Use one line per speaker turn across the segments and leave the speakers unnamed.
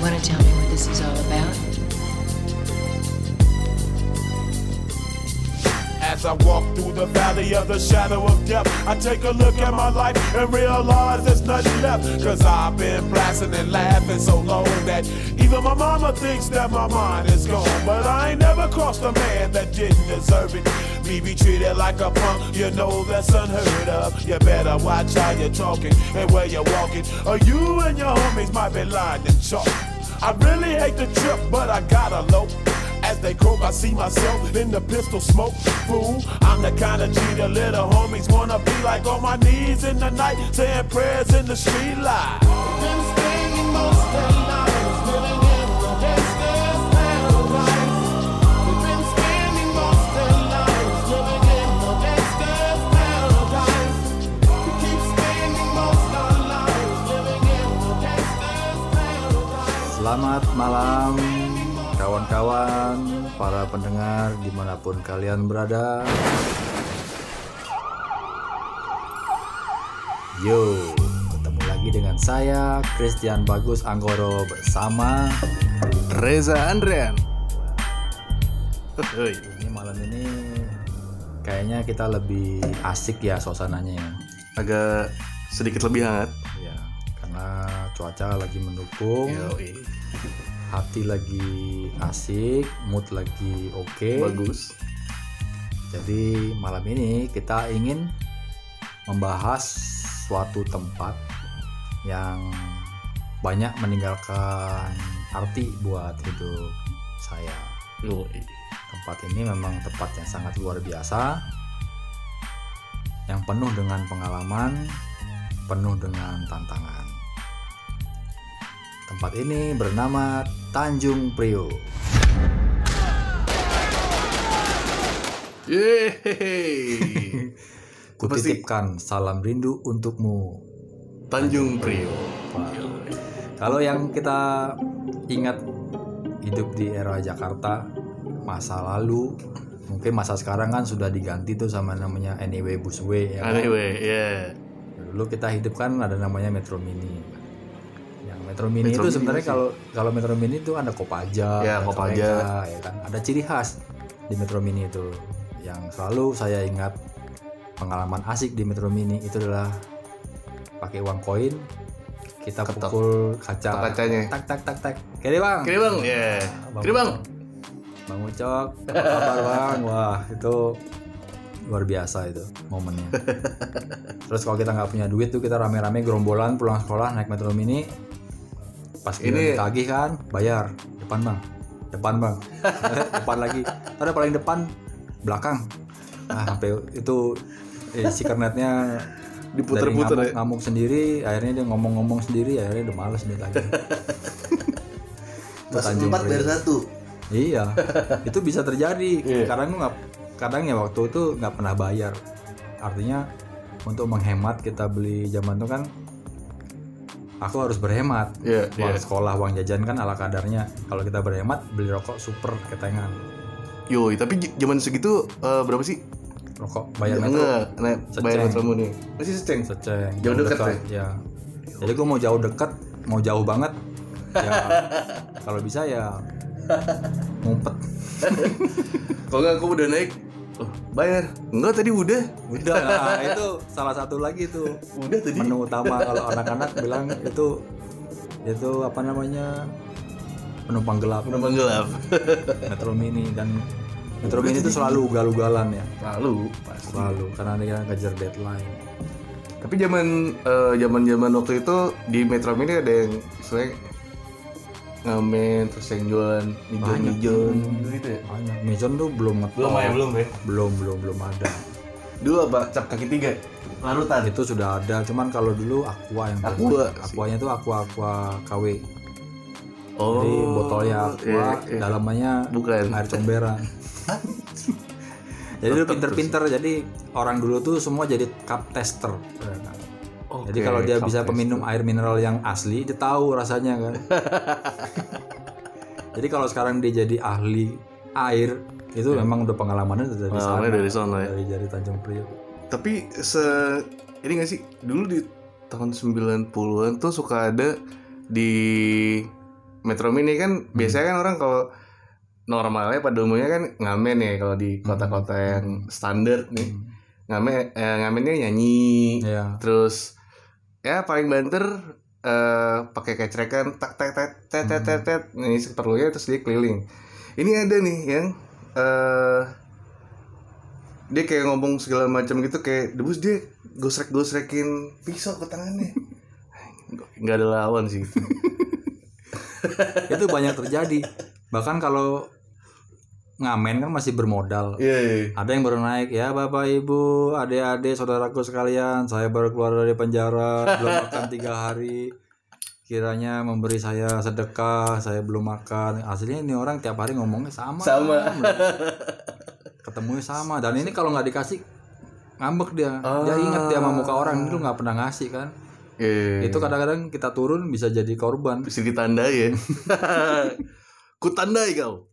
Want to tell me what this is all about?
As I walk through the valley of the shadow of death, I take a look at my life and realize there's nothing left. Cause I've been blasting and laughing so long that even my mama thinks that my mind is gone. But I ain't never crossed a man that didn't deserve it. Me be treated like a punk, you know that's unheard of. You better watch how you're talking and where you're walking, or you and your homies might be lying in chalk. I really hate the trip, but I gotta low. As they croak, I see myself in the pistol smoke. Fool, I'm the kind of G the little homies wanna be like, on my knees in the night, saying prayers in the street light. Been staying most of their lives, living in the gangster's paradise. We've been spending most of their lives, living in the gangster's paradise. We keep spending most of our lives, living in the gangster's paradise.
Selamat malam kawan-kawan, para pendengar dimanapun kalian berada. Yo, ketemu lagi dengan saya Christian Bagus Anggoro bersama
Reza Andrian.
Ini malam ini kayaknya kita lebih asik ya suasananya ya.
Agak sedikit lebih hangat.
Ya, karena cuaca lagi mendukung. Hati lagi asik, mood lagi oke.
Bagus.
Jadi malam ini kita ingin membahas suatu tempat yang banyak meninggalkan arti buat hidup saya. Tempat ini memang tempat yang sangat luar biasa, yang penuh dengan pengalaman, penuh dengan tantangan. Tempat ini bernama Tanjung Priok.
Yeay.
Kutitipkan salam rindu untukmu,
Tanjung Priok.
Kalau yang kita ingat hidup di era Jakarta masa lalu, mungkin masa sekarang kan sudah diganti tuh sama namanya Anyway Busway ya.
Anyway, ya.
Dulu kita hidup kan ada namanya Metro Mini. Metro Mini
Metro
itu
Mini
sebenarnya kalau Metro Mini itu ada Kopaja,
ya,
ada
Kopaja,
Toyota, ya kan. Ada ciri khas di Metro Mini itu yang selalu saya ingat. Pengalaman asik di Metro Mini itu adalah pakai uang koin, kita
ketok,
pukul kacanya, tak. Kiri bang,
ya. Kiri bang.
Bang Ucok, apa kabar bang? Wah itu luar biasa itu momennya. Terus kalau kita nggak punya duit tuh kita rame-rame gerombolan pulang sekolah naik Metro Mini. Pas ini tagih kan, bayar depan bang, depan lagi. Ada paling depan, belakang. Sampai itu si kernetnya
diputer-puter,
ngamuk sendiri, akhirnya dia ngomong sendiri, akhirnya udah males dia lagi.
Masuk 4 bayar 1.
Iya, itu bisa terjadi. Kadang ya waktu itu nggak pernah bayar. Artinya untuk menghemat kita beli zaman itu kan. Aku harus berhemat. Uang sekolah, uang jajan kan ala kadarnya. Kalau kita berhemat, beli rokok super ketengan.
Yoi, tapi zaman segitu berapa sih?
Rokok bayar metro?
Bayar metro nih. Masih seceng. Jauh dekat
ya. Jadi gue mau jauh dekat, mau jauh banget. Ya kalau bisa ya ngumpet.
Kalau nggak aku udah naik, bayar. Enggak, tadi udah.
Nah, itu salah satu lagi tuh.
Udah tadi.
Menu utama kalau anak-anak bilang itu apa namanya? Penumpang gelap. Metro Mini dan Metro Mini itu selalu ugal-ugalan ya. Selalu karena dia ngejar deadline.
Tapi zaman waktu itu di Metro Mini ada yang sering ngamen, terus yang jualan mijon gitu ya.
Banyak. Mijon tuh belum ngetop. Belum ada.
Dulu apa? Cap kaki 3. Larutan.
Itu sudah ada, cuman kalau dulu Aqua yang Aquanya tuh Aqua KW. Jadi botolnya Aqua, dalamnya
bukan
air comberan. Jadi lu pinter-pinter, jadi orang dulu tuh semua jadi cup tester. Jadi kalau dia bisa peminum air mineral yang asli, dia tahu rasanya kan. Jadi kalau sekarang dia jadi ahli air, itu memang udah pengalamannya dari sana ya. Dari Tanjung Priok.
Tapi ini nggak sih, dulu di tahun 90-an tuh suka ada di Metro Mini kan biasanya kan orang kalau normalnya pada umumnya kan ngamen ya kalau di kota-kota yang standar nih. Ngamennya nyanyi.
Iya.
Terus ya paling banter pakai kecrekan tak tet tet tet tet tet tet nih seperlunya terus dia keliling. Ini ada nih yang dia kayak ngomong segala macam gitu kayak debus dia gosrekin pisau ke tangannya. Nggak ada lawan sih gitu.
Itu banyak terjadi. Bahkan kalau ngamen kan masih bermodal.
Iya.
Ada yang baru naik, ya Bapak Ibu, adik-adik, saudaraku sekalian, saya baru keluar dari penjara, belum makan 3 hari. Kiranya memberi saya sedekah, saya belum makan. Aslinya ini orang tiap hari ngomongnya sama. Ketemunya sama. Dan ini kalau nggak dikasih ngambek dia. Dia ingat dia sama muka orang itu nggak pernah ngasih kan. Itu kadang-kadang kita turun bisa jadi korban.
Bisa ditandai ya. Kutandai kau.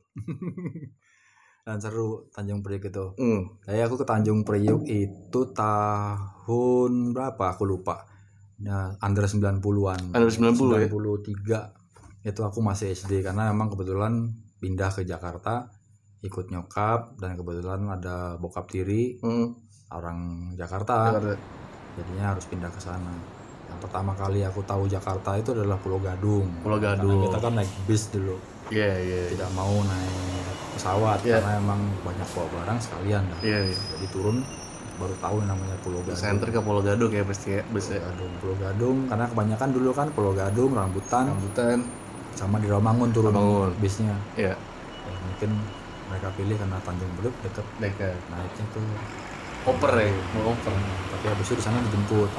Dan seru Tanjung Priok itu. Kayak aku ke Tanjung Priok itu tahun berapa aku lupa. Nah, under 90-an.
Under 90
93. Itu aku masih SD karena memang kebetulan pindah ke Jakarta ikut nyokap dan kebetulan ada bokap tiri orang Jakarta. Jadinya harus pindah ke sana. Yang pertama kali aku tahu Jakarta itu adalah Pulau Gadung. Karena kita kan naik bis dulu. Tidak mau naik pesawat karena emang banyak bawa barang sekalian dah. Jadi turun baru tahu namanya Pulau Gadung.
Center ke Pulau Gadung ya pasti ya.
Pulau Gadung karena kebanyakan dulu kan Pulau Gadung, Rambutan sama di Rawamangun turun bisnya. Ya, mungkin mereka pilih karena Tanjung Priok dekat. Naiknya tuh
oper ya, mau oper.
Tapi habis itu di sana dijemput.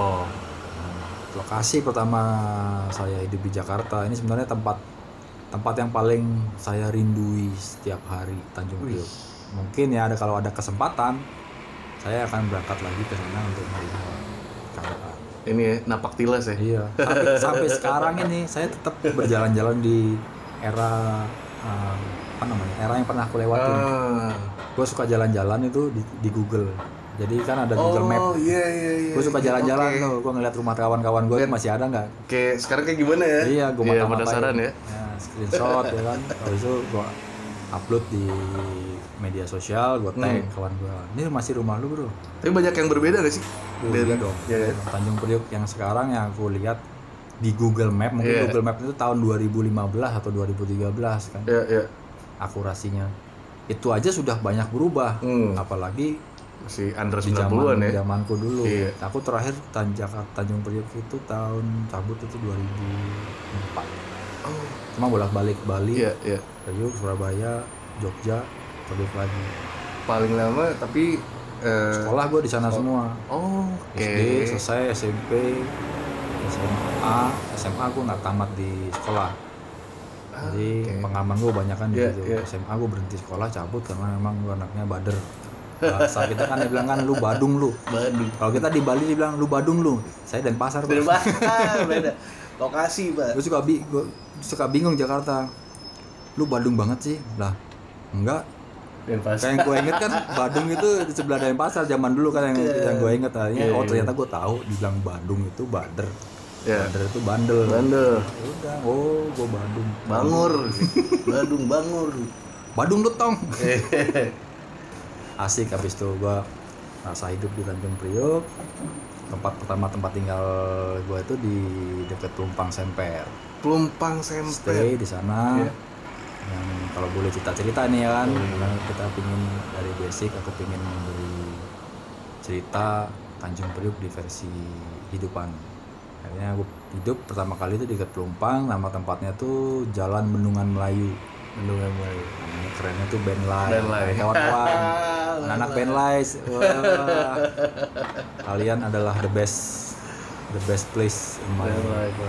Lokasi pertama saya hidup di Jakarta ini sebenarnya tempat yang paling saya rindui setiap hari, Tanjung Priok. Mungkin ya kalau ada kesempatan saya akan berangkat lagi ke sana untuk melihat keadaan.
Ini ya napak tilas ya.
Iya. Sampai sekarang ini saya tetap berjalan-jalan di era era yang pernah aku lewatin. Gue suka jalan-jalan itu di Google. Jadi kan ada Google Map.
Iya.
Gue suka jalan-jalan tuh. Gue ngeliat rumah kawan-kawan gue masih ada nggak?
Kayak sekarang kayak gimana ya?
Iya, gue
penasaran ya.
Screenshot ya kan. Habis itu gue upload di media sosial, gue tag kawan gue. Ini masih rumah lu bro.
Tapi banyak yang berbeda gak sih?
Iya dong. Tanjung Priok yang sekarang yang aku lihat di Google Map, mungkin Google Map itu tahun 2015 atau 2013 kan.
Iya.
Akurasinya. Itu aja sudah banyak berubah. Apalagi
masih under
di
90-an ya.
Zamanku dulu.
Iya.
Aku terakhir Tanjung Priok itu tahun cabut itu 2004. Cuma bolak-balik Bali, Priok, Surabaya, Jogja, Priok lagi.
Paling lama tapi
sekolah gue di sana semua. SD selesai, SMP, SMA gue nggak tamat di sekolah. Jadi pengalaman gue banyak kan di situ. SMA gue berhenti sekolah, cabut karena memang gue anaknya bader. Bahasa kita kan dia bilang kan lu Badung lu. Kalau kita di Bali dibilang lu Badung lu. Saya Denpasar.
Beda. Lokasi, Pak.
Gue suka bingung Jakarta. Lu Badung banget sih. Lah, enggak. Denpasar. Kayak yang gue inget kan Badung itu di sebelah Denpasar zaman dulu kan yang gue inget tadinya. Ternyata gue tahu dibilang Badung itu bader. Bader itu bandel. Udah, gue Badung. Badung letong. Asik. Habis itu gue rasa hidup di Tanjung Priok. Tempat tinggal gue itu di dekat Pelumpang Semper. Stay di sana. Yang kalau boleh cerita nih ya kan, karena kita pingin dari basic, aku pingin memberi cerita Tanjung Priok di versi hidupan. Akhirnya aku hidup pertama kali itu di dekat Pelumpang. Nama tempatnya tuh Jalan Bendungan Melayu. Namanya kerennya tuh Benlai. Kawan-kawan, anak Benlai. Kalian adalah the best place in my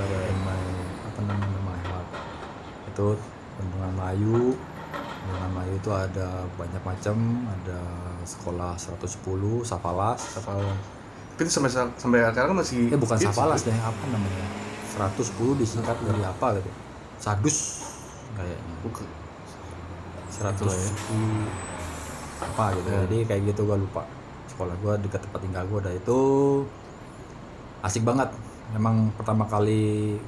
heart. Itu Bendungan Melayu itu ada banyak macam, ada sekolah 110, Sapalas.
Tapi itu sampai sekarang masih
bukan Sapalas deh, apa namanya? 110 disingkat dari apa gitu. Sadus kayaknya. Bukan. 110 apa gitu. Jadi kayak gitu gue lupa. Sekolah gue dekat tempat tinggal gue, itu asik banget. Memang pertama kali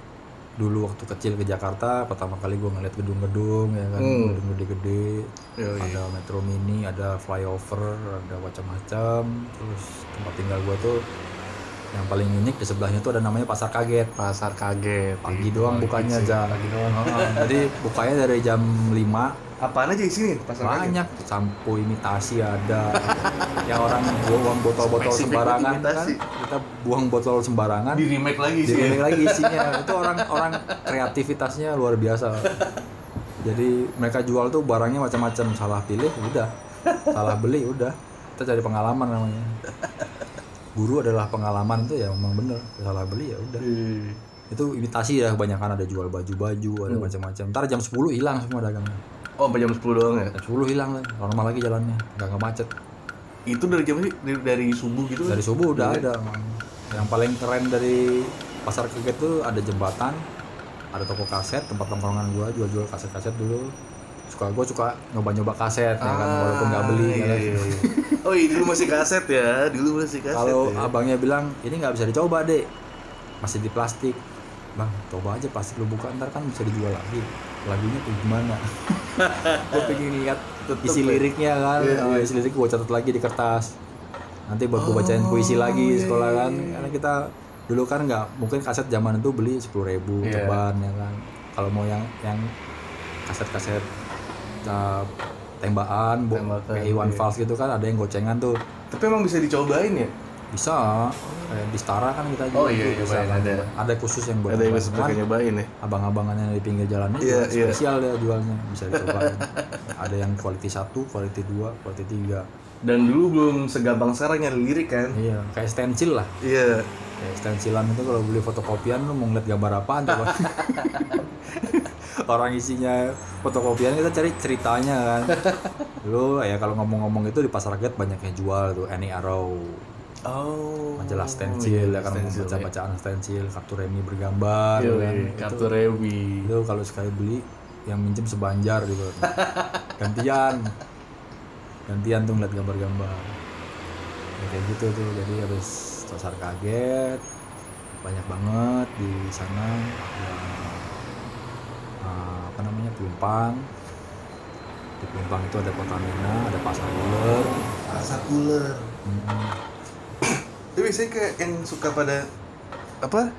dulu waktu kecil ke Jakarta pertama kali gue ngeliat gedung-gedung ya kan, gedung gede-gede, ada metro mini, ada flyover, ada macam-macam. Terus tempat tinggal gue tuh yang paling unik di sebelahnya tuh ada namanya Pasar Kaget.
Pasar Kaget.
Pagi doang bukanya aja.
Pagi doang.
Jadi bukanya dari jam 5.
Apaan aja di sini Pasar Kaget?
Banyak, sampo imitasi ada. Yang orang buang botol-botol
Spesifik
sembarangan kan.
imitasi.
Kita buang botol sembarangan.
Di remake lagi sih.
Di lagi isinya. Itu orang kreativitasnya luar biasa. Jadi mereka jual tuh barangnya macam-macam, salah pilih udah. Salah beli udah. Kita cari pengalaman namanya. Guru adalah pengalaman tuh ya memang bener. Salah beli ya udah. Itu imitasi ya, kebanyakan ada jual baju-baju, ada macam-macam. Ntar jam 10 hilang semua dagangnya.
Oh, sampai jam 10 doang ya?
Jam 10 hilang lah, normal lagi jalannya, nggak macet.
Itu dari jam dari subuh gitu kan?
Dari subuh udah ada. Yang paling keren dari Pasar Kaget tuh ada jembatan, ada toko kaset, tempat tongkrongan gua jual-jual kaset-kaset dulu. Gua suka nyoba-nyoba kaset ya kan, walaupun nggak beli.
Iya. Oh iya, dulu masih kaset ya, dulu masih kaset.
Kalau
ya.
abangnya bilang ini nggak bisa dicoba dek, masih di plastik. Bang, coba aja plastik lu buka, ntar kan bisa dijual lagi. Lagunya tuh gimana? Gue pengen lihat isi liriknya kan. Isi lirik gue catat lagi di kertas. Nanti buat gue bacain puisi lagi di sekolah kan. Karena kita dulu kan nggak mungkin kaset zaman itu beli 10.000 ceban ya kan. Kalau mau yang kaset-kaset tembakan, kayak Iwan Fals gitu kan ada yang gocengan tuh.
Tapi emang bisa dicobain ya?
Bisa, kayak di Setara kan kita
Oh iya,
bisa, kan.
ada
khusus yang buat
ada yang bisa pakai nyobain ya.
Abang-abangannya di pinggir jalannya spesial dia jualnya, bisa dicobain. Ada yang quality 1, quality 2, quality 3.
Dan dulu belum segampang sekarang nyari lirik kan?
Iya, kayak stensil lah.
Iya.
Kayak stensilan itu kalau beli fotokopian lu mau ngeliat gambar apaan tuh. Orang isinya fotokopian kita cari ceritanya kan. Dulu ya kalau ngomong-ngomong itu di Pasar Kaget banyak yang jual tuh Any Arrow.
Oh,
majalah stensil ya kan, baca-bacaan stensil, kartu remi bergambar kan.
Kartu remi.
Itu kalau sekali beli yang minjem sebanjar gitu. Gantian tuh ngeliat gambar-gambar. Ya, kayak gitu tuh. Jadi habis Pasar Kaget banyak banget di sana. Ada Pelumpang. Di Pelumpang itu ada Pertamina, ada Pasar Buler.
Pasar Buler. Itu biasanya kayak yang suka pada apa?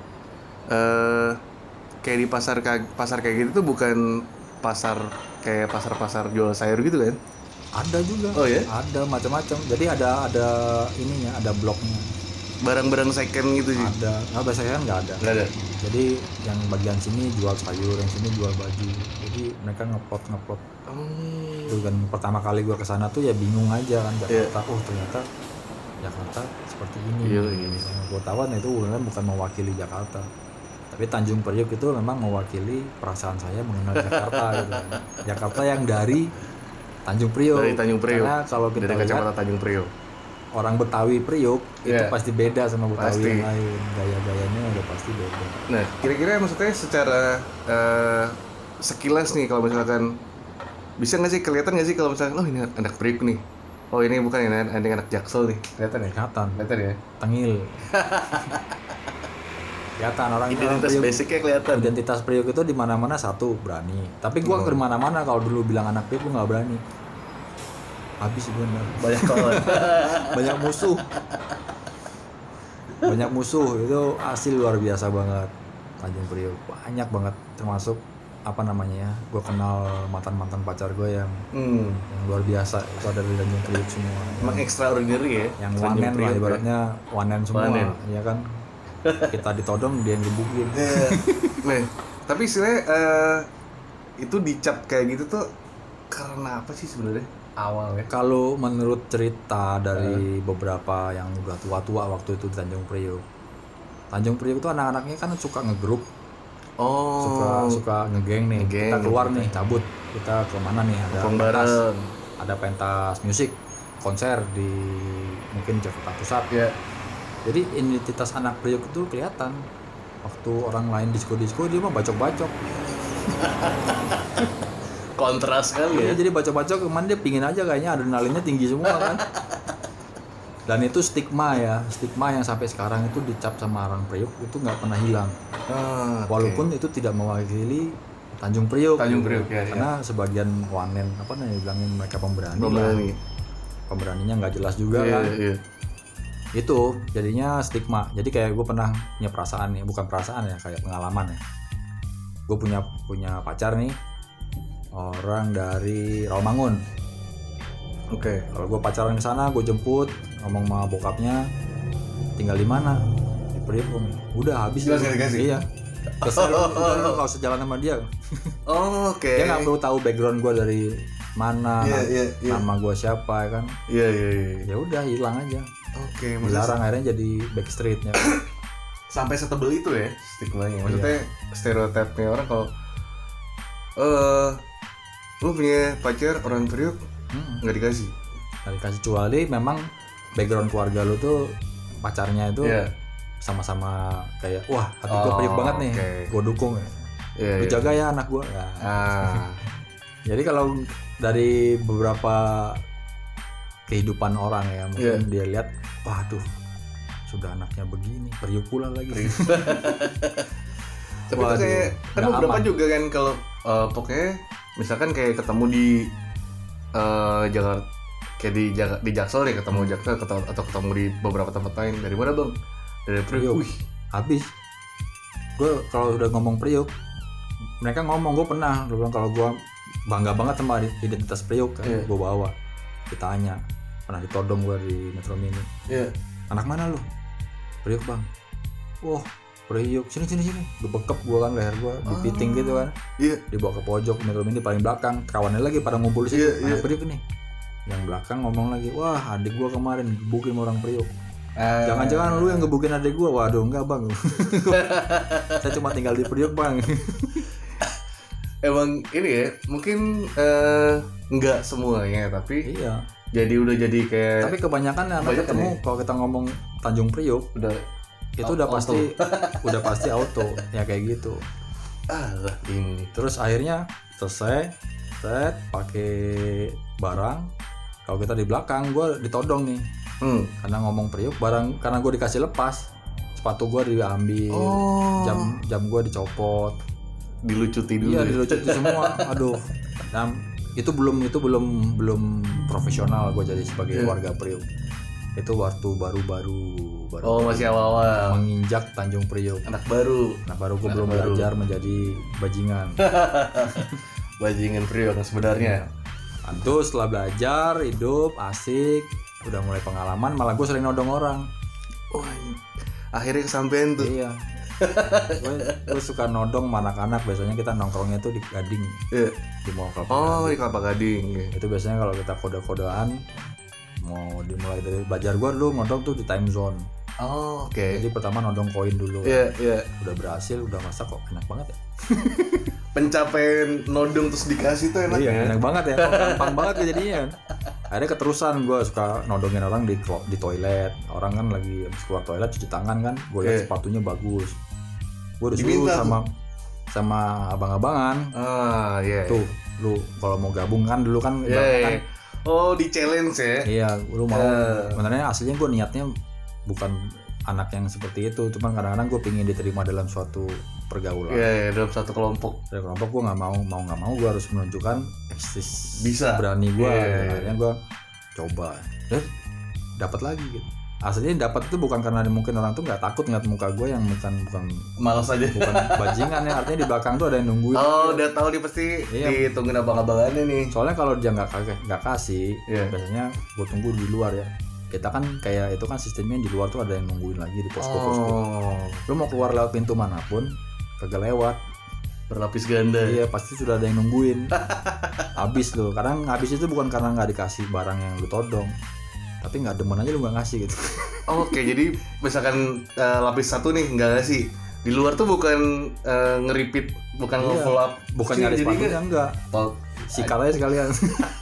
Kayak di pasar kayak gitu tuh bukan pasar kayak pasar jual sayur gitu kan?
Ada juga.
Oh ya?
Ada macam-macam. Jadi ada ininya, ada bloknya.
Barang-barang second gitu sih.
Ada. Nah, biasanya kan nggak ada.
Nggak ada.
Jadi yang bagian sini jual sayur, yang sini jual baju. Jadi mereka ngeplot. Itu kan pertama kali gua kesana tuh ya bingung aja kan Jakarta. Oh ternyata Jakarta seperti ini. Yang gue tahu itu kan bukan mewakili Jakarta, tapi Tanjung Priok itu memang mewakili perasaan saya mengenal Jakarta gitu. Jakarta yang dari Tanjung Priok.
Dari Tanjung Priok.
Karena kalau kita
dari kacamata Tanjung Priok,
orang Betawi Priok itu pasti beda sama Betawi
pasti.
Yang lain. Gaya-gayanya udah pasti beda.
Nah, kira-kira maksudnya secara sekilas nih kalau misalkan bisa nggak sih kelihatan nggak sih kalau misalkan ini anak Priok nih? Oh ini bukan ini anak Jaksel nih, kelihatan ya? Kelihatan ya?
Tengil. Kelihatan orang
identitas
Priok,
basicnya kelihatan.
Identitas Priok itu di mana-mana satu berani. Tapi gua ke mana-mana kalau dulu bilang anak Priok gua nggak berani. Habis gua
Banyak kawan.
banyak musuh itu hasil luar biasa banget. Tanjung Priok banyak banget, termasuk apa namanya ya, gue kenal mantan pacar gue yang luar biasa itu ada di Tanjung Priok semua.
Emang extraordinary ya?
Yang one man lah ibaratnya, one man semua, ya kan. Kita ditodong dia yang gebukin.
Nah, tapi istilahnya itu dicap kayak gitu tuh karena apa sih sebenarnya awalnya?
Kalau menurut cerita dari beberapa yang udah tua-tua waktu itu di Tanjung Priok itu anak-anaknya kan suka ngegrup. Suka ngegeng nih. Kita keluar nih, cabut. Kita ke mana nih? Ada pentas musik, konser di mungkin Jakarta Pusat.
Yeah.
Jadi identitas anak Priok itu kelihatan. Waktu orang lain disco dia mah bacok-bacok.
Kontras kali ya.
Jadi bacok-bacok kemana dia pingin aja kayaknya adrenalinnya tinggi semua kan. Dan itu stigma yang sampai sekarang itu dicap sama orang Priuk itu nggak pernah hilang. Walaupun itu tidak mewakili Tanjung Priuk.
Ya.
Karena sebagian wanen apa namanya bilangin mereka pemberani. Pemberaninya nggak jelas juga kan.
Iya.
Itu jadinya stigma. Jadi kayak gue pernah punya perasaan nih, bukan perasaan ya, kayak pengalaman ya. Gue punya pacar nih, orang dari Rawamangun.
Oke.
Kalau gue pacaran ke sana, gue jemput, ngomong sama bokapnya, tinggal di mana? Di Priuk Om. Udah habis.
Jelas nggak dikasih?
Iya. Kesel, udah nggak usah jalan sama dia.
Oke.
Dia nggak perlu tahu background gue dari mana,
Iya.
nama gue siapa kan.
Iya.
Ya udah hilang aja.
Oke,
Dilarang akhirnya jadi backstreetnya.
sampai setebel itu ya stigmanya. Maksudnya stereotipnya orang kalau lu punya pacar orang Priuk nggak dikasih.
Nggak dikasih, kecuali memang background keluarga lu tuh pacarnya itu sama-sama kayak wah hati gue Priuk banget nih, gue dukung ya. Lu jaga ya anak gue. Ya. Jadi kalau dari beberapa kehidupan orang ya mungkin dia lihat, waduh sudah anaknya begini, Priuk pula lagi.
Tapi itu kayak kan beberapa juga kan kalau pokoknya misalkan kayak ketemu di Jakarta, kayak di Jaksel nih ketemu Jaksel atau ketemu di beberapa tempat lain. Dari mana bang? Dari Priuk.
Habis. Gue kalau udah ngomong Priuk, mereka ngomong, gue pernah bilang kalau gue bangga banget sama identitas Priuk kan, gue bawa. Ditanya, pernah ditodong gue di Metro Mini. Anak mana lu? Priuk bang. Wah Priuk, sini. Gue bekep gue kan leher gue, dipiting gitu kan. Dibawa ke pojok Metro Mini paling belakang. Kawannya lagi pada ngumpul di situ. Anak Priuk nih. Yang belakang ngomong lagi, wah adik gue kemarin gebukin orang Priuk. Jangan-jangan lu yang gebukin adik gue. Waduh enggak bang. Saya cuma tinggal di Priuk bang.
Emang ini ya, mungkin enggak semuanya tapi
iya.
Jadi udah jadi kayak.
Tapi kebanyakan anak ketemu kalau kita ngomong Tanjung Priuk
udah
itu udah pasti auto ya kayak gitu.
Ini.
Terus akhirnya selesai, pakai barang. Kalau kita di belakang, gue ditodong nih. Karena ngomong Priuk, barang karena gue dikasih lepas, sepatu gue diambil, jam gue dicopot,
dilucuti dulu.
Iya, dilucuti semua. Aduh. Nah, itu belum profesional gue jadi sebagai warga Priuk. Itu waktu baru
masih awal
menginjak Tanjung Priuk.
Anak baru
gue belum belajar menjadi bajingan.
Bajingan Priuk sebenarnya.
Tentu setelah belajar, hidup, asik, udah mulai pengalaman, malah gue sering nodong orang.
Akhirnya kesampean tuh.
Iya. gue suka nodong sama anak-anak, biasanya kita nongkrongnya tuh di Gading. Di Mall Kelapa Gading.
Di Kelapa Gading.
Itu biasanya kalau kita kode-kodean mau dimulai dari belajar gue dulu nodong tuh di time zone. Jadi pertama nodong koin dulu. Udah berhasil, udah masa kok enak banget ya.
Pencapaian nodong terus dikasih tuh enak.
Iya, enak banget ya. Gampang banget kejadian. Akhirnya keterusan gue suka nodongin orang di toilet. Orang kan lagi habis keluar toilet cuci tangan kan, gue lihat sepatunya bagus. Gue disuruh sama abang-abangan. Tuh, lu kalau mau gabung kan dulu kan kan.
Di challenge ya.
Iya, lu mau. Sebenarnya aslinya gue niatnya bukan anak yang seperti itu, cuman kadang-kadang gue pengen diterima dalam suatu pergaulan.
Dalam satu kelompok.
Dalam kelompok gue nggak mau gue harus menunjukkan
bisa
berani gue. Akhirnya gue coba, dapat lagi gitu. Aslinya dapat itu bukan karena mungkin orang tuh nggak takut ngeliat muka gue yang bukan
malas aja,
bukan bajingan ya, artinya di belakang tuh ada yang nungguin.
Udah tahu dia pasti ditungguin abang-abangannya nih. Soalnya
kalau dia nggak kasih, biasanya gue tunggu di luar ya. Kita kan kayak itu kan sistemnya di luar tuh ada yang nungguin lagi di posko-posko. Lu mau keluar lewat pintu manapun kagak lewat,
berlapis ganda.
Iya, pasti sudah ada yang nungguin. Habis lu. Kadang habis itu bukan karena nggak dikasih barang yang lu todong, tapi nggak demen aja lu nggak ngasih gitu.
Jadi misalkan lapis satu nih nggak ngasih, di luar tuh bukan ngeripit, bukan nge-follow up,
bukan nyari sepatunya, enggak. Sikal aja sekalian.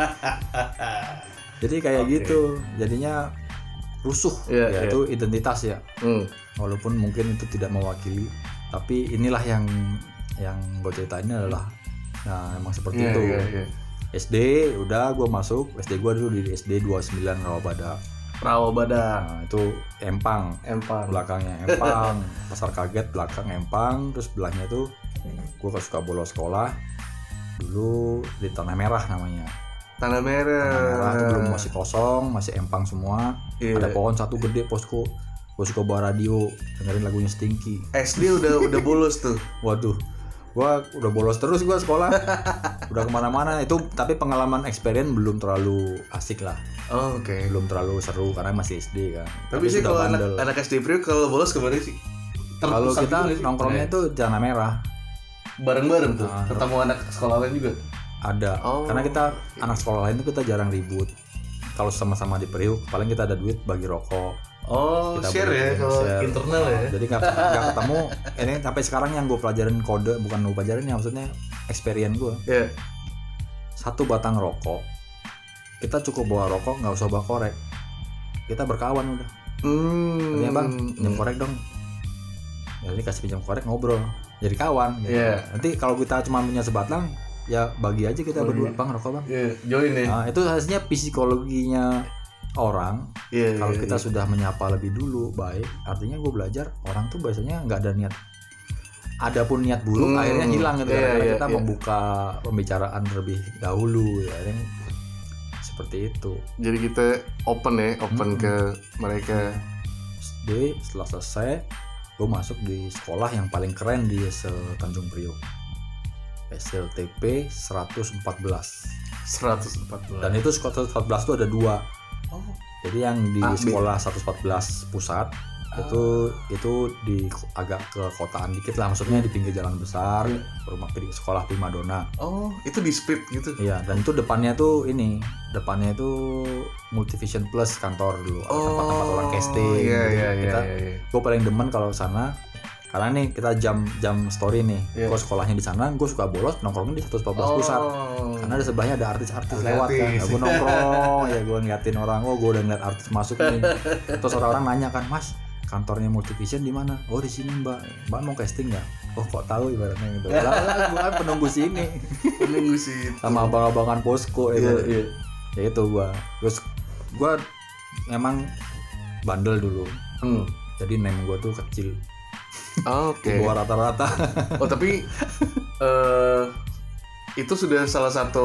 Jadi kayak gitu, jadinya rusuh. Itu identitas ya. Walaupun mungkin itu tidak mewakili, tapi inilah yang gue ceritain adalah, nah emang seperti itu. SD udah gue masuk, SD gue dulu di SD 29 Rawabada.
Rawa Badak.
Nah, itu Empang belakangnya Empang. Pasar Kaget belakang Empang. Terus belahnya tuh gue suka bolos sekolah dulu di Tanah Merah namanya.
Tanah Merah.
Tanah Merah itu belum, masih kosong, masih Empang semua. Ada pohon satu gede, posko. Gue suka bawa radio, dengerin lagunya Stinky.
SD udah bolos tuh.
Waduh, gua udah bolos terus gua sekolah. Udah kemana-mana itu, tapi pengalaman experience belum terlalu asik lah.
Oh, oke.
Belum terlalu seru karena masih SD kan.
Tapi sih
sudah
kalau
bandel.
anak SD Priok kalau bolos kemana sih?
Kalau
Terpusat
kita
juga sih?
nongkrongnya itu Tanah Merah
Bareng-bareng tuh, ketemu anak sekolah lain juga.
ada.
Oh,
Karena kita anak sekolah lain tuh kita jarang ribut. Kalau sama-sama di Priok, paling kita ada duit bagi rokok.
Oh,
Kita
share
boleh
ya kalau
share.
internal ya.
Jadi nggak ketemu. Ini sampai sekarang yang gue pelajarin kode, bukan gue pelajarin ya, maksudnya experience gue.
Iya.
Satu batang rokok, kita cukup bawa rokok, nggak usah bawa korek. Kita berkawan udah. Katanya bang, pinjam korek dong. Jadi kasih pinjam korek, ngobrol, jadi kawan. Gitu.
Iya.
Nanti kalau kita cuma punya sebatang, ya bagi aja kita berdua, bang rokok bang.
Iya, join ya.
Nah, itu hasilnya psikologinya orang.
Iya.
Kalau
iya,
kita
iya.
sudah menyapa lebih dulu, baik. Artinya gue belajar orang tuh biasanya nggak ada niat. Adapun niat buruk akhirnya hilang gitu.
Iya,
Karena
iya,
kita
iya.
membuka pembicaraan terlebih dahulu, ya. Yang seperti itu.
Jadi kita open ke mereka.
SD setelah selesai, gue masuk di sekolah yang paling keren di Tanjung Priok. SLTP 114.
114.
Dan itu sekolah 114 itu ada dua.
Oh.
Jadi yang di
A, B.
sekolah 114 pusat itu di agak ke kotaan dikit lah, maksudnya di pinggir jalan besar, rumah sekolah primadona.
Oh, itu di split gitu.
Iya, dan itu depannya itu Multivision Plus kantor dulu, ada tempat-tempat orang casting.
Iya,
gitu.
iya,
Kita,
iya.
gue paling demen kalau sana, karena nih kita jam story nih,
Iya.
gue sekolahnya di sana, gue suka bolos nongkrongnya di 114 pusat. Karena ada sebelahnya ada artis-artis lewat kan, gue nongkrong, ya gue ngeliatin orang, gue udah ngeliat artis masuk nih. Terus orang-orang nanya kan, mas, kantornya Multivision di mana? Oh di sini mbak mau casting nggak? Oh kok tahu ibaratnya gitu. Lah gue kan penunggu sini,
Penunggu sih.
sama abang-abangan posko itu.
Iya.
Ya itu gue, terus gue memang bandel dulu. Jadi name gue tuh kecil,
Oke.
di bawah rata-rata.
Oh tapi itu sudah salah satu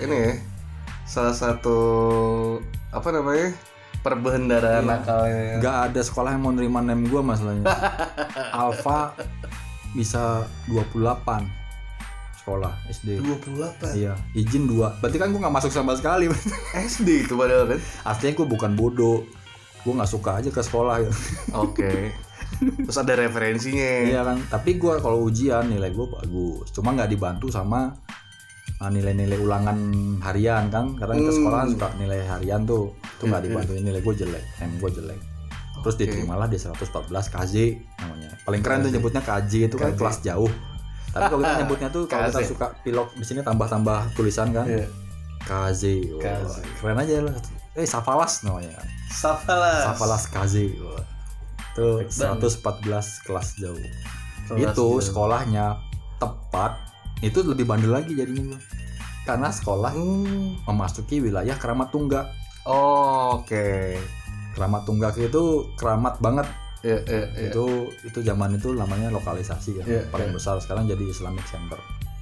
apa namanya perbendaharaan nakalnya.
Gak ada sekolah yang mau nerima name gue masalahnya. Alfa bisa 28 sekolah SD.
28.
Iya, izin 2. Berarti kan gue gak masuk sama sekali.
SD itu padahal kan.
Aslinya gue bukan bodoh, gue gak suka aja ke sekolah gitu.
Oke. Terus ada referensinya.
Iya kan, tapi gue kalau ujian nilai gue bagus, cuma nggak dibantu sama nilai-nilai ulangan harian kan, karena kita sekolah kan suka nilai harian tuh, itu nggak dibantu. Nilai gue jelek, gue jelek. Terus diterimalah di 114 KJ namanya. Paling keren tuh nyebutnya KJ, itu kan kelas jauh. Tapi kalau kita nyebutnya tuh kalau kita suka pilok di sini tambah-tambah tulisan kan, KJ. Wah, keren aja lah. Safalas namanya. Safalas KJ. Wah. Itu 114 kelas jauh. Itu sekolahnya tepat, itu lebih bandel lagi jadinya gue. Karena sekolah memasuki wilayah Keramat Tunggak.
Oh, oke.
Keramat Tunggak itu keramat banget.
Iya.
Itu zaman itu namanya lokalisasi kan. Paling besar sekarang jadi Islamic Center.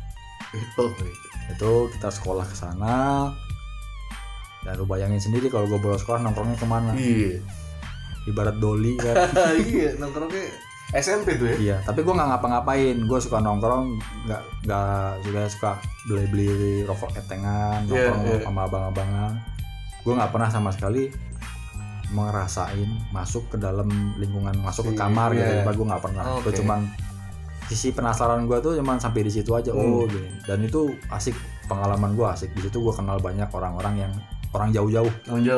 Itu kita sekolah ke sana. Dan lu bayangin sendiri kalau gue bolos sekolah nongkrongnya kemana?
Iya.
Ibarat doli kan.
Iya, nongkrongnya SMP tuh ya.
Iya, tapi gue nggak ngapa-ngapain. Gue suka nongkrong, nggak suka beli rokok etengan, nongkrong sama abang-abangan. Gue nggak pernah sama sekali ngerasain masuk ke dalam lingkungan, masuk ke kamar gitu. Gue nggak pernah. Gue cuman sisi penasaran gue tuh cuman sampai di situ aja. Oh, gini. Dan itu asik, pengalaman gue asik. Di situ gue kenal banyak orang-orang yang orang jauh-jauh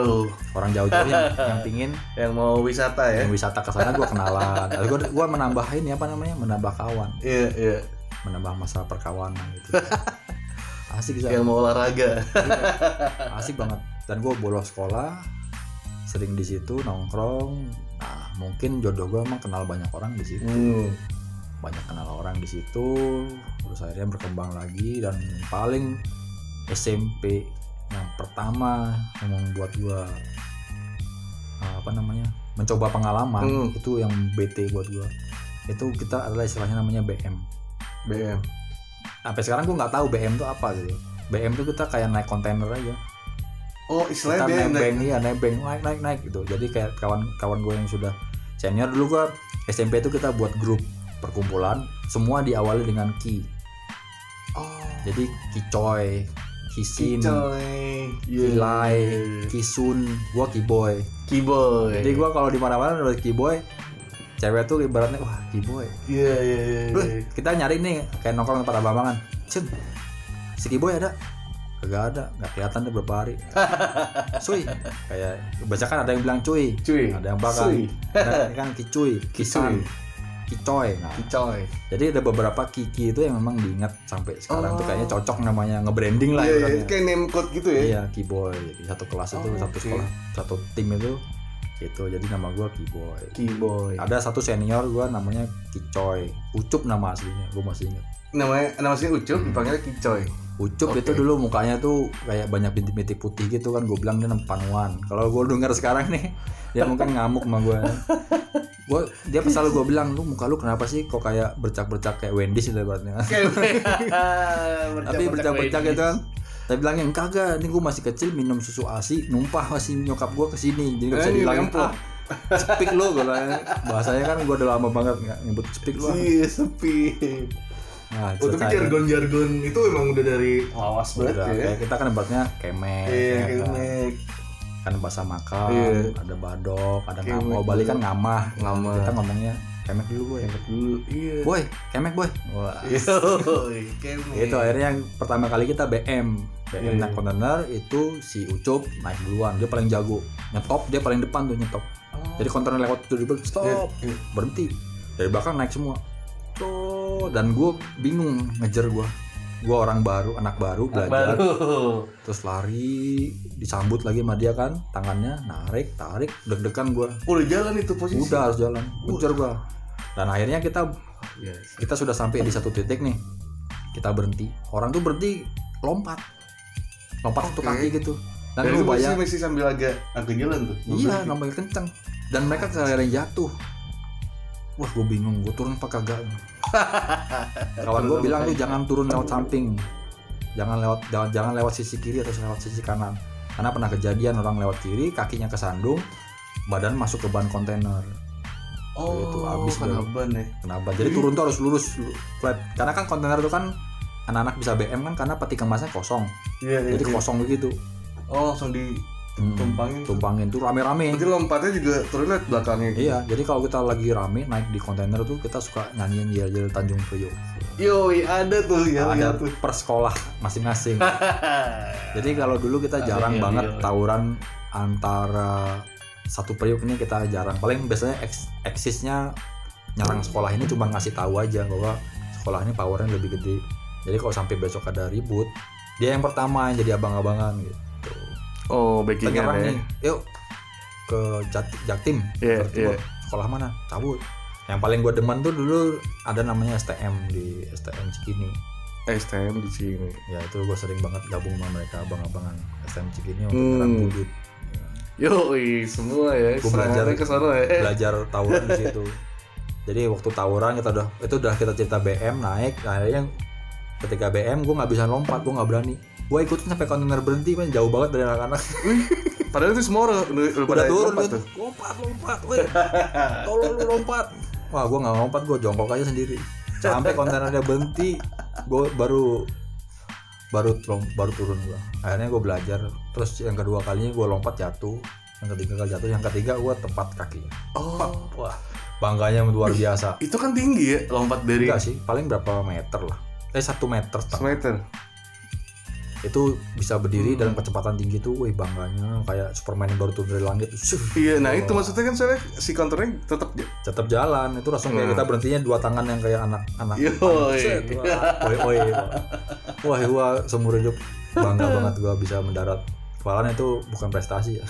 yang pingin
yang mau wisata ya.
Yang wisata ke sana gue kenalan. Gue menambahin menambah kawan.
Iya.
Menambah masa perkawanan gitu. Asik bisa.
Yang mau olahraga.
Iya, asik banget. Dan gue bolos sekolah, sering di situ nongkrong. Nah, mungkin jodoh gue emang kenal banyak orang di situ. Banyak kenal orang di situ. Terus akhirnya berkembang lagi, dan paling SMP yang pertama yang membuat gue mencoba pengalaman itu yang bete buat gue. Itu kita adalah istilahnya namanya BM. Sampai sekarang gue nggak tahu BM itu apa gitu. BM itu kita kayak naik kontainer aja.
Oh, istilahnya
kita
BM
nebeng naik gitu. Jadi kayak kawan gue yang sudah senior dulu, gue SMP itu kita buat grup perkumpulan, semua diawali dengan Ki. Jadi Kicoy, Kisin, Kilai, Kisun, gue Kiboy. Jadi gue kalau di mana-mana udah Kiboy, cewek tuh ibaratnya wah Kiboy.
Iya.
Kita nyari nih kayak nongkrong tempat abang-abangan. Cun, si Kiboy ada? Kagak ada, nggak kelihatan deh berapa hari. Cuy, kayak bacakan ada yang bilang cuy, ada yang bakal. Nah, ini kan Kicuy, Kisan, Kicoy. Nah, jadi ada beberapa Kiki itu yang memang diingat sampai sekarang tuh kayaknya cocok namanya nge-branding lah.
Iya, kayak name code gitu ya.
Iya, Kiboy. Jadi satu kelas itu, satu sekolah, satu tim itu gitu. Jadi nama gue Kiboy. Ada satu senior gue namanya Kicoy. Ucup nama aslinya, gue masih ingat.
Nama aslinya Ucup, dipanggilnya Kicoy.
Ucup itu dulu mukanya tuh kayak banyak bintik-bintik putih gitu kan, gue bilang dia panuan. Kalau gue dengar sekarang nih, dia mungkin ngamuk sama gue. Dia selalu gue bilang, lu muka lu kenapa sih kok kayak bercak-bercak kayak Wendy's gitu ibaratnya. Tapi bercak-bercak gitu kan. Saya bilangnya kagak, ini gue masih kecil minum susu ASI, numpah masih nyokap gue kesini, jadi nggak bisa bilangin cepik lu, bahasanya kan gue udah lama banget nggak nyebut cepik lu.
Iya cepik.
Nah,
tapi jargon-jargon itu emang udah dari lawas banget ya.
Kayak kita kan ibaratnya kemek.
Iya, kemek.
Kan bahasa Makam, ada badok, ada ngamah. Bali kan ngamah. Kita ngomongnya kemek dulu boy.
Iya.
Boy, kemek boy. Wah.
Kemek.
Itu akhirnya yang pertama kali kita BM naik kontainer itu si Ucup naik duluan, dia paling jago. Nyetop, dia paling depan tuh nyetop. Jadi kontainer lewat tuh stop. Berhenti. Dari belakang naik semua. Dan gue bingung ngejar gue orang baru, anak baru belajar, terus lari, disambut lagi sama dia kan, tangannya narik, tarik, deg-degan gue.
Udah jalan itu posisi? Udah
harus jalan, ngejar gue. Dan akhirnya kita sudah sampai di satu titik nih, kita berhenti. Orang tuh berhenti lompat satu kaki gitu. Dan lu bayang
masih sambil agak jalan tuh.
Iya, namanya kenceng. Dan mereka kayak jatuh. Wah, gue bingung, gue turun apa kagak. Kawan gue bilang tuh jangan turun lewat samping, jangan lewat sisi kiri atau lewat sisi kanan, karena pernah kejadian orang lewat kiri, kakinya kesandung, badan masuk ke ban kontainer. Itu habis
kena ban ya.
Kena ban. Jadi turun tuh harus lurus flat, karena kan kontainer itu kan anak-anak bisa BM kan karena peti kemasnya kosong. Jadi kosong begitu.
Langsung tumpangin tuh rame-rame. Berarti lompatnya juga turun lihat belakangnya.
Iya, jadi kalau kita lagi rame naik di kontainer tuh kita suka nyanyiin yel-yel Tanjung Priok.
Yoi, ada tuh ya.
Ada per sekolah masing-masing. Jadi kalau dulu kita jarang banget tawuran antara satu Priok ini, kita jarang. Paling biasanya eksisnya nyerang sekolah ini cuma ngasih tahu aja bahwa sekolah ini powernya lebih gede. Jadi kalau sampai besok ada ribut, dia yang pertama yang jadi abang-abangan gitu.
Backingan ya.
Nih, yuk ke Jaktim. Sekolah mana? Cabut. Yang paling gue demen tuh dulu ada namanya STM di STM Cikini.
STM di sini.
Ya itu gue sering banget gabung sama mereka abang-abangan STM Cikini untuk perang budut.
Yoi, semua ya.
Gue belajar
ke sana ya.
Belajar tawuran di situ. Jadi waktu tawuran udah kita cerita BM naik, akhirnya ketika BM gue nggak bisa lompat, gue nggak berani. Gue ikutin sampai kontainer berhenti, kan jauh banget dari anak-anak.
Padahal itu semua
udah turun tuh. Lompat, weh. Tolong lu lompat. Wah, gue nggak lompat, gue jongkok aja sendiri. Sampai kontainernya berhenti, gue baru turun gue. Akhirnya gue belajar. Terus yang kedua kalinya gue lompat jatuh. Yang ketiga kali jatuh. Yang ketiga gue tepat kakinya. Wah, bangganya luar biasa.
Itu kan tinggi ya, lompat dari.
Enggak sih, paling berapa meter lah. 1 meter.
1 meter.
Itu bisa berdiri dalam kecepatan tinggi tuh, wih bangganya kayak Superman yang baru turun dari langit.
Iya, nah itu maksudnya kan soalnya si konturnya tetap
jalan. Itu langsung kayak kita berhentinya 2 tangan yang kayak anak-anak. Wah, gua seumur hidup bangga banget gua bisa mendarat. Padahal itu bukan prestasi ya.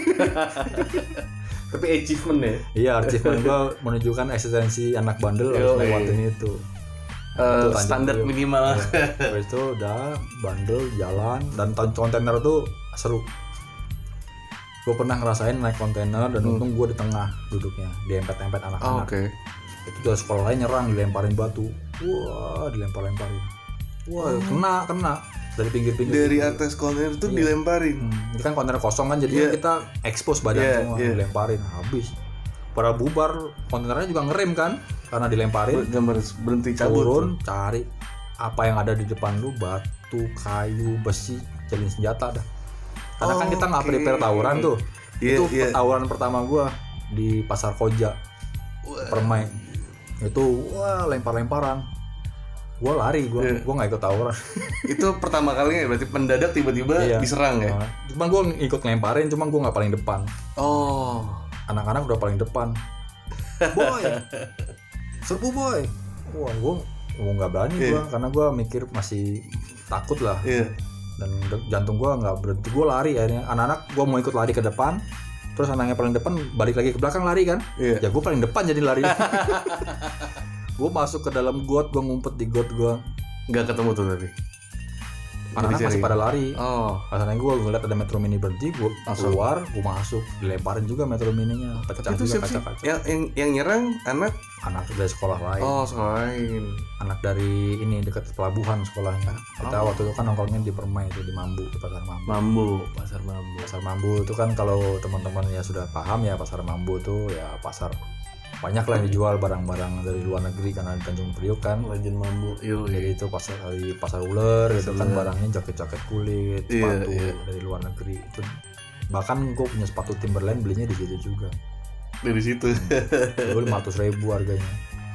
Tapi achievement ya.
Iya, achievement gua menunjukkan eksistensi anak bandel harus lewatin itu.
Standar minimal.
Habis itu udah bandel jalan dan kontainer tuh seru. Gue pernah ngerasain naik kontainer dan untung gue di tengah duduknya, diempet-empet anak-anak.
Oke.
Itu dari sekolah lain nyerang, dilemparin batu. Wah, dilempar-lemparin. Wah, kena dari pinggir-pinggir.
Dari atas kontainer itu dilemparin.
Itu kan kontainer kosong kan, jadi kita expose badan semua, dilemparin habis. Padahal bubar, kontainernya juga ngerem kan, karena dilemparin.
Berhenti cabut.
Turun, cari apa yang ada di depan lu, batu, kayu, besi, jadiin senjata dah. Karena kan kita nggak prepare tawuran tuh. Itu tawuran pertama gua di Pasar Koja, Permai. Itu wah lempar-lemparan. Gua lari, gua nggak ikut tawuran.
Itu pertama kalinya berarti mendadak tiba-tiba diserang ya?
Cuman gua ikut ngelemparin, cuman gua nggak paling depan.
Oh.
Anak-anak udah paling depan. Boy, serbu boy. Wah, gua nggak berani gua, karena gua mikir masih takut lah. Dan jantung gua nggak berhenti, gua lari akhirnya. Anak-anak gua mau ikut lari ke depan, terus anaknya paling depan balik lagi ke belakang lari kan. Ya gua paling depan jadi lari. Gua masuk ke dalam got, gua ngumpet di got gua.
Nggak ketemu tuh tapi
Anak-anak masih pada lari. Asalnya gue ngeliat ada Metro Mini berhenti, gue keluar, gue masuk, dilemparin juga Metro Mininya, pecah juga kaca-kaca.
Yang nyerang anak
dari sekolah lain.
Oh, sekolah lain.
Anak dari ini dekat pelabuhan sekolahnya. Kita waktu itu kan nongkrongnya di Permai itu, di Mambu, di Pasar Mambu.
Pasar Mambu.
Pasar Mambu itu kan kalau teman-teman ya sudah paham ya, Pasar Mambu itu ya pasar banyak lah yang dijual barang-barang dari luar negeri karena di Tanjung Priok kan.
Legend Mambu.
Jadi itu pasar ular gitu kan, barangnya jaket-jaket kulit, sepatu dari luar negeri itu. Bahkan gue punya sepatu Timberland belinya di situ juga.
Dari situ.
Dulu 500.000 harganya.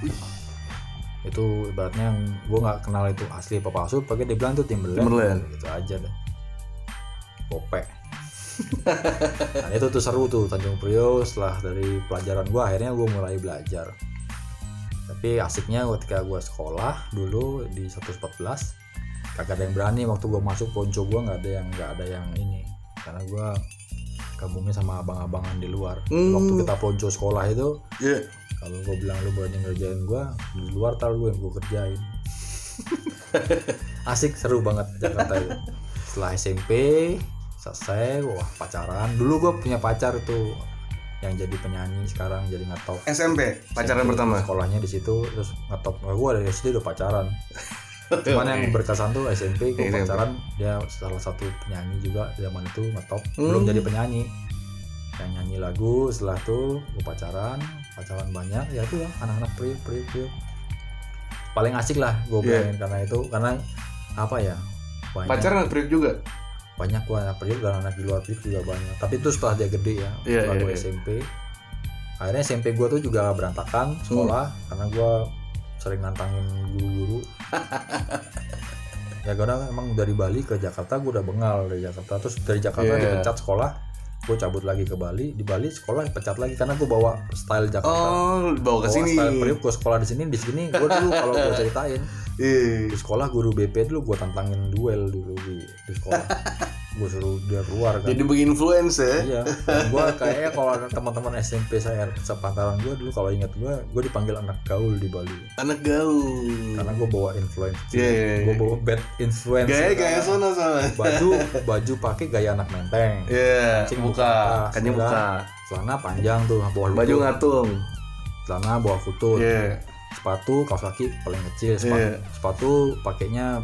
Itu ibaratnya gue nggak kenal itu asli apa palsu, pakai dia bilang tuh Timberland. Gitu aja deh. Kopek. Nah itu tuh seru tuh Tanjung Priok. Setelah dari pelajaran gue akhirnya gue mulai belajar. Tapi asiknya ketika gue sekolah dulu di 114 kagak ada yang berani. Waktu gue masuk ponco gue nggak ada yang ini, karena gue gabungnya sama abang-abangan di luar. Waktu kita ponco sekolah itu kalau gue bilang lu berani ngerjain gue di luar, tar lu yang gue kerjain. Asik, seru banget Jakarta itu. Setelah SMP selesai, wah pacaran. Dulu gue punya pacar tuh yang jadi penyanyi, sekarang jadi ngetop.
SMP pacaran pertama.
Sekolahnya di situ terus ngetop. Gue dari situ udah pacaran. Cuman yang berkesan tuh SMP gue pacaran, dia salah satu penyanyi juga zaman itu ngetop. Belum jadi penyanyi, yang nyanyi lagu. Setelah tuh gue pacaran banyak. Ya itu ya anak-anak Priok. Paling asik lah gue bilangin karena apa ya? Banyak.
Pacaran anak Priok juga.
Banyak gua anak Priok dan anak di luar Priok juga banyak. Tapi itu setelah dia gede ya, setelah gua SMP. Akhirnya SMP gua tuh juga berantakan sekolah karena gua sering nantangin guru-guru. Ya karena emang dari Bali ke Jakarta gua udah bengal dari Jakarta. Terus dari Jakarta dipecat sekolah, gua cabut lagi ke Bali. Di Bali sekolah dipecat lagi karena gua bawa style Jakarta.
Oh, bawa ke sini.
Style Priok, gua sekolah di sini gua dulu kalau gua ceritain. Di sekolah guru BP dulu gue tantangin duel dulu di sekolah. Gue suruh dia keluar kan.
Jadi menginfluence ya.
Iya. Gue kayaknya kalau teman-teman SMP saya sepantaran gue dulu, kalau ingat gue dipanggil anak gaul di Bali.
Anak gaul.
Karena gue bawa influence. Gue bawa bad influence.
Gaya sono.
Baju pakai gaya anak menteng.
Kancing buka.
Celana panjang tuh bawah lutut.
Baju ngatung.
Celana bawah lutut. Sepatu kaos kaki paling kecil. Sepatu pakainya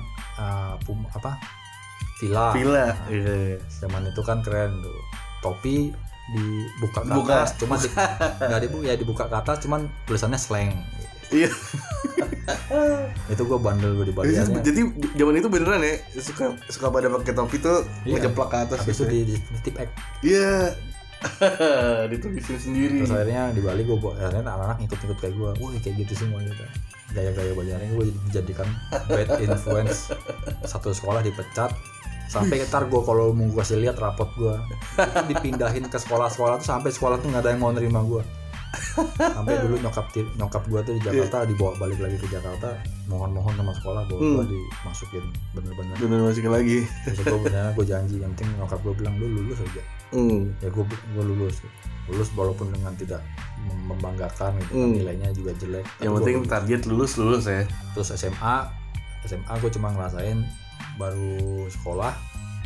Fila. Zaman itu kan keren tuh. Topi dibuka ke atas, cuma nggak dibuka ke atas, cuman tulisannya slang.
Iya.
Itu gue bandel gue di Bali.
Jadi zaman itu beneran ya suka pada pakai topi tuh ngejeplak ke atas.
Habis itu di tip X.
Iya. Ditulisin sendiri.
Terus akhirnya di Bali gue akhirnya anak-anak ikut kayak gue. Wah kayak gitu semua gitu. Gaya-gaya bajuannya gue dijadikan bad influence. Satu sekolah dipecat. Sampai ntar gue kalau mau gue kasih lihat rapot gue itu dipindahin ke sekolah-sekolah tuh, sampai sekolah tuh nggak ada yang mau nerima gue. Sampai dulu nyokap gue tuh di Jakarta dibawa balik lagi ke Jakarta, mohon sama sekolah bahwa gue dimasukin bener-bener
masukin lagi.
Terus gue janji yang penting nyokap gue bilang lu lulus aja. Ya gue lulus walaupun dengan tidak membanggakan gitu, nilainya juga jelek.
Yang penting target lulus ya.
Terus SMA gue cuma ngerasain baru sekolah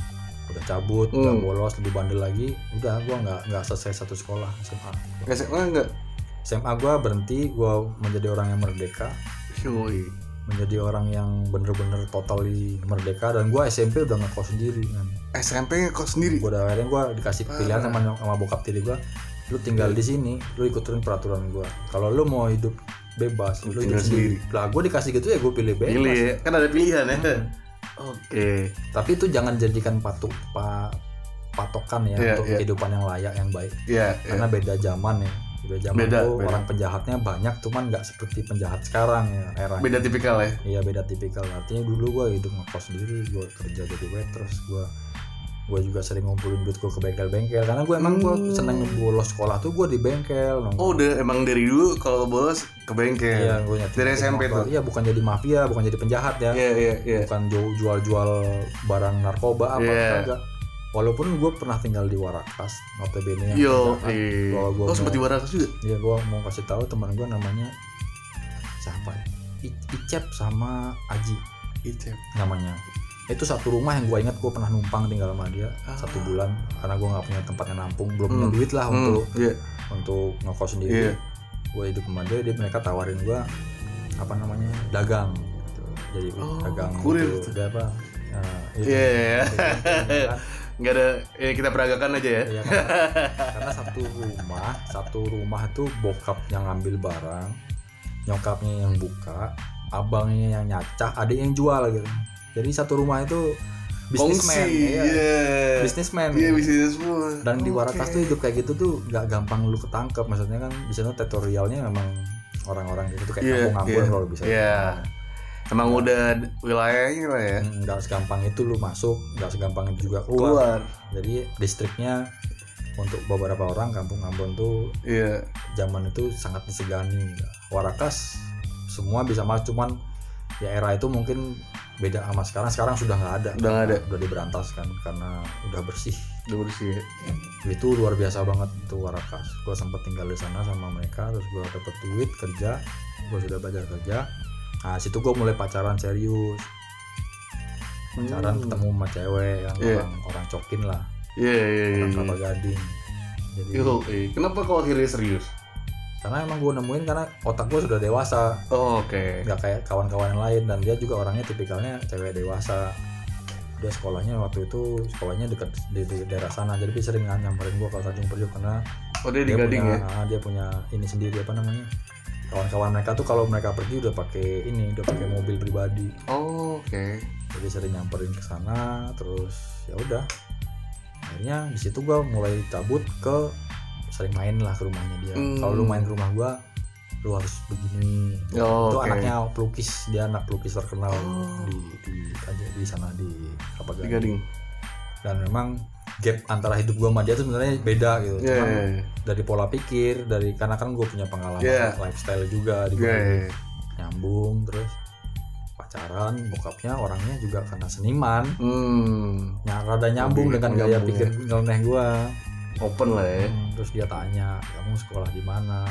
udah cabut, nggak bolos, lebih bandel lagi. Udah gue nggak selesai satu sekolah SMA. SMA gue berhenti, gue menjadi orang yang merdeka. Menjadi orang yang bener-bener totally merdeka. Dan gue SMP udah ngekos sendiri kan.
SMP ngekos sendiri?
Gue udah akhirnya gue dikasih pilihan sama bokap tiri gue, lu tinggal di sini, lu ikutin peraturan gue. Kalau lu mau hidup bebas, lu hidup sendiri. Lah gue dikasih gitu ya gue pilih bebas.
Pilih, kan ada pilihan ya. Oke.
Tapi itu jangan jadikan patokan ya untuk kehidupan yang layak, yang baik. Karena beda zaman ya. Beda. Orang penjahatnya banyak, cuman nggak seperti penjahat sekarang ya era.
Beda tipikal ya.
Iya beda tipikal. Artinya dulu gue hidup ngekos sendiri, gue kerja jadi waiters, gue juga sering ngumpulin duit gue ke bengkel-bengkel karena gue emang gue seneng bolos sekolah tuh gue di bengkel.
Oh udah emang dari dulu kalau bolos ke bengkel.
Iya gue
dari SMP
motor. Tuh. Iya bukan jadi mafia, bukan jadi penjahat ya.
Iya.
Bukan jual barang narkoba apa enggak. Walaupun gue pernah tinggal di Warakas, notabene yang
gue sempat di Warakas juga.
Iya gue mau kasih tahu teman gue namanya siapa ya? Icep sama Aji.
Icep
namanya. Itu satu rumah yang gue ingat gue pernah numpang tinggal sama dia 1 bulan karena gue nggak punya tempatnya nampung, belum punya duit lah untuk ngekos sendiri. Gue hidup sama dia, mereka tawarin gue dagang gitu. Jadi dagang
kurir
gitu. Dia apa?
Nggak ada, kita peragakan aja ya.
Iya, karena satu rumah itu bokap yang ngambil barang, nyokapnya yang buka, abangnya yang nyacah, adik yang jual gitu. Jadi satu rumah itu bisnismen, bisnismen.
Iya, bisnismen.
Dan di Warakas tuh hidup kayak gitu tuh nggak gampang lu ketangkep. Maksudnya kan di sana tutorialnya memang orang-orang gitu kayak kampung-kampung kalau bisa.
Emang udah wilayahnya lah ya.
Nggak segampang itu lu masuk, nggak segampang itu juga keluar. Jadi distriknya untuk beberapa orang kampung Ambon tuh zaman itu sangat disegani. Warakas semua bisa masuk, cuman ya era itu mungkin beda sama sekarang sudah nggak ada. Udah diberantaskan karena udah bersih ya. Itu luar biasa banget tuh Warakas. Gue sempat tinggal di sana sama mereka, terus gue dapet duit kerja, gue sudah belajar kerja. Nah situ gue mulai pacaran serius, ketemu sama cewek yang orang cokin lah, orang Kelapa Gading. Jadi
kenapa kok akhirnya serius?
Karena emang gue nemuin karena otak gue sudah dewasa. Nggak kayak kawan-kawan yang lain, dan dia juga orangnya tipikalnya cewek dewasa. Dia sekolahnya dekat di daerah sana, jadi dia sering nyamperin gue kalau Tanjung Priok karena
dia di Gading ya.
Dia punya ini sendiri kawan-kawan mereka tuh kalau mereka pergi udah pakai mobil pribadi. Jadi sering nyamperin ke sana, terus ya udah. Akhirnya di situ gua mulai cabut sering main lah ke rumahnya dia. Kalau lu main ke rumah gua, lu harus begini. Itu anaknya pelukis, dia anak pelukis terkenal di sana di Gading. Dan memang gap antara hidup gue sama dia tuh sebenarnya beda gitu. Dari pola pikir, karena kan gue punya pengalaman lifestyle juga di nyambung, terus pacaran, bokapnya orangnya juga karena seniman, rada nyambung dengan gaya pikir nyeleneh gue,
open lah ya.
Terus dia tanya, kamu sekolah di mana?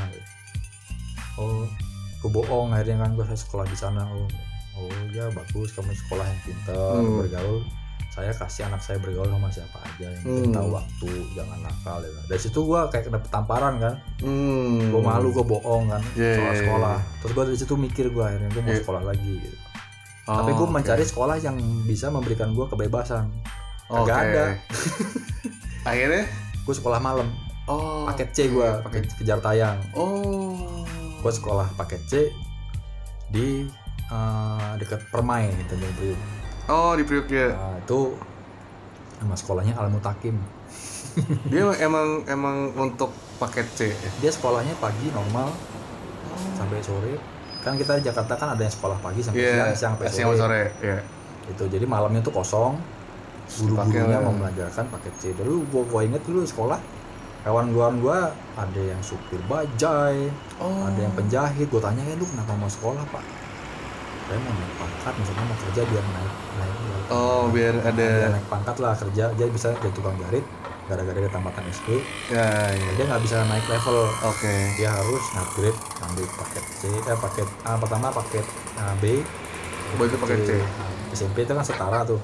Gue bohong akhirnya kan, gue sekolah di sana. Oh ya bagus, kamu sekolah yang pintar, bergaul. Saya kasih anak saya bergaul sama siapa aja yang penting tahu waktu, jangan nakal ya. Dari situ gue kayak kena tamparan kan, gue malu, gue bohong kan soal sekolah. Terus gue dari situ mikir, gue akhirnya gue mau sekolah lagi gitu. Tapi gue mencari sekolah yang bisa memberikan gue kebebasan. Gak ada.
Akhirnya
gue sekolah malam, paket C, gue kejar tayang. Gue sekolah paket C di dekat Permai di Tanjung Priok.
Di Priok ya.
Nah, itu nama sekolahnya Al Mutakim.
Dia emang untuk paket C.
Dia sekolahnya pagi normal sampai sore. Kan kita di Jakarta kan ada yang sekolah pagi sampai siang sampai sore. Itu jadi malamnya tuh kosong. Guru-gurunya mau mengajarkan paket C. Dulu gua inget dulu sekolah, kawan-kawan gua ada yang supir bajai, ada yang penjahit. Gua tanya, lu kenapa mau sekolah pak? Saya mau naik pangkat, misalnya mau kerja biar naik
biar ada
naik pangkat lah, kerja jadi bisa jadi tukang jahit gara-gara dia tamatan SD. Dia nggak bisa naik level. Dia harus upgrade, ambil paket C, paket A pertama, paket B,
itu paket C.
SMP itu kan setara tuh.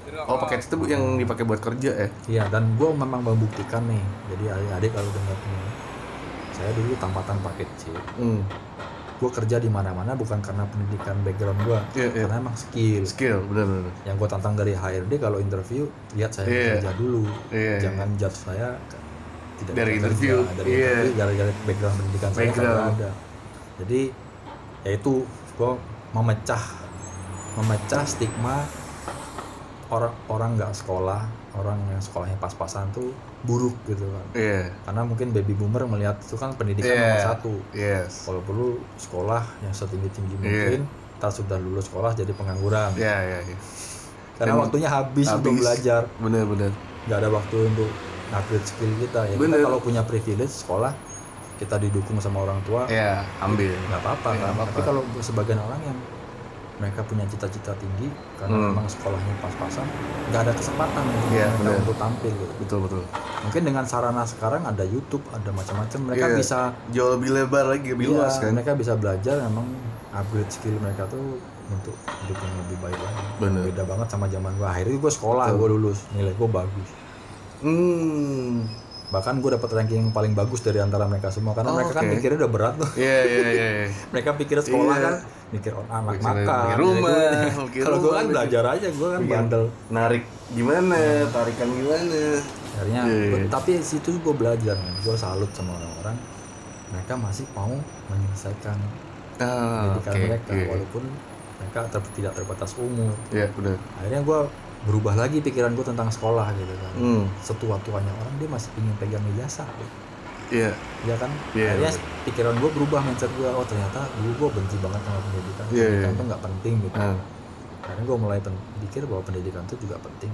Oh, paket itu yang dipakai buat kerja ya?
Iya, dan gue memang membuktikan nih. Jadi adik-adik kalau dengar ini, saya dulu tampatan paket C. Gue kerja di mana-mana bukan karena pendidikan background gue, karena emang skill,
benar.
Yang gue tantang dari HRD kalau interview, lihat saya kerja dulu, jangan judge saya tidak
dari interview,
dari background pendidikan saya nggak ada. Jadi ya itu gue memecah stigma orang nggak sekolah, orang yang sekolahnya pas-pasan tuh buruk gitu kan. Karena mungkin baby boomer melihat itu kan pendidikan nomor satu. Kalau perlu sekolah yang setinggi-tinggi mungkin, ntar sudah lulus sekolah jadi pengangguran. Karena waktunya habis untuk belajar.
Bener.
Nggak ada waktu untuk upgrade skill kita ya. Kita kalau punya privilege sekolah, kita didukung sama orang tua,
ambil.
Nggak apa-apa kan. Tapi kalau sebagian orang yang mereka punya cita-cita tinggi karena memang sekolahnya pas-pasan, nggak ada kesempatan untuk tampil gitu.
Betul.
Mungkin dengan sarana sekarang ada YouTube, ada macam-macam, mereka bisa
jauh lebih lebar lagi, lebih luas kan.
Mereka bisa belajar memang upgrade skill mereka tuh untuk hidup yang lebih baik lagi. Beda banget sama zaman gua. Akhirnya gua sekolah, gua lulus, nilai gua bagus. Bahkan gue dapat ranking paling bagus dari antara mereka semua karena mereka kan mikirnya udah berat tuh. Mereka pikir sekolah kan mikir anak makan,
rumah.
Kalau gue kan belajar aja, gue kan bandel.
Narik gimana, tarikan gimana.
Akhirnya, tapi situ gue belajar, gue salut sama orang-orang. Mereka masih mau menyelesaikan pendidikan mereka walaupun mereka tidak terbatas umur.
Benar.
Akhirnya gue berubah lagi pikiran gue tentang sekolah gitu kan. Setua-tuanya orang dia masih ingin pegang ijazah gitu. Iya kan? Akhirnya pikiran gue berubah, mindset gue, oh ternyata dulu gue benci banget sama pendidikan. Pendidikan itu nggak penting gitu. Akhirnya gue mulai pikir bahwa pendidikan itu juga penting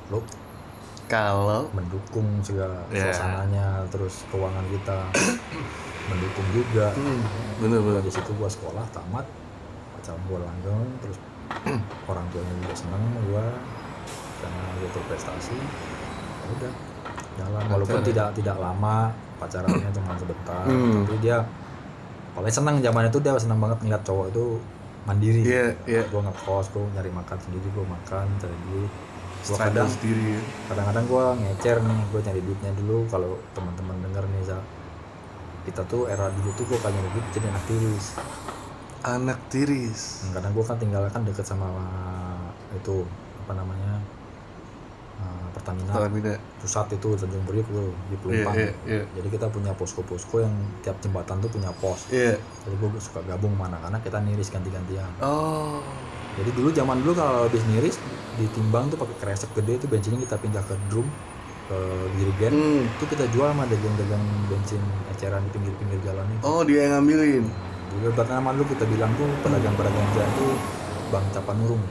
kalau mendukung segala suasananya, terus keuangan kita mendukung juga. Bener. Di situ gue sekolah tamat, pacaran gue langgeng, terus orang tuanya juga seneng sama gue karena gue berprestasi. Ya udah jalan walaupun tidak lama pacarannya cuma sebentar, tapi dia paling senang zaman itu, dia senang banget ngeliat cowok itu mandiri. Gue ngekos, gue nyari makan sendiri, gue makan cari duit. Gue kadang-kadang gue ngecer nih, gue nyari duitnya dulu. Kalau teman-teman denger nih, kita tuh era dulu tuh gue kan nyari duit jadi anak tiris. Kadang gue kan tinggal kan deket sama itu apa namanya Pertamina pusat itu Tanjung Priok tuh di Pelumpang. Jadi kita punya posko-posko yang tiap jembatan tuh punya pos. Jadi gue suka gabung mana karena kita niris ganti-gantian. Jadi zaman dulu kalau habis niris ditimbang tuh pakai kresek gede, itu bensinnya kita pindah ke drum ke jerigen. Itu kita jual sama dagang-dagang bensin eceran di pinggir-pinggir jalan itu.
Dia yang ngambilin.
Dulu nama dulu kita bilang tuh pedagang-pedagang jalan tuh Bang Capanurung.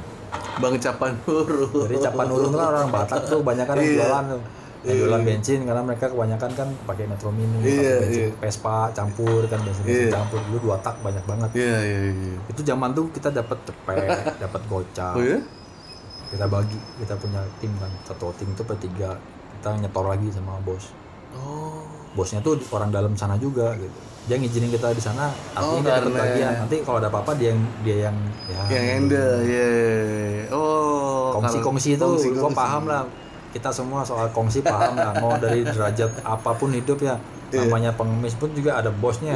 Jadi Capanurung tuh orang Batak tuh banyak kan yang jualan tuh. Yang jualan bensin karena mereka kebanyakan kan pakai Metro Mini, pakai bensin Vespa campur kan, bensin campur dulu 2 tak banyak banget. Itu zaman tuh kita dapat cepet, dapat gocap. Kita bagi, kita punya tim kan, satu tim tuh bertiga, kita nyetor lagi sama bos. Bosnya tuh orang dalam sana juga gitu. Dia ngizinin kita di sana, tapi dia dapat bagian. Nanti kalau ada apa-apa dia yang
handle.
Kongsi itu gue paham lah. Kita semua soal kongsi paham lah. Mau dari derajat apapun hidup ya, namanya pengemis pun juga ada bosnya.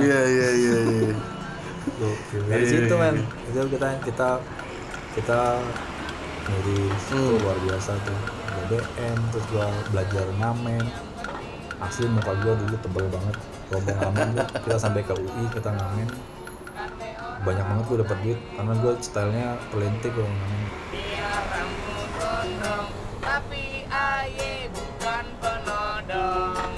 Dari situ men, itu kita ngiris itu luar biasa tuh. BBM, terus gua belajar ngamen. Asli muka gua dulu tebel banget. Kalau ngamen kita sampai ke UI kita ngamen. Banyak banget gua dapat duit karena gua stylenya pelintir kalau ngamen.
Tapi aye bukan penodong.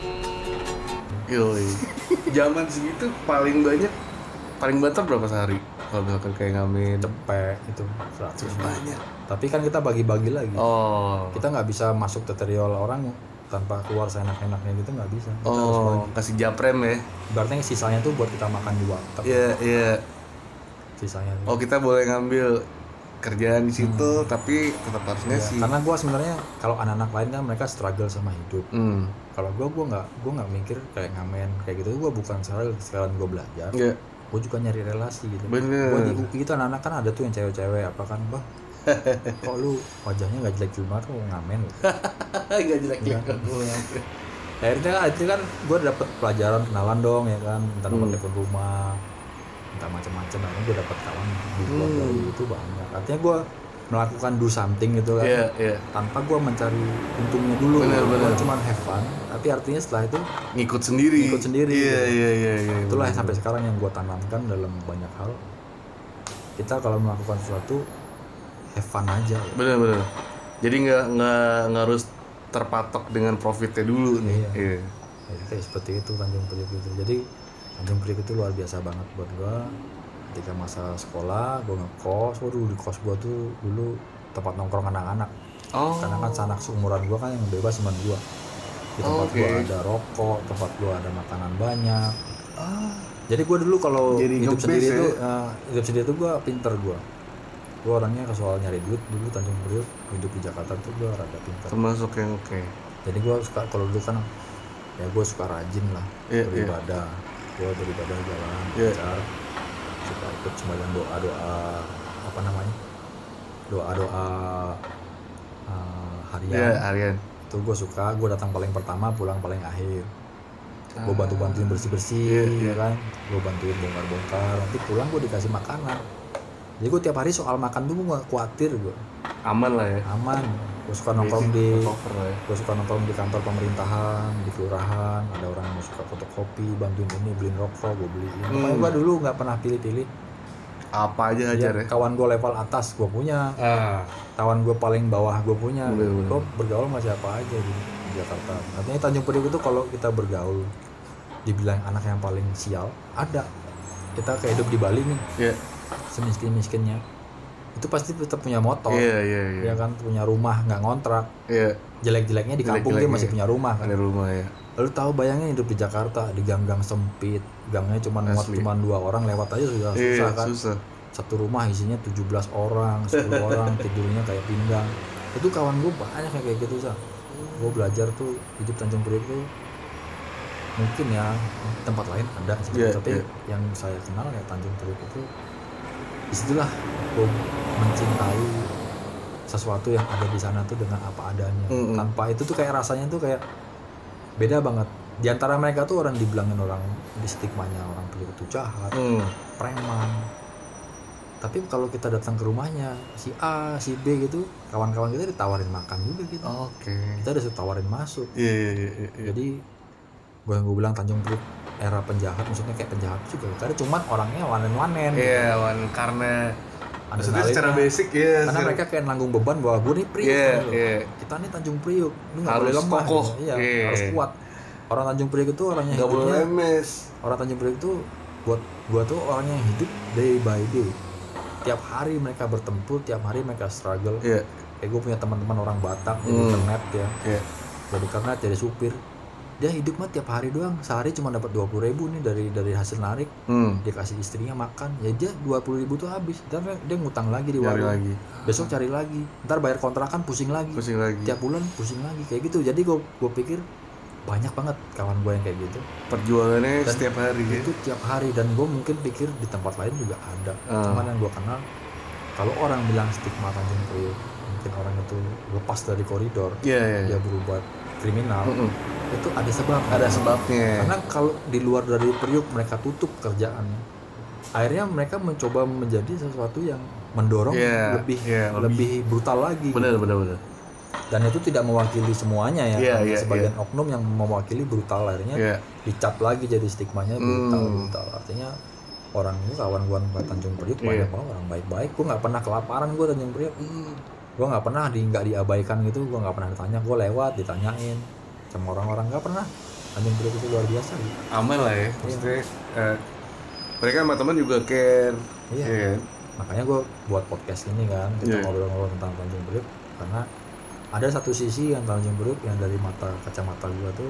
Yoi. Zaman segitu paling banter berapa sehari? Kalau misalkan kayak ngamen
cepet itu 100
banyak.
Tapi kan kita bagi-bagi lagi. Kita nggak bisa masuk tutorial orang tanpa keluar seenak-enaknya gitu, nggak bisa. Kita harus
kasih japrem ya.
Berarti sisanya tuh buat kita makan di warteg.
Iya.
Sisanya.
Kita boleh ngambil kerjaan di situ, tapi tetap harusnya sih.
Karena gue sebenarnya kalau anak-anak lain kan mereka struggle sama hidup. Kalau gue nggak mikir kayak ngamen kayak gitu. Gue bukan sekalian gue belajar. Gue juga nyari relasi gitu.
Bener.
Gue di UI itu anak-anak kan ada tuh yang cewek-cewek apa kan, kok lu wajahnya nggak jelek-jelek banget, kok ngamen gitu.
Enggak jelek-jelek.
Akhirnya kan gue dapet pelajaran, kenalan dong ya kan, minta nomor telepon rumah, minta macam-macam. Akhirnya gue dapet kawan di luar dari itu banyak. Artinya gue melakukan do something gitu kan, tanpa gue mencari untungnya dulu. Gue cuma have fun, tapi artinya setelah itu
ngikut sendiri.
Iya. Itulah yang sampai sekarang yang gue tanamkan dalam banyak hal. Kita kalau melakukan sesuatu have fun aja.
Bener. Jadi nggak harus terpatok dengan profitnya dulu nih. Iya.
Ya, kayak seperti itu Tanjung Priok itu. Jadi Tanjung Priok itu luar biasa banget buat gue. Ketika masa sekolah gue ngekos, waduh di kos gue tuh dulu tempat nongkrong anak-anak. Karena kan anak seumuran gue kan yang bebas sama gue. Di tempat gue ada rokok, tempat gue ada makanan banyak. Jadi gue dulu kalau hidup sendiri itu gue pinter gue orangnya soal nyari duit. Dulu Tanjung Priok hidup di Jakarta tuh gue rada pinter.
Termasuk yang oke.
Jadi gue suka kalau dulu kan ya gue suka rajin lah beribadah. Gue beribadah jalan belajar, suka ikut sembahyang doa apa namanya doa harian. Itu gue suka. Gue datang paling pertama, pulang paling akhir. Gue bantuin bersih ya kan. Gue bantuin bongkar. Nanti pulang gue dikasih makanan. Jadi gue tiap hari soal makan tuh gue gak khawatir gue.
Aman lah ya.
Aman. Gue suka nongkrong di kantor pemerintahan, di kelurahan. Ada orang yang suka fotokopi, bantuin ini, beliin rokok, gue beliin. Makanya gue dulu gak pernah pilih-pilih.
Apa aja hajar ya.
Kawan gue level atas gue punya. Kawan gue paling bawah gue punya. Gue bergaul sama siapa aja di Jakarta. Artinya Tanjung Priok itu kalau kita bergaul dibilang anak yang paling sial, ada. Kita kayak hidup di Bali nih. Semiskin-miskinnya itu pasti tetap punya motor, ya kan, punya rumah, nggak ngontrak. Jelek-jeleknya di kampung dia masih punya rumah kan.
Ada rumah ya.
Lalu tahu bayangin hidup di Jakarta di gang-gang sempit, gangnya cuma 2 orang lewat aja sudah susah kan. Satu rumah isinya 17 orang, 10 orang tidurnya kayak pinggang. Itu kawan gue banyak kayak gitu sah. Gue belajar tuh hidup Tanjung Priok tuh mungkin ya tempat lain ada sih, tapi yang saya kenal ya Tanjung Priok itu disitulah gue mencintai sesuatu yang ada di sana tuh dengan apa adanya. Tanpa itu tuh kayak rasanya tuh kayak beda banget. Di antara mereka tuh orang dibilangin orang di stigmanya orang Priok itu jahat, preman. Tapi kalau kita datang ke rumahnya si A, si B gitu, kawan-kawan kita ditawarin makan juga gitu. Kita ditawarin masuk. Jadi gue bilang Tanjung Priok era penjahat, maksudnya kayak penjahat juga karena cuman orangnya wanen-wanen.
Karena
maksudnya
secara basic ya.
Karena mereka kayak nanggung beban bahwa gue nih Priok. Kita nih Tanjung Priok, lu nggak boleh lemah.
Kokoh.
Harus kuat. Orang Tanjung Priok itu orangnya
nggak
hidupnya.
Boleh lemes.
Orang Tanjung Priok itu buat gue tuh orangnya yang hidup day by day. Tiap hari mereka bertempur, tiap hari mereka struggle. Kayak gue punya teman-teman orang Batak jadi kernet ya. Jadi kernet, jadi supir. Dia hidup mah tiap hari doang, sehari cuma dapat 20.000 nih dari hasil narik. Dia kasih istrinya makan, ya dia 20.000 tuh habis. Ntar dia ngutang lagi di warung, besok cari lagi, ntar bayar kontrakan pusing lagi. Tiap bulan pusing lagi kayak gitu. Jadi gue pikir banyak banget kawan gue yang kayak gitu.
Perjuangannya
dan
setiap hari
itu tiap hari, dan gue mungkin pikir di tempat lain juga ada. Cuman yang gue kenal, kalau orang bilang stigma Tanjung Priok, mungkin orang itu lepas dari koridor, dia berubah kriminal. Itu ada sebabnya. Karena kalau di luar dari Priok mereka tutup kerjaannya, akhirnya mereka mencoba menjadi sesuatu yang mendorong lebih brutal lagi.
Benar.
Dan itu tidak mewakili semuanya ya. Sebagian oknum yang mewakili brutal, akhirnya dicap lagi jadi stigmanya brutal. Artinya orang itu kawan-kawan Tanjung Priok banyak banget orang baik-baik. Gue nggak pernah kelaparan gue Tanjung Priok. Gue nggak pernah nggak diabaikan gitu. Gue nggak pernah ditanya. Gue lewat ditanyain sama orang-orang, nggak pernah. Tanjung Priok itu luar biasa gitu.
Aman lah ya. Maksudnya mereka sama teman juga care.
Makanya gue buat podcast ini kan, kita ngobrol-ngobrol tentang Tanjung Priok, karena ada satu sisi yang Tanjung Priok yang dari kacamata gue tuh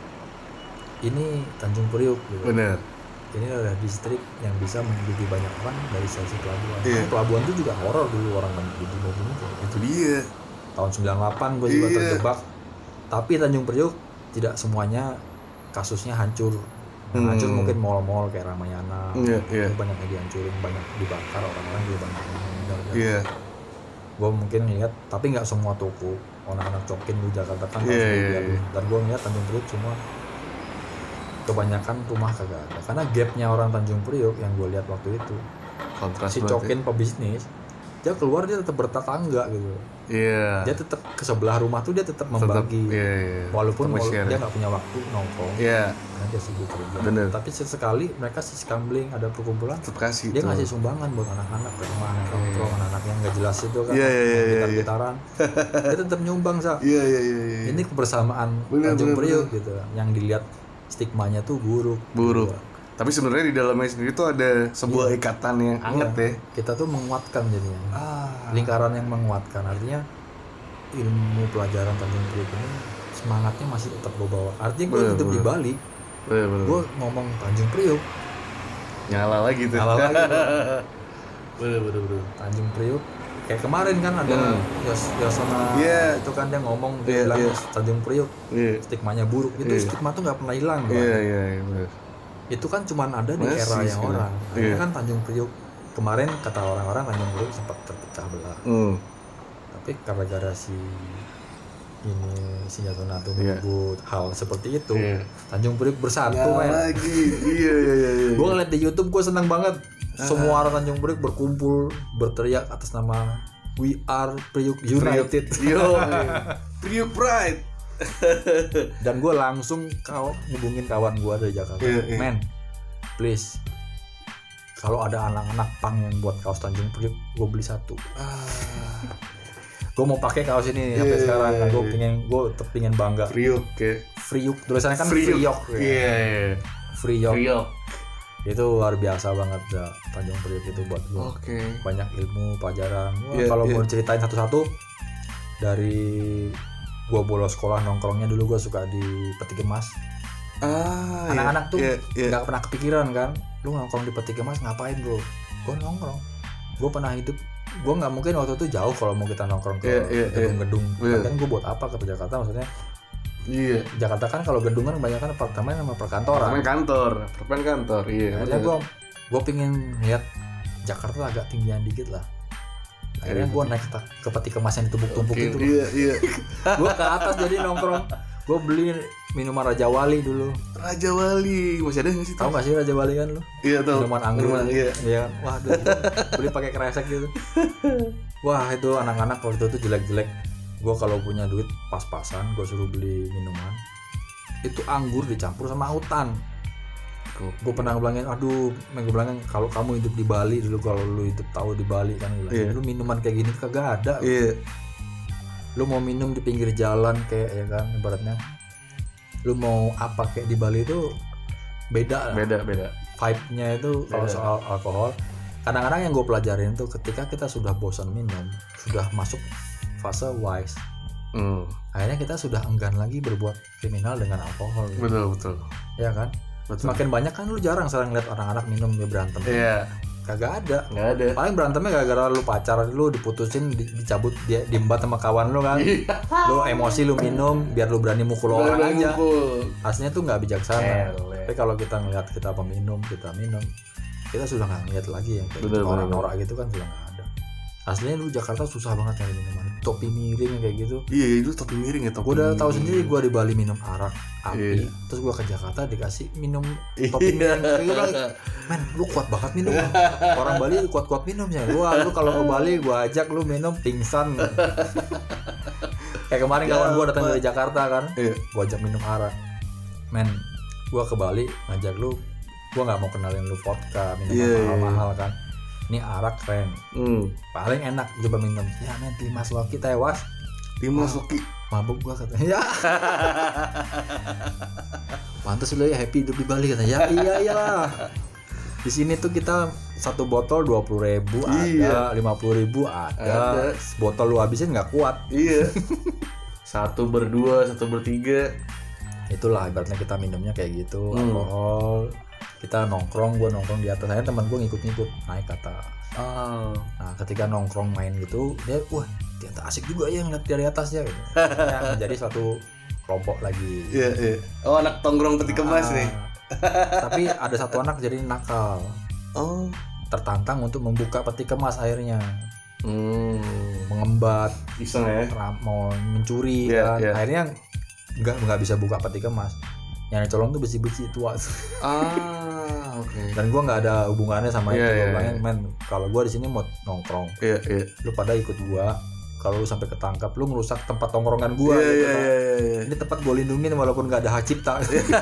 ini Tanjung Priok gitu.
Benar.
Ini adalah distrik yang bisa menghidupi banyak orang dari sisi pelabuhan. Pelabuhan itu juga horor dulu, orang banyak di mobil itu dia. Tahun 98 gue juga terjebak. Tapi Tanjung Priok tidak semuanya kasusnya hancur. Hancur mungkin mal-mal kayak Ramayana. Banyak yang dihancurin, banyak dibakar, orang-orang juga banyak yang meninggal. gue mungkin ngeliat, tapi nggak semua toko anak-anak cokin di Jakarta kan
Iya,
harus
iya,
dilihat.
iya.
Dan gue ngeliat Tanjung Priok semua kebanyakan rumah kagak ada, karena gapnya orang Tanjung Priok yang gue lihat waktu itu,
Kontras
si
banget
cokin pebisnis dia keluar dia tetap bertetangga gitu,
ya.
dia tetap ke sebelah rumah tuh dia tetap membagi,
Iya.
walaupun
Tetap share.
dia nggak punya waktu nongkrong
Iya,
karena dia sibuk kerja.
Bener.
Tapi sesekali mereka sih gambling, ada perkumpulan,
tetap kasih
dia
tuh.
ngasih sumbangan buat anak-anak ke rumah anak nongkrong, anak-anak yang nggak jelas itu kan,
Iya, iya, iya, iya.
gitar-gitaran, dia tetap nyumbang sa.
Iya.
Ini kebersamaan
Bener,
Tanjung
bener,
Priok gitu, yang dilihat stigmanya tuh buruk.
Buruk.
Gitu.
Tapi sebenarnya di dalamnya sendiri tuh ada sebuah ikatan yang hangat ya.
Kita tuh menguatkan jadinya. Lingkaran yang menguatkan, artinya ilmu pelajaran Tanjung Priok ini semangatnya masih tetap gue bawa. Artinya gue
Bener,
hidup di
bener.
Bali,
Bener.
gue ngomong Tanjung Priok,
Nyala lagi tuh.
nyala lagi.
Bener.
Tanjung Priok. Kayak kemarin kan ada Yasona
Iya.
itu kan dia ngomong,
Iya,
dia bilang
iya.
Tanjung Priok
Iya.
stigmanya buruk. Itu
Iya.
stigma tuh nggak pernah hilang. Bang.
Iya, bener.
Itu kan cuman ada di
Masih
era yang
sekarang.
orang.
Iya.
Akhirnya kan Tanjung Priok kemarin kata orang-orang Tanjung Priok sempat terpecah belah. Tapi gara-gara si Yasona tuh
Iya.
menyebut hal seperti itu,
Iya.
Tanjung Priok bersatu
Nyala
men.
lagi. Iya.
Gue ngeliat di YouTube gue senang banget. Semua orang Tanjung Priok berkumpul berteriak atas nama We Are Priok United.
Yo. Priok Pride.
Dan gue langsung ngubungin kawan gue dari Jakarta.
Iya.
Men, please, kalau ada anak-anak pang yang buat kaos Tanjung Priok, gue beli satu. Gue mau pakai kaos ini sampai sekarang. Gue pengen bangga.
Priok ya.
Priok, tulisannya kan Priok.
Iya.
Priok. Itu luar biasa banget ya, Tanjung Priok itu buat gue.
Oke.
Banyak ilmu, pelajaran. Wah,
Iya,
kalau
iya.
mau ceritain satu-satu, dari gue bolos sekolah nongkrongnya dulu gue suka di Peti Kemas. Anak-anak tuh nggak pernah kepikiran kan, lu nongkrong di Peti Kemas ngapain bro? Gue nongkrong. Gue pernah hidup, gue nggak mungkin waktu itu jauh kalau mau kita nongkrong ke gedung-gedung. Kan gue buat apa ke Jakarta, maksudnya
Iya.
Jakarta kan kalau gedung kan kebanyakan apartemen sama perkantoran.
Apartemen kantor. Iya.
Akhirnya gue pengen lihat Jakarta agak tinggian dikit lah. Akhirnya gue naik ke Peti Kemas yang ditumpuk-tumpuk itu.
Iya.
Gue ke atas jadi nongkrong. Gue beli minuman Raja Wali dulu.
Raja Wali masih ada nggak sih?
Tahu nggak sih Raja Wali kan lu?
Iya tahu.
Minuman anggur.
Iya.
Iya. Wah, beli pakai kresek gitu. Wah, itu anak-anak waktu itu jelek-jelek. Gue kalau punya duit pas-pasan, gue suruh beli minuman. Itu anggur dicampur sama autan. Gue pernah bilangin, aduh, gue bilangin kalau kamu hidup di Bali dulu, kalau lu hidup tahu di Bali kan, lu minuman kayak gini kagak ada.
Iya.
Lu mau minum di pinggir jalan kayak ya kan, ibaratnya. Lu mau apa kayak di Bali itu beda lah.
Beda.
Vibe-nya itu kalau soal alkohol. Kadang-kadang yang gue pelajarin tuh ketika kita sudah bosan minum, sudah masuk fase wise. Akhirnya kita sudah enggan lagi berbuat kriminal dengan alkohol.
Betul.
Ya kan?
Betul.
Semakin banyak kan lu jarang sering lihat anak-anak minum dia berantem.
Iya.
Kagak ada.
Nggak ada.
Paling berantemnya gara-gara lu pacaran, lu diputusin, dicabut, dia diembat sama kawan lu kan. Lu emosi lu minum biar lu berani mukul orang aja. Aslinya tuh nggak bijaksana. Tapi kalau kita ngelihat kita peminum, kita minum, kita sudah nggak ngeliat lagi yang kayak gitu, orang norak gitu kan sudah nggak ada. Aslinya lu Jakarta susah banget nyari minuman. Topi miring kayak gitu.
Iya, itu topi miring ya, topi.
Gue udah tahu sendiri, gue di Bali minum arak api,
Iya.
terus gue ke Jakarta dikasih minum topi miring. Gue bilang, men, lu kuat banget minum. Orang Bali kuat-kuat minum ya. Lu kalau ke Bali gue ajak lu minum pingsan. Kayak kemarin kawan gue datang dari Jakarta kan, gue ajak minum arak. Men, gue ke Bali ngajak lu, gue nggak mau kenalin lu vodka, minum mahal-mahal kan. Ini arak keren, paling enak, coba minum. Ya men, Dimas Loki tewas.
Dimas Loki
Mabuk gua katanya. Ya. Pantes lu ya happy hidup di Bali katanya. Ya iyalah. Di sini tuh kita satu botol 20.000 ada, 50.000 ada. Botol lu habisin nggak kuat.
Iya. Satu berdua, satu bertiga.
Itulah ibaratnya kita minumnya kayak gitu, alkohol. Kita nongkrong, gue nongkrong di atas, saya teman gue ngikut-ngikut naik ke atas. Nah ketika nongkrong main gitu, dia wah ternyata asik juga ya ngeliat dari atasnya gitu. Ya, menjadi suatu kelompok lagi.
Iya. Oh, anak tongkrong Peti Kemas nih.
Tapi ada satu anak jadi nakal. Tertantang untuk membuka Peti Kemas akhirnya. mengembat,
Iseng ya.
mau mencuri
Iya,
kan.
iya.
Akhirnya nggak bisa buka peti kemas. Yang dicolong tuh besi-besi tua.
Oke.
Dan gue nggak ada hubungannya sama
Iya,
itu.
iya,
Gue bilangin,
iya.
men, kalau gue di sini mau nongkrong,
Iya.
lu pada ikut gue. Kalau lu sampai ketangkap, lu ngerusak tempat tongkrongan gue.
Iya,
gitu,
iya,
kan.
iya.
Ini tempat gue lindungin walaupun nggak ada hak cipta.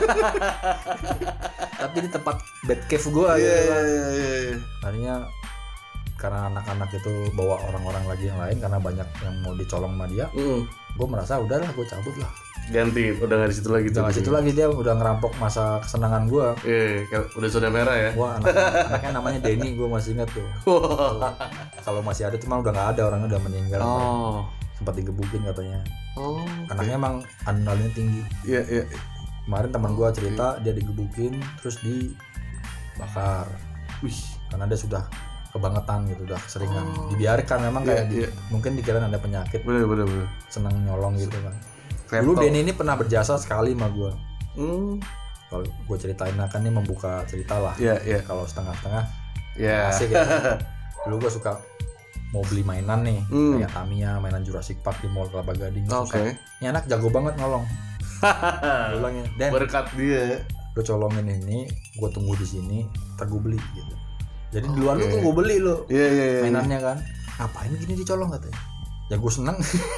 Tapi ini tempat bad cave gue.
Iya,
gitu, kan.
iya.
Akhirnya karena anak-anak itu bawa orang-orang lagi yang lain karena banyak yang mau dicolong sama dia, gue merasa udahlah gue cabut lah.
Ganti, udah nggak di situ lagi tuh.
Jangan situ lagi, dia udah ngerampok masa kesenangan gue.
Iya, udah zona merah ya.
Wah, anaknya namanya Denny, gue masih ingat tuh. Kalau masih ada cuma udah nggak ada, orangnya udah meninggal. Sempat digebukin katanya. Anaknya emang adrenalinnya tinggi.
Iya.
Kemarin teman gue cerita dia digebukin terus dibakar. Karena dia sudah kebangetan gitu, udah keseringan. Dibiarkan memang kayak mungkin dikira ada penyakit.
Bener.
Senang nyolong gitu kan. Dulu Denny ini pernah berjasa sekali sama gue. Kalau gue ceritain kan ini membuka cerita lah.
Iya.
Kalau setengah-setengah
Iya.
asik ya. Dulu gue suka mau beli mainan nih, kayak Tamiya, mainan Jurassic Park di Mall Kelapa Gading.
Oke.
Ini anak jago banget nolong. Gue bilangin, Dan,
Berkat dia.
lu colongin ini, gue tunggu di sini, ntar gue beli gitu. Jadi duluan lu tuh gue beli lu
Iya.
mainannya kan. Ngapain gini dicolong katanya? Ya gue seneng.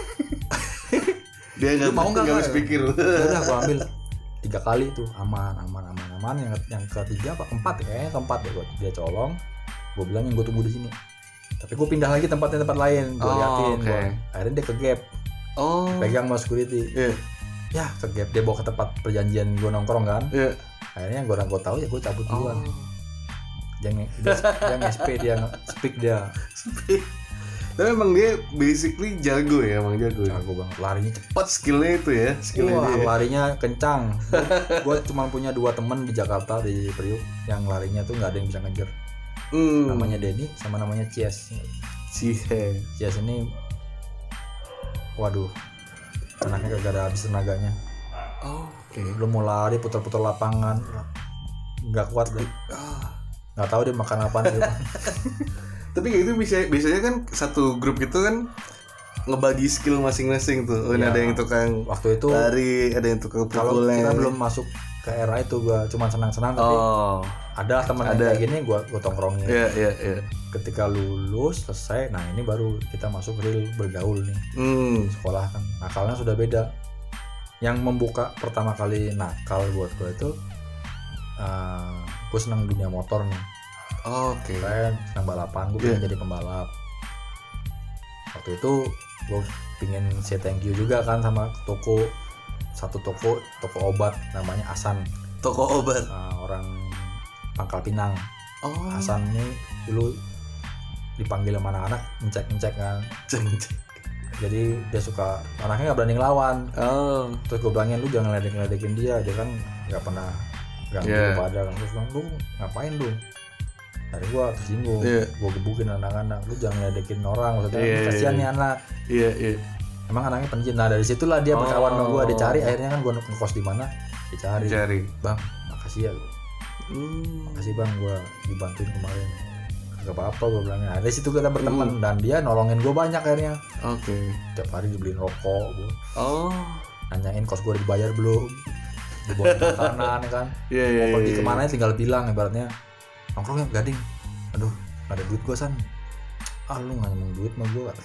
Dia nggak habis pikir.
Udah gue ambil 3 kali tuh aman. Yang ketiga apa keempat ya? Kayaknya keempat ya dia colong. Gue bilangin gue tunggu di sini. Tapi gue pindah lagi tempat lain. Gue liatin. Akhirnya dia ke gap. Pegang sama security. Ya ke gap, dia bawa ke tempat perjanjian gue nongkrong kan. Akhirnya gue tahu ya gue cabut duluan. Dia nge-SP, dia speak dia.
Tapi emang dia basically jago ya, jago
banget, larinya cepet,
skillnya itu ya, dia.
Larinya kencang. Gue cuma punya 2 teman di Jakarta di Priuk yang larinya tuh nggak ada yang bisa ngejar. Namanya Denny sama namanya Cies. Cies ini, waduh, anaknya kagak ada habis tenaganya. Lu mau lari putar-putar lapangan, nggak kuat deh. Nggak tahu dia makan apaan sih.
Tapi kayak itu biasanya kan satu grup gitu kan ngebagi skill masing-masing tuh. Ini ada yang tukang
waktu itu
lari, ada yang tukang
kalau
pukulan.
kita belum masuk ke era itu, gua cuma senang-senang tapi ada teman yang kayak gini gua tongkrongin.
Iya.
Ketika lulus selesai, nah ini baru kita masuk real bergaul nih. Sekolah kan nakalnya sudah beda. Yang membuka pertama kali nakal buat gua itu gue senang dunia motor nih. Saya senang balapan, gue pengen jadi pembalap. Waktu itu gue pengen say thank you juga kan sama satu toko obat namanya Asan.
Toko obat.
Orang Pangkal Pinang. Asan nih dulu dipanggil sama anak-anak ngecek kan. Jadi dia suka, anaknya nggak berani ngelawan. Terus gue bilangin, lu jangan ngeledekin dia kan nggak pernah ganggu pada kan. Terus bilang, lu ngapain lu? Dari gue tersinggung, gue gebukin anak-anak, lu jangan ngeledekin orang, maksudnya kasihan nih anak. Iya. Emang anaknya pengen. Nah dari situlah dia berkawan sama gue, dicari. Akhirnya kan gue ngekos di mana, dicari. Bang, makasih ya. Makasih bang, gue dibantuin kemarin. Gak apa-apa gue bilangnya. Nah, dari situ kita berteman dan dia nolongin gue banyak akhirnya. Tiap hari dibeliin rokok gue. Nanyain kos gue dibayar belum, dibawain makanan ya kan. Mau pergi kemana tinggal bilang, ibaratnya nongkrong ya Gading, aduh gak ada duit gue San. Lu gak ngomong duit sama gue.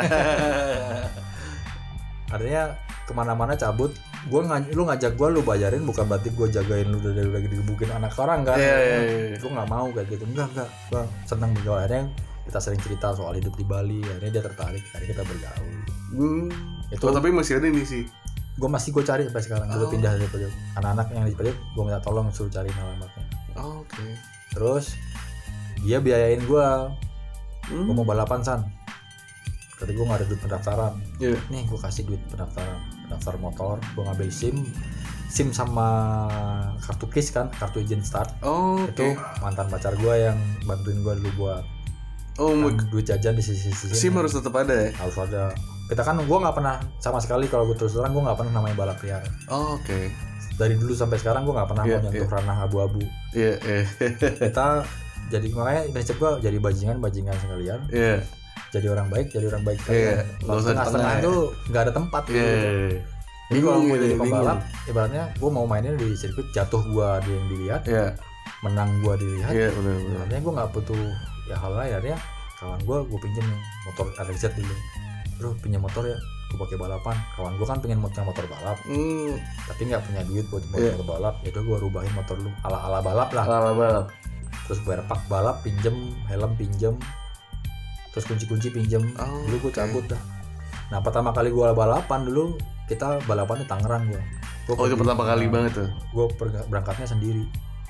Artinya kemana-mana cabut, lu ngajak gue, lu bayarin, bukan berarti gue jagain lu dari lagi digebukin anak orang kan. Gue gak mau kayak gitu. Enggak, gue senang bergaul. Akhirnya kita sering cerita soal hidup di Bali. Akhirnya dia tertarik, akhirnya kita bergaul.
Itu tapi masih ada nih sih.
Gue cari sampai sekarang. Gue pindah dari Priuk. Anak-anak yang di Priuk gue minta tolong suruh cari alamatnya. Terus dia biayain gue mau balapan San. Kata gue gak ada duit pendaftaran. Nih gue kasih duit pendaftaran, daftar motor. Gue ngambil SIM sama kartu KIS kan, kartu izin start. Itu mantan pacar gue yang bantuin gue dulu buat duit jajan di sisi-sisi.
SIM harus tetap ada ya?
Harus ada. Kita kan gue nggak pernah sama sekali, kalau gue terus terang gue nggak pernah namanya balap liar. Dari dulu sampai sekarang gue nggak pernah mau nyentuh ranah abu-abu. Kita jadi, makanya prinsip gue jadi bajingan sekalian. jadi orang baik
Iya, nggak usah di tengah
setengah
ya.
tuh nggak ada tempat
Iya.
gitu. Jadi kalau
Bingung
gue
gitu,
jadi
bingung.
pembalap, ibaratnya gue mau mainnya di sirkuit, jatuh gue yang dilihat,
Iya.
menang gue dilihat.
Iya, benar.
Artinya gue nggak butuh ya hal lain. Artinya kawan gue pinjem nih motor RX dulu, bro pinjam motor ya, gue pakai balapan. Kawan gue kan pengen motor balap, tapi nggak punya duit buat motor balap. Ya udah gue rubahin motor lu ala balap lah.
Ala balap.
Terus gue repak balap, pinjem helm, pinjem, terus kunci pinjem. Dulu gue cabut dah. Nah pertama kali gue balapan dulu, kita balapan di Tangerang gue.
Itu pertama kali banget tuh.
Gue berangkatnya sendiri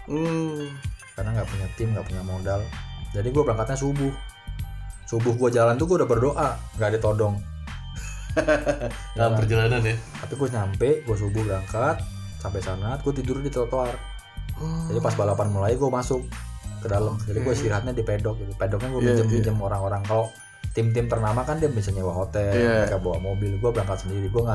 karena nggak punya tim, nggak punya modal. Jadi gue berangkatnya subuh gue jalan tuh gue udah berdoa, nggak ditodong.
Dalam perjalanan ya.
Tapi gue nyampe, gue subuh berangkat sampai sana, gue tidur di trotoar. Jadi pas balapan mulai gue masuk ke dalam. Jadi gue istirahatnya di pedok. Gitu. Pedoknya gue pinjem orang-orang. Kalau tim-tim ternama kan dia bisa nyewa hotel, mereka bawa mobil. Gue berangkat sendiri, gue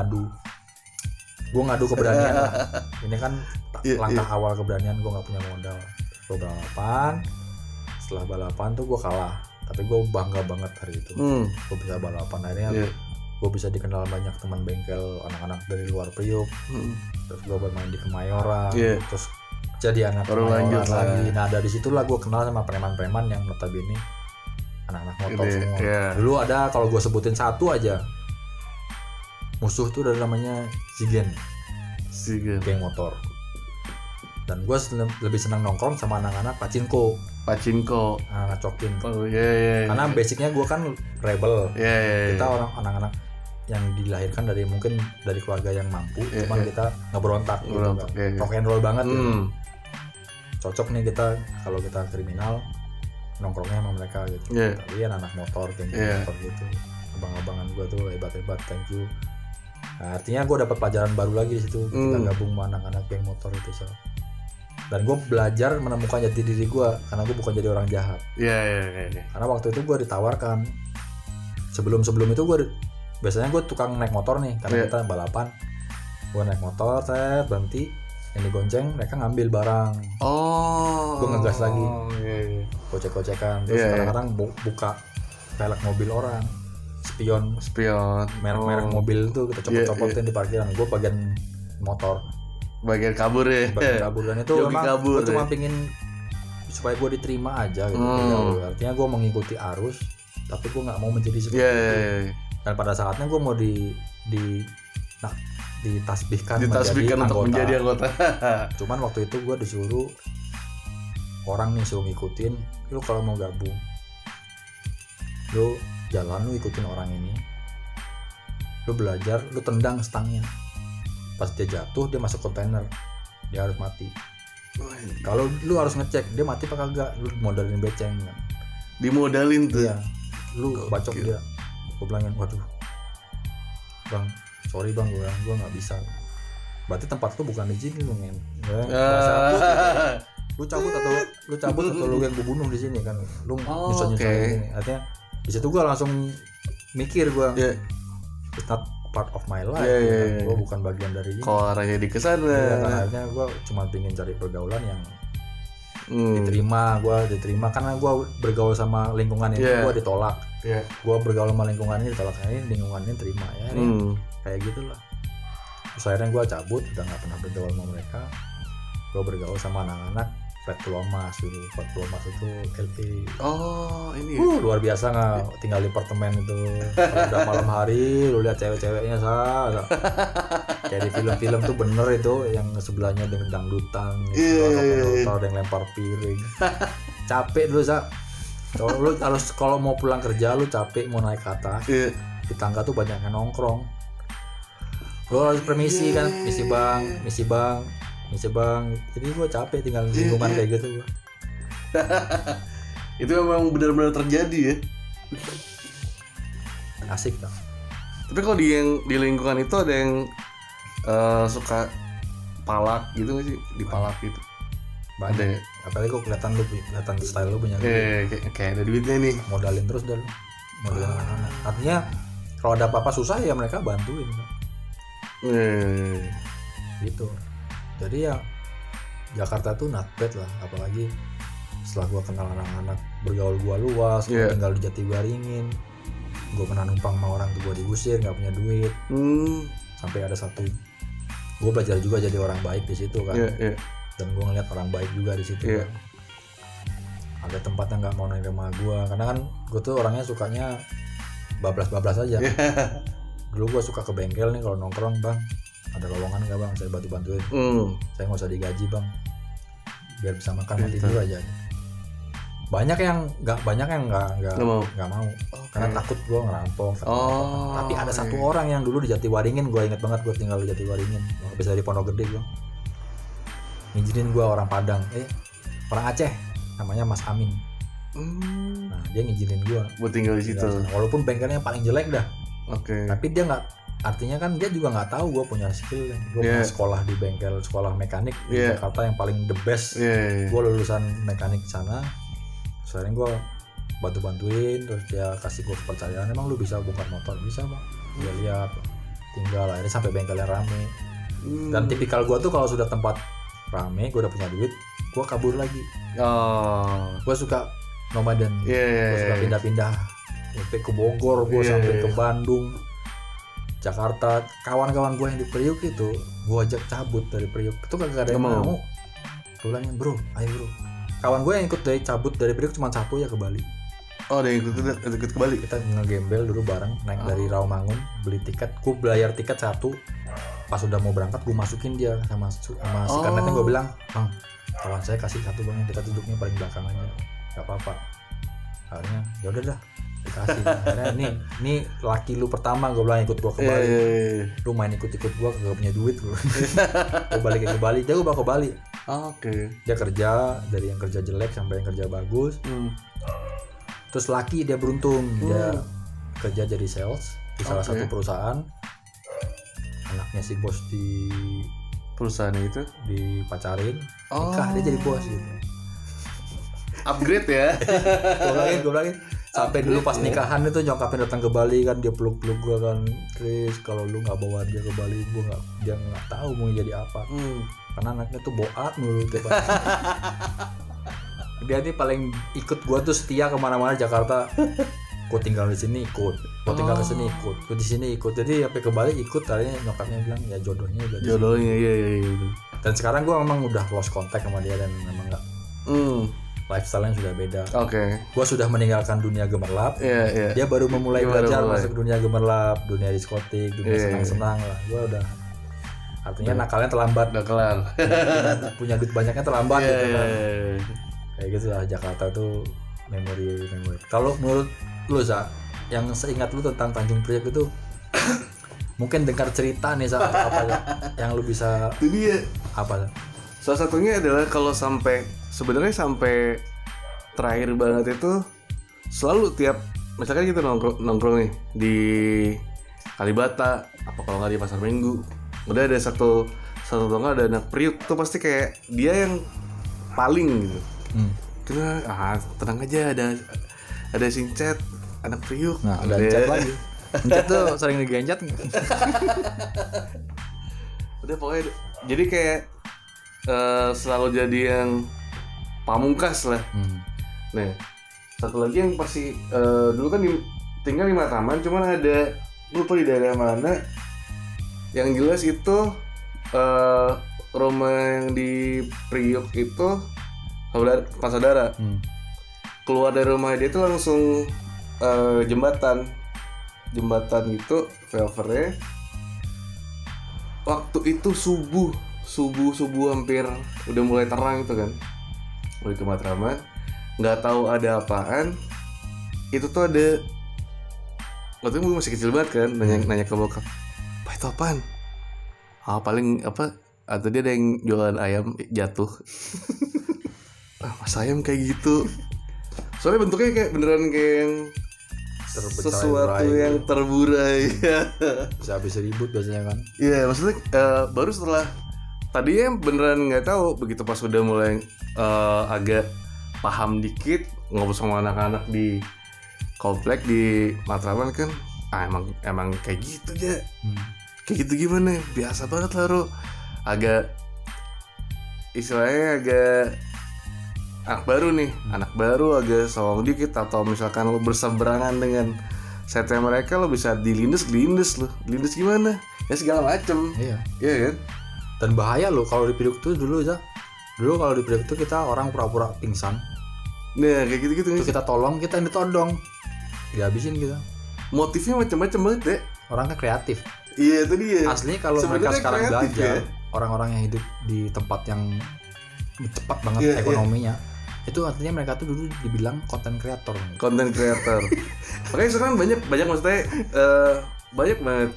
ngadu keberanian lah. Ini kan langkah awal keberanian, gue nggak punya modal. Gue balapan, setelah balapan tuh gue kalah. Tapi gue bangga banget hari itu. Gue bisa balapan, akhirnya gue bisa dikenal banyak teman bengkel, anak-anak dari luar Priuk. Terus gue bermain di Kemayoran, terus jadi anak Kemayoran lagi. Nah dari situlah gue kenal sama preman-preman yang notabene anak-anak motor semua. Dulu ada, kalau gue sebutin satu aja, musuh tuh dari namanya Zigen, geng motor. Dan gue lebih senang nongkrong sama anak-anak pacinko, anak cokin. Karena basicnya gue kan rebel. Kita anak-anak yang dilahirkan dari mungkin dari keluarga yang mampu, cuman kita ngeberontak gitu kan. Rock and roll banget gitu. Cocok nih kita kalau kita kriminal nongkrongnya sama mereka gitu. Tapi anak motor, geng motor gitu. Abang-abangan gue tuh hebat-hebat, thank you. Nah, artinya gue dapat pelajaran baru lagi di situ. Kita gabung sama anak-anak geng motor itu. Dan gue belajar menemukan jati diri gue, karena gue bukan jadi orang jahat. Karena waktu itu gue ditawarkan, sebelum itu gue biasanya gue tukang naik motor nih, karena kita balapan. Gue naik motor, saya berhenti, yang digonceng mereka ngambil barang. Gue ngegas lagi, kocek-kocekan. Terus kadang-kadang buka velg mobil orang, spion merek-merek mobil tuh kita copot-copotin di parkiran. Gue bagian motor,
bagian kabur ya.
Dan itu memang gue cuma pingin supaya gue diterima aja gitu. Artinya gue mengikuti arus, tapi gue nggak mau menjadi seperti itu. Dan pada saatnya gue mau ditasbihkan
untuk menjadi anggota.
Cuman waktu itu gue disuruh orang nih, suruh ngikutin, lu kalau mau gabung, lu jalan, lu ikutin orang ini, lu belajar, lu tendang stangnya. Pas dia jatuh, dia masuk kontainer, dia harus mati. Kalau lu harus ngecek dia mati apa kagak, lu modalin beceng kan.
Dimodalin tuh.
Iya, lu bacok dia. Gue bilangin, waduh bang, sorry bang, gue nggak bisa. Berarti tempat lu bukan di sini lu men. Lu cabut atau lu yang gue bunuh di sini kan. Lu nyusahin ini. Artinya di situ gue langsung mikir gue, it's not part of my life. Gue bukan bagian dari ini.
Kok arahnya di kesana?
Akhirnya gue cuma pengen cari pergaulan yang diterima. Gue diterima karena gue bergaul sama lingkungan ini, gue ditolak. Gue bergaul sama lingkungan ini ditolak, ini lingkungannya terima ya. Kayak gitulah. Terus akhirnya gue cabut, udah nggak pernah bergaul sama mereka. Gue bergaul sama anak-anak Fred Pulomas dulu. Fred Pulomas itu LP.
Ini
luar biasa nggak, tinggal di apartemen itu. Kalau udah malam hari lu lihat cewek-ceweknya kayak di film-film tuh bener itu, yang sebelahnya dengan dangdutan, ada yang lempar piring. Capek dulu kalau mau pulang kerja lu capek mau naik ke atas, di tangga tuh banyak yang nongkrong. Lu harus permisi kan, misi bang. Jadi gue capek tinggal di lingkungan kayak gitu gue.
Itu memang benar-benar terjadi ya.
Asik dong.
Tapi kalau di lingkungan itu ada yang suka palak gitu nggak sih? Dipalak gitu.
Banyak. Ada ya? Apalagi kok kelihatan style lu punya.
Kayak ada duitnya nih.
Modalin terus dan modalin anak-anak. Artinya kalau ada apa-apa susah ya mereka bantuin. Gitu. Jadi ya Jakarta tuh not bad lah, apalagi setelah gua kenal anak-anak, bergaul gua luas, gua tinggal di Jatiwaringin, gue pernah numpang sama orang tuh gue diusir nggak punya duit. Sampai ada satu gue belajar juga jadi orang baik di situ kan. Dan gue ngeliat orang baik juga di situ kan. Ada tempat yang nggak mau nerima gue karena kan gue tuh orangnya sukanya bablas aja. Dulu gue suka ke bengkel nih kalau nongkrong, bang ada lowongan nggak bang, saya bantuin. Saya nggak usah digaji bang, biar bisa makan mati dulu aja. Banyak yang nggak mau karena takut gue ngerampok. Tapi ada satu orang yang dulu di Jatiwaringin, gue inget banget, gue tinggal di Jatiwaringin habis dari Pondok Gede, gue ngizinin gue orang Padang, orang Aceh namanya Mas Amin. Nah dia ngizinin gue
buat tinggal di situ
walaupun bengkelnya paling jelek dah. Tapi dia nggak, artinya kan dia juga nggak tahu gue punya skill. Gue pernah sekolah di bengkel sekolah mekanik di Jakarta yang paling the best. Gue lulusan mekanik di sana. Sering gue bantuin, terus dia kasih gue kepercayaan, emang lu bisa bongkar motor? Bisa bang. Dia lihat, tinggal akhirnya sampai bengkelnya rame. Dan tipikal gue tuh kalau sudah tempat rame, gue udah punya duit, gue kabur lagi. Gue suka nomaden, gue suka pindah-pindah. Sampai ke Bogor, gue sampai ke Bandung, Jakarta. Kawan-kawan gue yang di Priuk itu, gue ajak cabut dari Priuk. Itu kagak ada yang mau. Gue bilangin, bro, ayo bro. Kawan gue yang ikut dari cabut dari Priuk cuma satu ya ke Bali.
Ada yang ikut ke Bali.
Kita ngegembel dulu bareng, naik dari Rawamangun, beli tiket. Gue bayar tiket satu. Pas udah mau berangkat, gue masukin dia sama si karnetnya. Gue bilang, bang, kawan saya kasih satu bang, kita duduknya paling belakang aja, nggak apa-apa. Akhirnya ya udah dah dikasih. Akhirnya ini laki lu pertama, gue bilang, ikut gue ke Bali. Lu main ikut gue, gak punya duit lu. Gue balik ke Bali, dia gue bawa ke Bali. Dia kerja, dari yang kerja jelek sampai yang kerja bagus. Terus laki dia beruntung, dia kerja jadi sales di salah satu perusahaan. Anaknya si bos di
perusahaan itu
dipacarin, nikah, dia jadi bos gitu.
Upgrade ya.
Gue bilangin sampai dulu pas nikahan itu nyokapnya datang ke Bali kan, dia peluk-peluk gue kan, Chris kalau lu nggak bawa dia ke Bali dia nggak tahu mau jadi apa. Karena anaknya tuh boat mulu tiap hari. Dia nih paling ikut gue tuh setia kemana-mana Jakarta. Gue tinggal di sini ikut, gue tinggal ke sini ikut, gue di sini ikut. Jadi sampai ke Bali ikut, tadinya nyokapnya bilang ya jodohnya udah di sini. Iya. Dan sekarang gue memang udah lost contact sama dia dan memang nggak. Lifestyle-nya sudah beda. Gue sudah meninggalkan dunia gemerlap. Dia baru memulai belajar masuk dunia gemerlap, dunia diskotik, dunia senang-senang lah. Gue udah, artinya nakalnya terlambat. Udah kelar. Punya duit banyaknya terlambat gitu kan. Kayak gitu lah, Jakarta tuh memori. Kalau menurut lu Sa, yang seingat lu tentang Tanjung Priok itu mungkin dengar cerita nih Sa, apa yang lu bisa
itu dia
apa?
Salah satunya adalah kalau sebenarnya sampai terakhir banget itu selalu tiap misalkan kita nongkrong nih di Kalibata, apa kalau nggak di Pasar Minggu, udah ada satu tongga ada anak Priuk tuh pasti kayak dia yang paling gitu. Karena tenang aja, ada Singcet, anak Priuk.
Nah, ada Singcet lagi. Singcet tuh sering digenjat.
Udah pokoknya jadi kayak selalu jadi yang pamungkas lah. Nah, satu lagi yang pasti dulu kan tinggal di Matraman, cuman ada lupa di daerah mana. Yang jelas itu rumah yang di Priuk itu Pak Saudara. Keluar dari rumah dia itu langsung jembatan itu flyovernya. Waktu itu subuh hampir udah mulai terang itu kan. Mulai ke Matraman, nggak tahu ada apaan. Itu tuh ada, waktu itu gue masih kecil banget kan, nanya ke bokap, "Pak, itu apaan?" Paling apa? Atau dia ada yang jualan ayam jatuh. Mas ayam kayak gitu. Soalnya bentuknya kayak beneran kayak yang sesuatu yang terburai.
Bisa habis ribut biasanya kan.
Iya, maksudnya baru setelah tadinya beneran nggak tahu, begitu pas udah mulai agak paham dikit, ngobrol sama anak-anak di komplek di Matraman kan, emang kayak gitu aja. Kayak gitu gimana? Biasa banget lah, Ro. Agak istilahnya agak anak baru agak songong dikit, atau misalkan lo berseberangan dengan setnya mereka lo bisa dilindes lo. Lindes gimana? Ya segala macem.
Iya.
Iya kan?
Dan bahaya loh kalau di Priuk tuh dulu kalau di Priuk tuh kita orang pura-pura pingsan.
Nah kayak gitu-gitu.
Terus kita tolong, kita yang ditodong. Dihabisin kita.
Motifnya macam-macam banget ya.
Orangnya kreatif.
Iya itu dia.
Aslinya kalau mereka
Sebenarnya
sekarang
kreatif,
belajar,
ya.
orang-orang yang hidup di tempat yang cepat banget
Iya,
ekonominya, itu artinya mereka tuh dulu dibilang konten kreator.
Content creator. Makanya sekarang banyak maksudnya banyak banget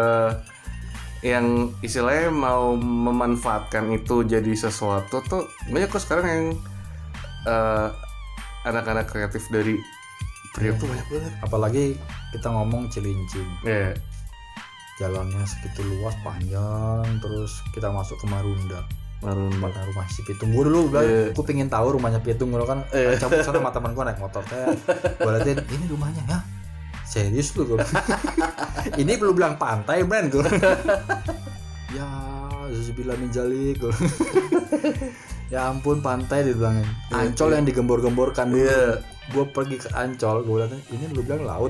yang istilahnya mau memanfaatkan itu jadi sesuatu tuh banyak kok sekarang yang anak-anak kreatif dari Priok tuh banyak banget.
Apalagi kita ngomong Cilincing,
Iya.
jalannya segitu luas panjang, terus kita masuk ke Marunda. Pada rumah si Pitung. Gue dulu bilang, gue pengen tahu rumahnya Pitung. Gue kan cabut sana sama teman gue naik motor. Gue liatin, ini rumahnya ya. Serius lu gue. Ini belum bilang pantai, man. Gue. Ya, Zubillah min zalik. Ya ampun, pantai dibilangin. Ancol yang digembor-gemborkan dulu.
Iya.
Gue pergi ke Ancol, gue liatin, ini lu bilang laut.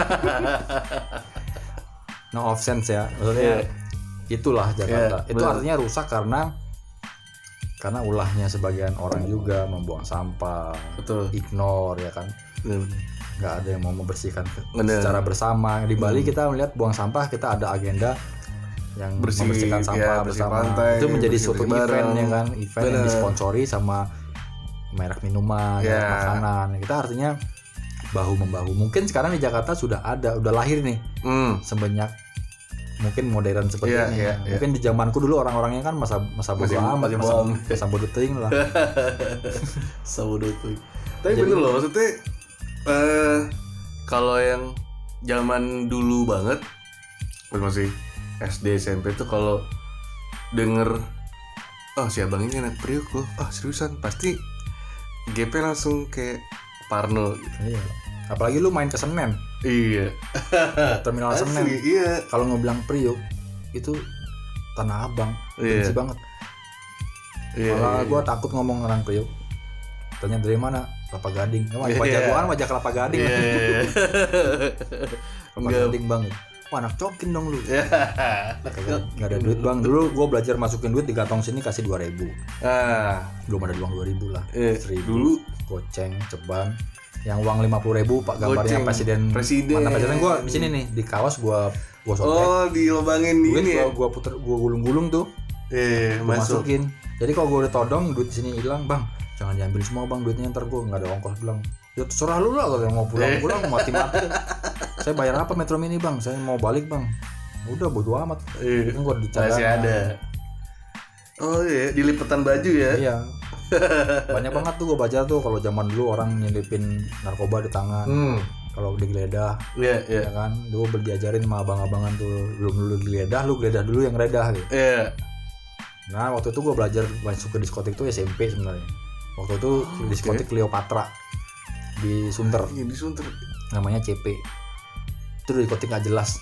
No offense ya. Maksudnya itulah Jakarta. Itu
bener.
artinya rusak karena ulahnya sebagian orang juga membuang sampah,
Betul.
ignore ya kan,
Bener.
nggak ada yang mau membersihkan
Bener.
secara bersama. Di Bali kita melihat buang sampah, kita ada agenda yang
Bersih,
membersihkan sampah
ya, bersih
bersama.
pantai,
Itu menjadi
bersih
suatu
bareng.
event ya kan, event yang
Bener.
disponsori sama merek minuman, merek
Ya.
makanan. Kita artinya bahu membahu. Mungkin sekarang di Jakarta sudah lahir nih sebanyak mungkin modern seperti
Iya,
ini.
iya, iya.
Mungkin di zamanku dulu orang-orangnya kan masa bodo amat,
masih bohong.
masa bodo ting lah.
Sabodo tuh. Tapi
Jadi-
bener loh, maksudnya kalau yang zaman dulu banget pas masih SD SMP tuh kalau denger si abang ini anak Priok loh, seriusan pasti GP langsung kayak Parno gitu.
Iya. Apalagi lu main ke Senen,
Iya.
Terminal Senen.
Iya.
Kalau ngebilang Priok itu Tanah Abang,
Iya.
benci banget.
Iya.
Malah gue takut ngomong orang Priok. Tanya dari mana? Kelapa Gading. Wajah gua kan wajah Kelapa Gading.
Iya.
Kelapa
Enggak.
Gading banget. Wah, anak cokin dong lu.
Iya.
Nggak ada duit bang. Dulu gue belajar masukin duit di kantong sini kasih 2.000. Belum ada uang 2.000 lah. 1.000.
Dulu
Goceng, ceban. Yang uang 50.000 pak gambarnya
Goceng.
presiden. Mantan presiden gue di sini nih di kaos gue sobek.
Oh, dilobangin di
Duit
ini ya.
gue puter, gue gulung-gulung tuh. Gua
Masuk.
masukin. Jadi kalau gue udah todong duit sini hilang bang, jangan diambil semua bang duitnya, ntar gue nggak ada ongkos bilang. Ya terserah lu lah kalau yang mau pulang mati-mati. Saya bayar apa Metro Mini bang? Saya mau balik bang. Udah bodo amat. Kan gue dicadangan.
Masih ada. Oh iya, dilipetan baju ya.
Iya. Banyak banget tuh gue baca tuh kalau zaman dulu orang nyelipin narkoba di tangan. Kalau digeledah,
Iya, iya.
ya kan, dulu diajarin sama abang-abangan tuh, belum dulu digeledah, lu geledah dulu yang redah gitu.
Iya.
Nah waktu itu gue belajar masuk ke diskotik tuh SMP sebenarnya. Waktu itu diskotik Cleopatra di Sunter,
Ini disunter.
namanya CP. Itu diskotik nggak jelas.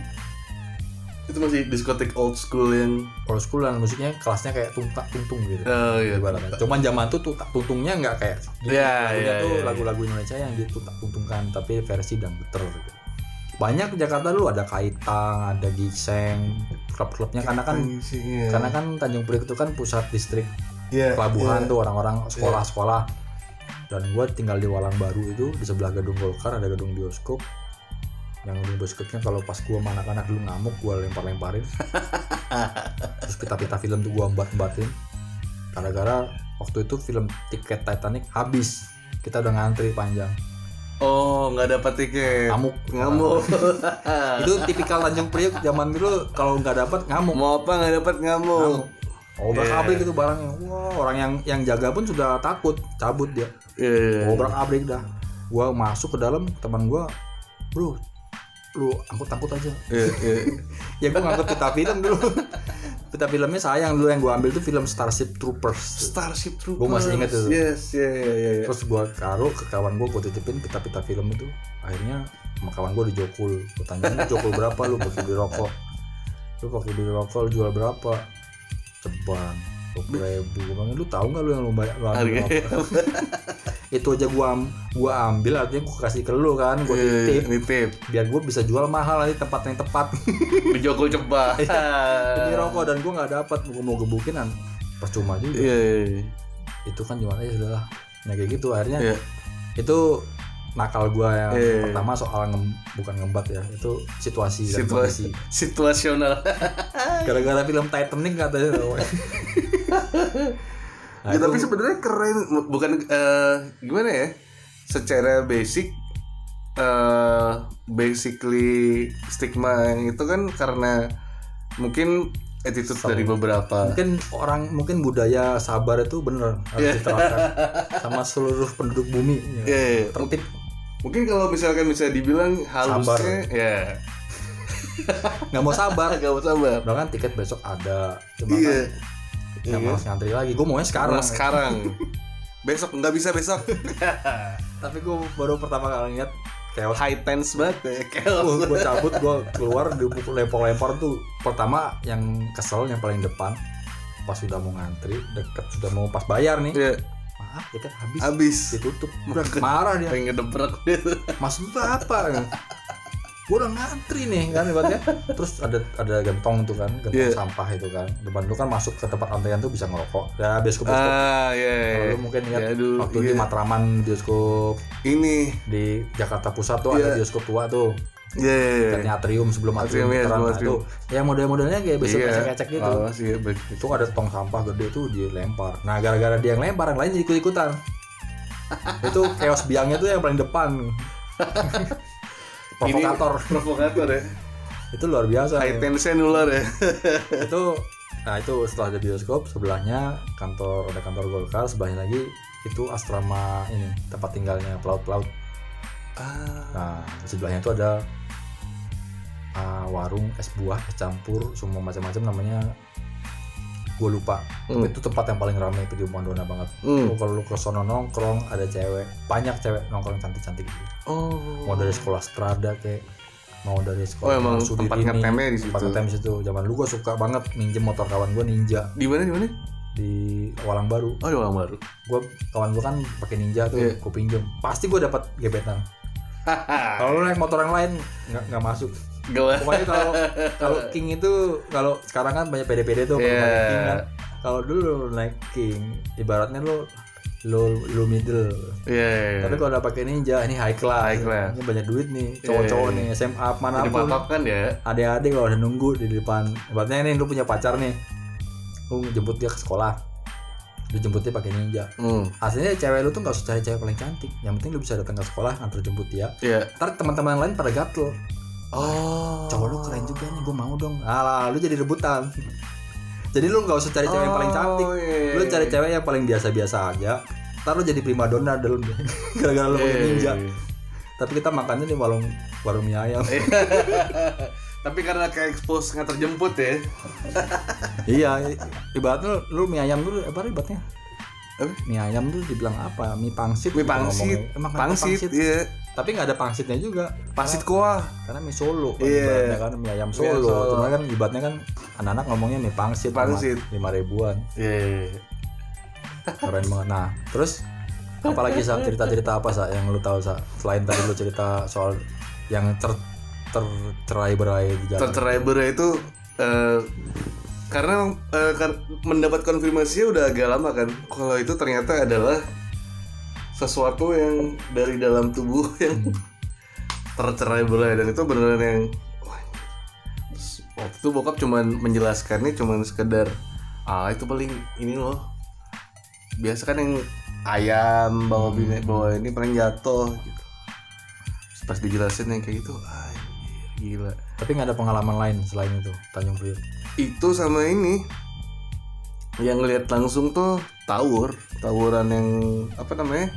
Itu masih diskotik old school yang
Old school dan musiknya kelasnya kayak tungtung gitu.
oh iya.
Ibaratnya. Cuman zaman tuh tungtungnya nggak kayak
Iya,
lagunya
iya,
tuh
iya.
lagu-lagu Indonesia yang ditungtungkan tapi versi dangduter gitu. Banyak di Jakarta dulu ada Kaitang, ada Gigseng, klub-klubnya karena kan Tanjung Priok itu kan pusat distrik pelabuhan tuh orang-orang sekolah-sekolah. Dan gue tinggal di Walang Baru itu di sebelah gedung Golkar ada gedung bioskop. Yang gedung bioskopnya kalau pas gue sama anak-anak dulu ngamuk gue lempar-lemparin. Terus pita-pita film tuh gue embat-embatin. Gara-gara waktu itu film tiket Titanic habis. Kita udah ngantri panjang.
Oh, nggak dapat tiket. Ngamuk.
Itu tipikal Tanjung Priok zaman dulu kalau nggak dapat ngamuk.
Mau apa nggak dapat ngamuk.
Obrak-abrik itu barangnya. Wah, orang yang jaga pun sudah takut, cabut dia.
Iya.
Obrak-abrik dah. Gua masuk ke dalam, teman gua, "Bro, lu angkut-angkut aja."
Iya.
Ya gua ngangkut pita film dulu. Pita filmnya sayang dulu yang gua ambil tuh film Starship Troopers.
Starship Troopers.
Gua masih ingat itu.
Yes, iya.
Terus gua taruh ke kawan gua titipin pita-pita film itu. Akhirnya sama kawan gua dijokul. Gua tanya, "Lu jokul berapa lu pakai beli rokok?" "Lu pakai beli rokok lu jual berapa?" "Ceban 20.000." Gua bilang, "Lu tahu nggak lu yang lu bayar lu ambil
Harganya
rokok?" itu aja gua ambil, artinya gua kasih ke lu kan, gua
nitip
biar gua bisa jual mahal nanti tempat yang tepat.
di Joko Cepat.
Ini rokok dan gua nggak dapat, gua mau gebukin percuma juga. Itu kan cuma ya sudahlah. Nah kayak gitu akhirnya itu nakal gua yang pertama soal bukan ngembat ya, itu situasi dan kondisi
situasional.
gara-gara film Titanic katanya. Nah,
ya, tapi sebenarnya keren, bukan gimana ya? Secara basically stigma yang itu kan karena mungkin attitude dari beberapa.
Mungkin budaya sabar itu bener harus diterapkan sama seluruh penduduk bumi. Tertib.
Mungkin kalau misalkan bisa dibilang halusnya nggak mau sabar.
Udah kan tiket besok ada, cuma kan nggak mau ngantri lagi. Gue maunya sekarang.
Besok nggak bisa besok.
Tapi gue baru pertama kali lihat chaos.
High tense banget ya, chaos.
Gue cabut, gue keluar dipukul lempar tuh. Pertama yang kesel yang paling depan, pas sudah mau ngantri deket, sudah mau pas bayar nih. Maaf, tiket habis ditutup. Udah marah dia.
Pengen ngedebrak gitu.
Maksud lu apa? Gue udah ngantri nih kan ibaratnya. Terus ada gentong tuh kan, sampah itu kan. Depan lu kan masuk ke tempat antrean tuh bisa ngerokok. Ya bioskop. Kalau lu mungkin ingat waktu di Matraman bioskop ini di Jakarta Pusat tuh ada bioskop tua tuh. Katanya Atrium sebelum Atrium itu. Ya model-modelnya kayak bioskop ecek-ecek gitu. Itu ada tong sampah gede tuh dilempar. Nah gara-gara dia yang lempar, yang lain jadi ikut-ikutan. Itu chaos biangnya tuh yang paling depan. Provokator
ya.
Itu luar biasa.
High tension ular ya.
itu setelah ada bioskop, sebelahnya ada kantor Golkar, sebelahnya lagi itu asrama ini, tempat tinggalnya pelaut. Nah, sebelahnya itu ada warung es buah, es campur, semua macam-macam namanya. Gue lupa. Itu tempat yang paling ramai itu di Mondona banget. Kalau lu ke sono nongkrong ada cewek, banyak cewek nongkrong cantik-cantik gitu. Mau dari sekolah Strada kayak mau dari sekolah
emang tempat ngetemnya di situ.
Tempat ngetem di situ. Zaman dulu gue suka banget minjem motor kawan gue Ninja.
Di mana?
Di Walang Baru.
Oh, di Walang Baru.
Kawan gue kan pakai Ninja tuh, gue pinjem. Pasti gue dapat gebetan. Kalau naik motor yang lain nggak masuk. Pokoknya kalau King itu, kalau sekarang kan banyak PD-PD tuh pakai King kan. Kalau dulu naik King, ibaratnya lu middle. Tapi kalau udah pakai Ninja, ini high class. Ini banyak duit nih, cowok-cowok nih, SMA manapun.
Kan ya.
Adik-adik kalau udah nunggu di depan, ibaratnya ini lu punya pacar nih, lu jemput dia ke sekolah, lu jemputnya pakai Ninja. Aslinya cewek lu tuh nggak usah cari cewek paling cantik, yang penting lu bisa datang ke sekolah, antar jemput dia. Ntar teman-teman yang lain pada gatel. Cowok lu keren juga nih, gue mau dong. Lu jadi rebutan. Jadi lu nggak usah cari cewek yang paling cantik, lu cari cewek yang paling biasa-biasa aja. Ntar lu jadi primadona dalam gara-gara lu pakai Ninja. Tapi kita makannya di warung mie ayam.
Tapi karena kayak expose nggak terjemput ya.
Iya, ibaratnya lu mie ayam dulu apa ibaratnya? Mie ayam tuh dibilang apa? Mie pangsit. Emang pangsit. Iya. Tapi nggak ada pangsitnya juga.
Pangsit kuah.
Karena mie Solo kan, ibaratnya kan mie ayam Solo. Cuma kan ibaratnya kan anak-anak ngomongnya mie pangsit. 5.000-an. Keren banget. Nah, terus apalagi cerita-cerita apa yang lu tahu selain tadi lu cerita soal yang tercerai-berai di jalan.
Tercerai-berai itu karena mendapat konfirmasinya udah agak lama kan. Kalau itu ternyata adalah sesuatu yang dari dalam tubuh yang tercerai-berai, dan itu beneran yang waktu itu bokap cuman menjelaskannya cuman sekedar itu paling ini loh, biasa kan yang ayam bawa ini paling jatuh gitu. Pas dijelasin yang kayak gitu, gila.
Tapi nggak ada pengalaman lain selain itu Tanjung Priok?
Itu sama ini yang ngeliat langsung tuh tawuran yang apa namanya,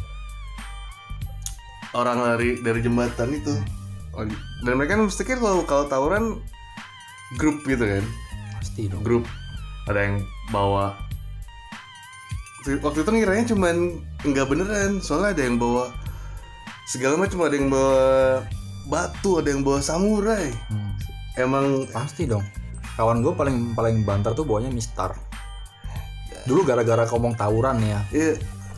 orang lari dari jembatan itu. Dan mereka mesti kan kalau tawuran grup gitu kan,
pasti dong
grup. Ada yang bawa, waktu itu ngiranya cuman nggak beneran, soalnya ada yang bawa segala macam, ada yang bawa batu, ada yang bawa samurai. Emang
pasti dong. Kawan gue paling banter tuh bawanya Mistar. Dulu gara-gara ngomong tawuran ya.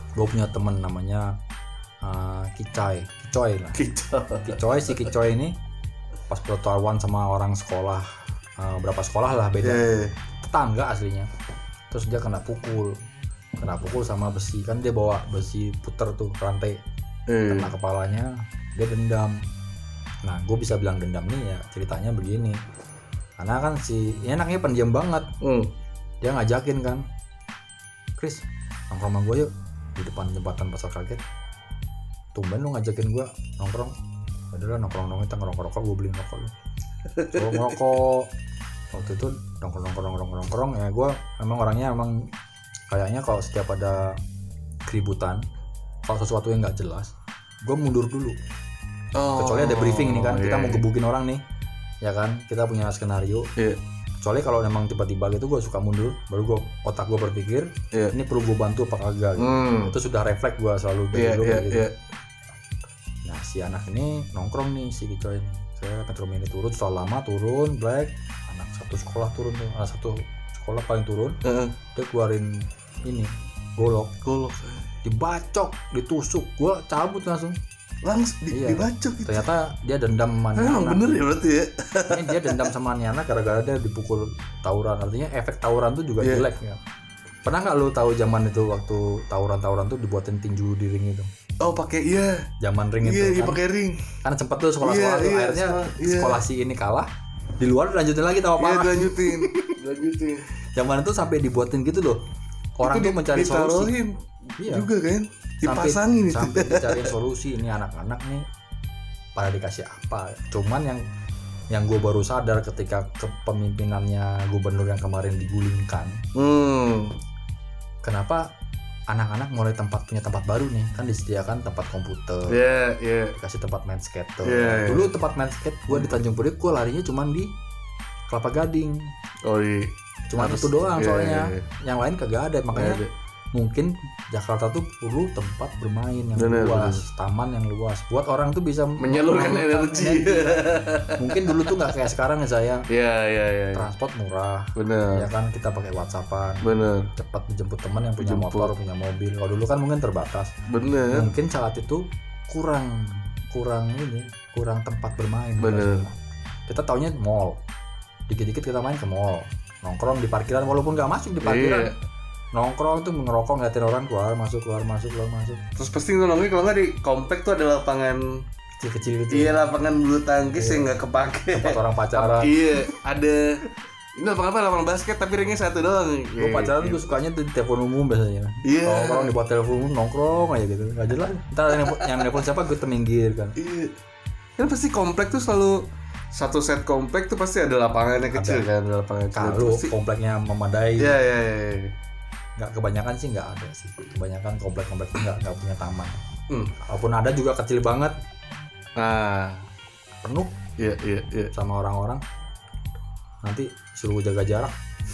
gue punya temen namanya Kicoy lah. Kicoy ini pas bertawan sama orang sekolah, berapa sekolah lah beda, tetangga aslinya. Terus dia kena pukul sama besi, kan dia bawa besi puter tuh rantai, kena kepalanya, dia dendam. Nah gue bisa bilang dendam nih ya ceritanya begini, karena kan si enaknya pendiam banget. Dia ngajakin kan, Chris nongkrong sama gue yuk di depan jembatan Pasar Kaget. Tumben lu ngajakin gue nongkrong. Adalah nongkrong kita ngerokok, gue beliin rokok lu. Suruh ngerokok. Waktu itu nongkrong ya, gue memang orangnya emang kayaknya kalau setiap ada keributan, kalau sesuatu yang nggak jelas, gue mundur dulu. Kecuali ada briefing nih kan, kita mau gebukin orang nih, ya kan, kita punya skenario. Kecuali kalau memang tiba-tiba gitu, gue suka mundur, baru otak gue berpikir, ini perlu gue bantu apa kagak. Gitu. Itu sudah refleks gue selalu gitu. Nah si anak ini nongkrong nih si Kicoy ini, saya Metro Mini turun, setelah lama turun, black, anak satu sekolah turun tuh, anak satu sekolah paling turun, dia keluarin ini golok, dibacok, ditusuk, gue cabut langsung
dibacok gitu.
Ternyata dia dendam sama
anak. Bener ya berarti ya.
Ini dia dendam sama anak gara-gara dia dipukul tawuran, artinya efek tawuran tuh juga jelek ya. Pernah nggak lu tahu zaman itu waktu tawuran tuh dibuatin tinju di ring itu?
Oh pakai
zaman ring itu
kan. Iya pakai ring.
Kan sempet tuh sekolah-sekolah tuh akhirnya sekolah si ini kalah, di luar lanjutin lagi tahu apa?
Lanjutin.
Zaman itu sampai dibuatin gitu loh. Orang tuh mencari solusi.
Juga kan. Dipasangin itu.
Sampai dicari solusi, ini anak-anak nih pada dikasih apa. Cuman yang gue baru sadar ketika kepemimpinannya gubernur yang kemarin digulingkan. Kenapa anak-anak mulai punya tempat baru nih, kan disediakan tempat komputer, dikasih tempat main skate tuh. Dulu tempat main skate gue di Tanjung Priok, gue larinya cuman di Kelapa Gading. Cuma itu doang soalnya. Yang lain kagak ada, makanya mungkin Jakarta tuh perlu tempat bermain yang luas, taman yang luas, buat orang tuh bisa
menyalurkan energi.
Mungkin dulu tuh nggak kayak sekarang ya saya. Transport murah. Ya kan, kita pakai WhatsAppan. Cepat menjemput teman yang punya motor, punya mobil. Kalau dulu kan mungkin terbatas. Mungkin saat itu kurang tempat bermain. Kita taunya mall. Dikit-dikit kita main ke mall, nongkrong di parkiran walaupun nggak masuk di parkiran. Nongkrong tuh ngerokok, ngeliatin orang keluar masuk.
Terus pasti nongkrong kalau nggak di komplek tuh ada lapangan
kecil gitu.
Iya, lapangan bulu tangkis yang nggak kepake.
Tempat orang pacaran.
Iya, ada. Ini lapangan basket tapi ringnya satu doang.
Gue pacaran tuh sukanya tuh di telepon umum biasanya. Kalau di buat telepon umum nongkrong aja gitu. Nggak jelas. Ntar yang telepon siapa gue minggir kan.
Kan pasti komplek tuh selalu satu set komplek tuh pasti ada lapangannya kecil kan, ada lapangan kecil.
Kalau kompleknya memadai.
Iya.
Nggak, kebanyakan sih nggak ada sih. Kebanyakan komplek-komplek itu nggak punya taman. Walaupun ada juga kecil banget. Penuh.
Iya.
Sama orang-orang. Nanti suruh jaga jarak.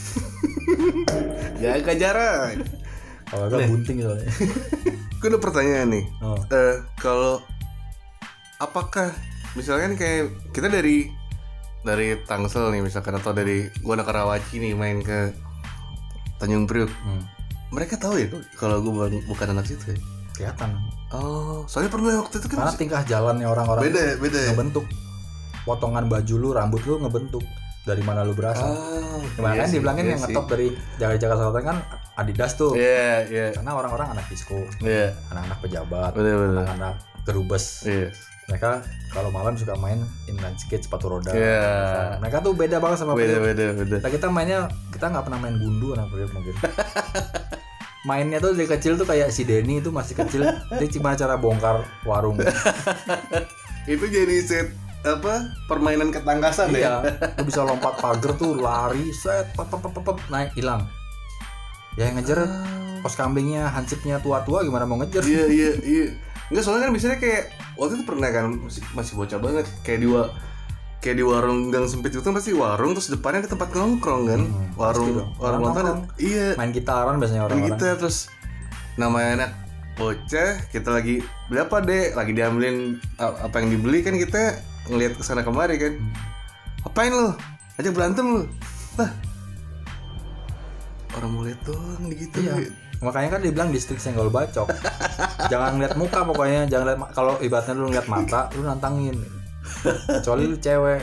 Jaga jarak.
Kalau nggak bunting soalnya.
Gue ada pertanyaan nih. Kalau apakah misalkan kayak kita dari Tangsel nih misalkan, atau dari gua anak Karawaci nih main ke Tanjung Priok, mereka tahu ya kalau gua bukan anak situ ya?
Kelihatan.
Soalnya pernah waktu itu kan
karena tingkah jalannya orang-orang
beda ya?
Ngebentuk potongan baju lu, rambut lu ngebentuk dari mana lu berasal. Makanya dibilangin yang ngetop dari Jakarta Selatan kan Adidas tuh. Karena orang-orang anak disco, anak-anak pejabat, anak-anak gerubes. Mereka kalau malam suka main inline skate, sepatu roda. Mereka tuh beda banget sama
beda.
Nah, kita mainnya, kita nggak pernah main gundu anak Priok mungkin. Mainnya tuh dari kecil tuh kayak si Denny itu masih kecil, dia cuma cara bongkar warung.
Itu jadi set permainan ketangkasan ya.
Lu bisa lompat pagar tuh, lari, set, naik, hilang. Ya yang ngejar pos kambingnya, hansipnya tua-tua gimana mau ngejar?
Iya. Enggak, soalnya kan biasanya kayak waktu itu pernah kan masih bocah banget, kayak di warung gang sempit itu kan pasti warung, terus depannya ada tempat nongkrong kan. Warung nongkrong. Iya.
Main gitaran biasanya orang-orang.
Main gitar, terus namanya anak bocah, kita lagi beli apa deh, lagi diambilin apa yang dibeli kan, kita ngelihat kesana kemari kan. Apain lu? Ajak berantem lu. Lah, orang mau lihat doang gitu.
Iya. Makanya kan dibilang distrik senggol bacok. Jangan ngeliat muka pokoknya, jangan lihat kalau ibaratnya lu ngeliat mata, lu nantangin. Kecuali lu cewek.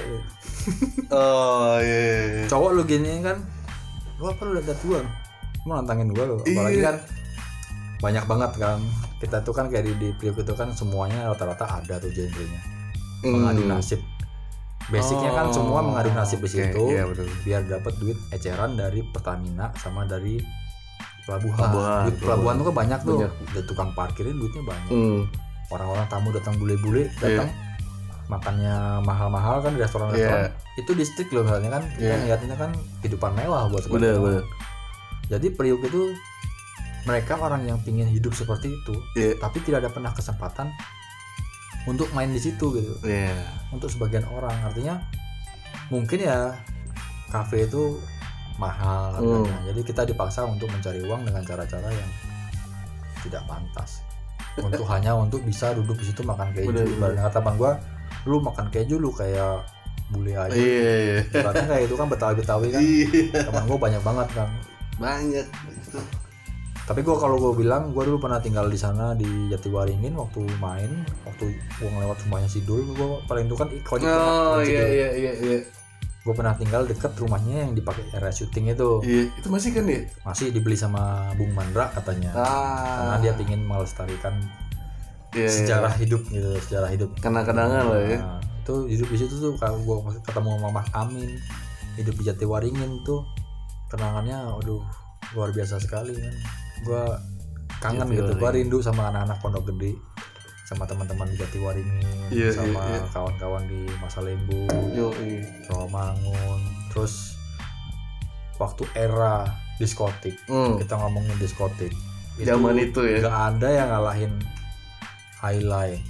Oh iya.
Cowok lu gini kan, lu apa lu liat gua? Lu nantangin gua lu. Apalagi kan banyak banget kan. Kita tuh kan kayak di Priok itu kan semuanya rata-rata ada tuh genrenya. Mengadu nasib. Basicnya kan semua mengadu nasib di situ.
Iya, betul.
Biar dapat duit eceran dari Pertamina sama dari pelabuhan. Duit pelabuhan tuh kan banyak tuh. Dari tukang parkirin duitnya banyak. Orang-orang tamu datang bule-bule datang makannya mahal-mahal kan di restoran-restoran. Itu distrik loh misalnya kan. Kita ngeliatinnya kan kehidupan mewah buat seperti itu. Jadi Priok itu mereka orang yang pingin hidup seperti itu, tapi tidak ada pernah kesempatan untuk main di situ gitu. Untuk sebagian orang artinya mungkin ya kafe itu mahal harganya. Jadi kita dipaksa untuk mencari uang dengan cara-cara yang tidak pantas. Hanya untuk bisa duduk di situ makan keju. Ibaratnya kata teman gua, lu makan keju lu kayak bule aja. Ibaratnya kayak itu kan Betawi-Betawi kan. Teman gua banyak banget kan.
Banyak.
Tapi kalau gue bilang, gue dulu pernah tinggal di sana di Jatiwaringin waktu main, waktu gue ngelewat rumahnya si Dul, gue paling itu kan ikon.
Iya.
Gue pernah tinggal deket rumahnya yang dipakai area syuting itu.
Iya, itu masih kan ya?
Masih dibeli sama Bung Mandra katanya. Karena dia pingin melestarikan sejarah hidup gitu, sejarah hidup.
Kenang-kenangan lah ya.
Itu hidup di situ tuh kalau gue ketemu sama Mas Amin, hidup di Jatiwaringin tuh kenangannya, aduh luar biasa sekali kan. Gue kangen gitu, gue rindu sama anak-anak Pondok Gede, sama teman-teman di Jatiwaringin, sama kawan-kawan di Masalembu, Rawamangun. Terus waktu era diskotik, kita ngomongin diskotik
zaman itu ya,
gak ada yang ngalahin Highlight,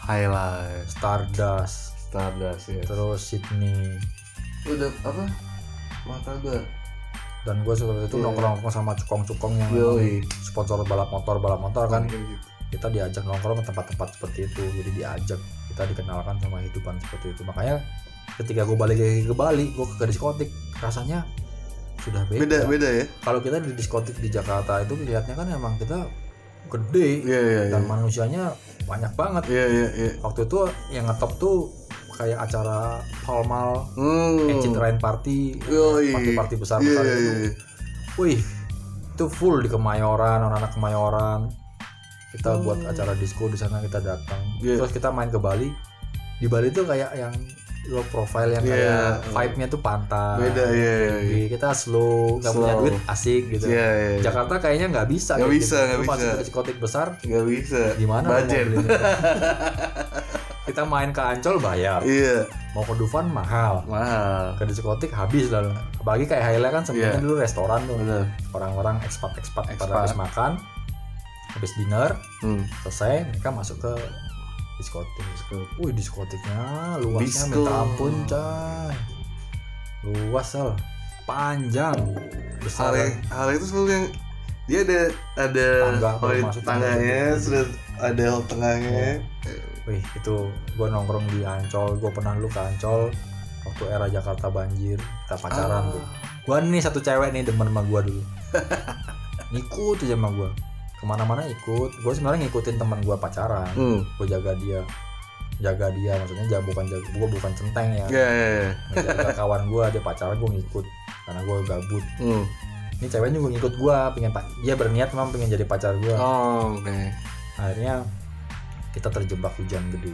Stardust
ya.
Terus Sydney,
udah apa? Martabak.
Dan gue seperti itu nongkrong sama cukong-cukong yang sponsor balap motor kan. Kita diajak nongkrong ke tempat-tempat seperti itu, jadi diajak, kita dikenalkan sama kehidupan seperti itu. Makanya ketika gue balik ke Bali, gue ke diskotik, rasanya sudah beda
ya.
Kalau kita di diskotik di Jakarta itu lihatnya kan emang kita gede dan manusianya banyak banget. Waktu itu yang ngetop tuh kayak acara formal, Citrain party besar itu. Wih, itu full di Kemayoran, anak-anak Kemayoran. Kita buat acara disco di sana, kita datang. Terus kita main ke Bali. Di Bali tuh kayak yang low profile yang kayak vibe-nya tuh pantai. Kita slow, nggak punya duit, asik gitu. Jakarta kayaknya nggak bisa.
Nggak bisa.
Masuk ke diskotik besar.
Nggak bisa.
Gimana?
Budget.
Kita main ke Ancol bayar. Mau ke Dufan mahal. Ke diskotik habis lalu. Apalagi kayak Highlight kan sebenarnya dulu restoran tuh. Orang-orang ekspat pada habis makan, habis dinner, selesai mereka masuk ke diskotik. Wih, diskotiknya luasnya minta ampun, coy. Luas sel, panjang, besar.
Hal itu selalu yang dia ada tangganya, sudah ada hal tengahnya.
Wih, itu gue nongkrong di Ancol, gue pernah lu ke Ancol waktu era Jakarta banjir, kita pacaran tuh. Gue nih satu cewek nih demen sama gue dulu, ngikut aja sama gue, kemana-mana ikut. Gue sebenarnya ngikutin teman gue pacaran, gue jaga dia, maksudnya gue bukan centeng ya. Jaga kawan gue, dia pacaran, gue ngikut karena gue gabut. Ini ceweknya gue ngikut gue, dia berniat memang pengen jadi pacar gue. Akhirnya kita terjebak hujan gede,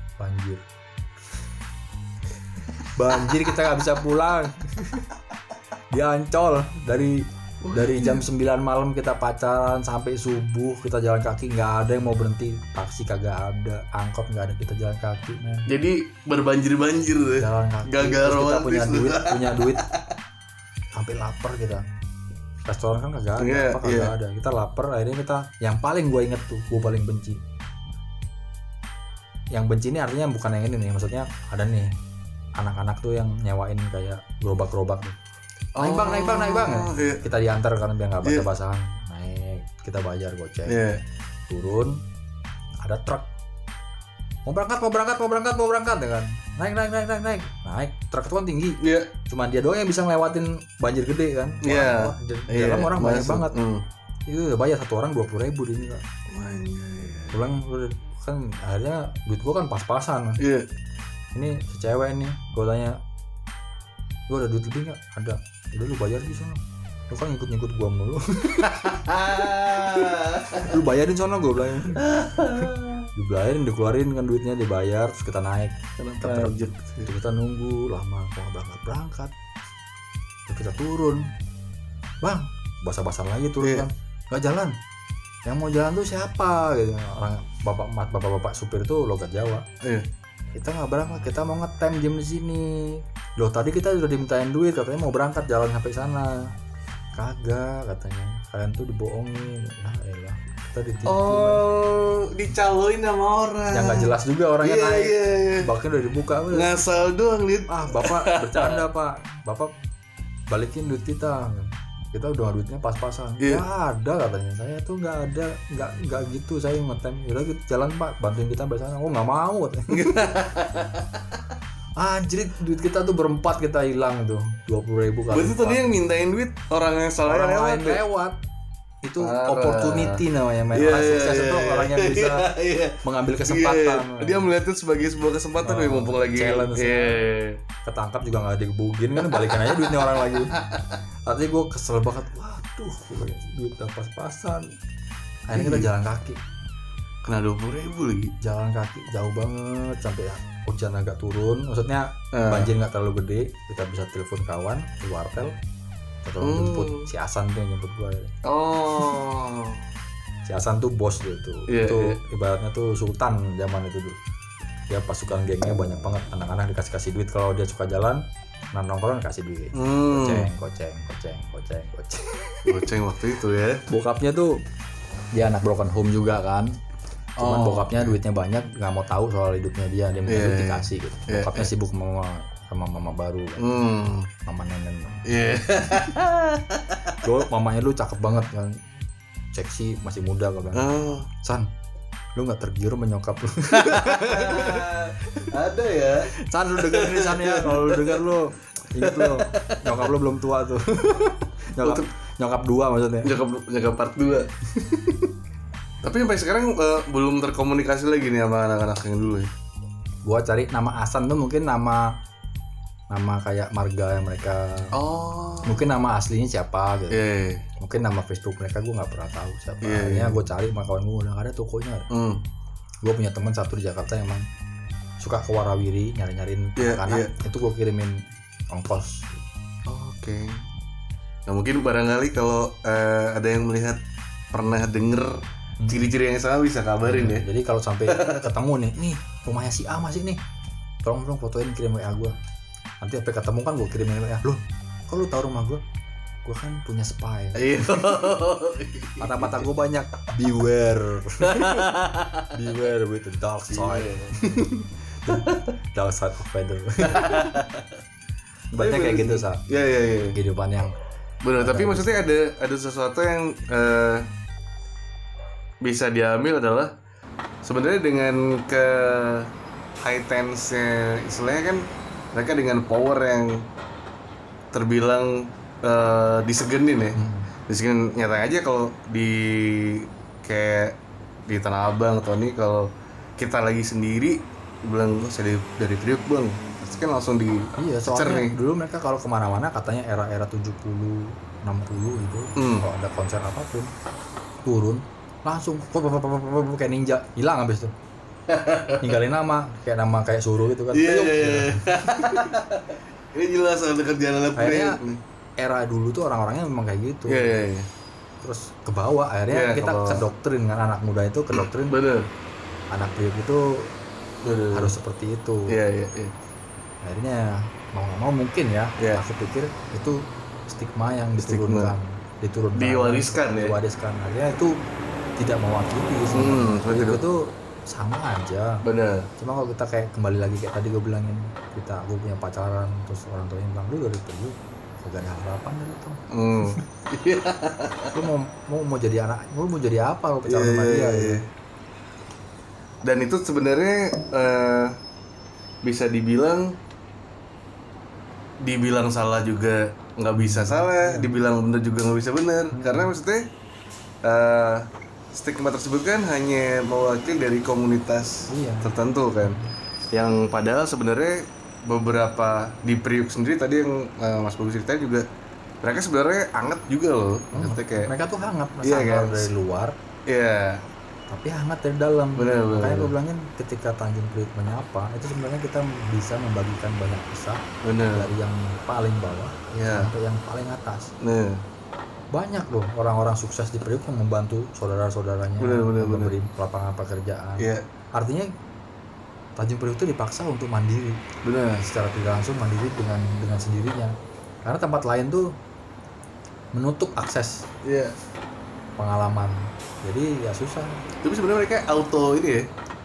banjir kita nggak bisa pulang di Ancol dari jam 9 malam kita pacaran sampai subuh, kita jalan kaki, nggak ada yang mau berhenti, taksi kagak ada, angkot nggak ada, kita jalan kaki man.
Jadi berbanjir deh,
jalan kaki.
Gagal
kita punya duit sampai lapar kita, restoran kan kagak ada, ada, kita lapar. Akhirnya kita, yang paling gue inget tuh, gue paling benci, yang benci ini artinya bukan yang ini nih, maksudnya ada nih anak-anak tuh yang nyewain kayak gerobak tuh. Naik bang. Kita diantar karena biar nggak basah-basahan. Naik, kita bayar goceng. Turun, ada truk. Mau berangkat ya kan. Naik. Truk itu kan tinggi. Cuma dia doang yang bisa ngelewatin banjir gede kan. Dalam orang banyak banget. itu udah bayar satu orang 20.000 di sini Kak. Pulang kan akhirnya duit gua kan pas-pasan.
Iya.
Ini si cewek nih, gua tanya, gua ada duit lebih nggak? Ada. Udah lu bayar di sana. Lu kan ngikut gua mulu. Lu bayarin sana gua bilang. Dibayarin, dikeluarin kan duitnya, dibayar, terus kita naik. Kita nunggu lama, kok berangkat. Terus kita turun. Bang, basah-basah lagi turun kan. Nggak jalan. Yang mau jalan tuh siapa gitu. Orang bapak-bapak supir tuh logat Jawa. Kita nggak berangkat, kita mau ngetem jam di sini. Loh tadi kita udah dimintain duit, katanya mau berangkat jalan sampai sana. Kagak katanya, kalian tuh dibohongin. Nah elah, kita ditipu.
Oh, dicaloin sama orang.
Yang nggak jelas juga orangnya naik. Baknya udah dibuka.
Ngasal doang liat.
Bapak bercanda pak, bapak balikin duit kita. Kita udah duitnya pas-pasan. Nggak ada katanya, saya tuh nggak ada, nggak gitu saya ngetem. Yaudah gitu jalan pak, bantuin kita sampai sana. Oh nggak mau katanya. Anjir, duit kita tuh berempat kita hilang tuh 20.000 kali.
Berarti tadi yang mintain duit orang yang salah lewat.
Itu opportunity namanya. Orang sukses itu orang yang bisa mengambil kesempatan.
Dia melihat itu sebagai sebuah kesempatan mumpung lagi
challenge. Ketangkap juga nggak digebugin kan, balikan aja duitnya orang lagi. Artinya gue kesel banget. Waduh, duit pas-pasan. Akhirnya kita jalan kaki.
Kena 20.000 lagi.
Jalan kaki jauh banget sampai hujan agak turun. Maksudnya banjir nggak terlalu gede. Kita bisa telepon kawan di wartel. Atau jemput si Hasan tuh yang jemput gue.
Oh.
Si Hasan tuh bos dia tuh. Itu ibaratnya tuh sultan zaman itu dulu. Dia pasukan gengnya banyak banget, anak-anak dikasih duit kalau dia suka jalan, nongkrong kasih duit.
Goceng waktu itu ya.
Bokapnya tuh dia anak broken home juga kan. Cuman bokapnya duitnya banyak, nggak mau tahu soal hidupnya dia minta duit dikasih gitu. Bokapnya sibuk sama mama baru kan. Mama nenen. Mamanya lu cakep banget kan. Seksi, masih muda kan. San, lu nggak tergiur menyokap lu?
Ada ya.
San, lu denger ini San ya. Kalau lu denger lu inget lu, nyokap lu belum tua tuh. nyokap 2 maksudnya.
Nyokap part 2. Tapi sampai sekarang belum terkomunikasi lagi nih sama anak-anak yang dulu ya.
Gua cari nama Hasan tuh mungkin nama kayak marga yang mereka. Mungkin nama aslinya siapa gitu. Mungkin nama Facebook mereka gue nggak pernah tahu siapa. Akhirnya gue cari sama kawan gue, udah ada tokonya. Gue punya teman satu di Jakarta yang emang suka ke Warawiri nyariin anak-anak. Itu gue kirimin ongkos.
Oke. Nah mungkin barangkali kalau ada yang melihat pernah denger ciri-ciri yang sama bisa kabarin ya.
Jadi kalau sampai ketemu nih rumahnya si A masih nih, tolong dong fotoin kirim WA gue. Nanti sampai ketemu kan gue kirimin WA. Loh, kok lu tahu rumah gue? Gue kan punya spy. Mata-mata gue banyak. Beware. Beware with the dark side. Dark side of feather. Banyak kayak gitu Sa.
Iya.
Kehidupan yang
benar, tapi maksudnya ada sesuatu yang bisa diambil adalah sebenarnya dengan ke high tense-nya istilahnya kan mereka dengan power yang terbilang disegenin ya. Disegenin nyata aja kalau di kayak di Tanah Abang atau nih kalau kita lagi sendiri bilang saya dari Priok bang, pasti kan langsung di
soalnya
nih.
Dulu mereka kalau kemana-mana katanya era-era 70 60 gitu. Kalau ada konser apapun turun langsung kayak ninja hilang habis itu. Ninggalin nama kayak suruh gitu kan.
Iya. Ini jelas ada kerjaan anak
Priok. Era dulu tuh orang-orangnya memang kayak gitu.
Iya.
Terus ke bawah akhirnya kita kedoktrin kan, anak muda itu kedoktrin.
Bener. Anak
Priok itu harus seperti itu.
Iya.
Akhirnya mau nggak mau mungkin ya. Aku pikir itu stigma yang diturunkan. Diwariskan. Akhirnya itu tidak mewakili sih. Itu sama aja.
Bener.
Cuma kalau kita kayak kembali lagi kayak tadi gue bilangin, gue punya pacaran terus orang tuanya bilang lu dari Priok gak ada harapan dari itu. Lu mau jadi anak, lu mau jadi apa lu pacaran sama dia? Gitu.
Dan itu sebenarnya bisa dibilang salah juga nggak bisa salah, dibilang bener juga nggak bisa bener. Karena maksudnya stigma tersebut kan hanya mewakili dari komunitas tertentu kan, yang padahal sebenarnya beberapa di Priuk sendiri tadi yang Mas Bagus ceritain juga mereka sebenarnya hangat juga loh. Maksudnya kayak
mereka tuh hangat
iya, kan?
dari luar.
Iya.
Tapi hangat dari dalam.
Bener.
Makanya gue bilangin ketika Tanjung Priuk menyapa itu sebenarnya kita bisa membagikan banyak kisah dari yang paling bawah sampai yang paling atas. Banyak loh orang-orang sukses di Priuk yang membantu saudara-saudaranya memberi lapangan pekerjaan. Artinya Tanjung Priuk itu dipaksa untuk mandiri. Secara tidak langsung mandiri dengan sendirinya. Karena tempat lain tuh menutup akses pengalaman. Jadi ya susah.
Tapi sebenarnya mereka auto ini ya.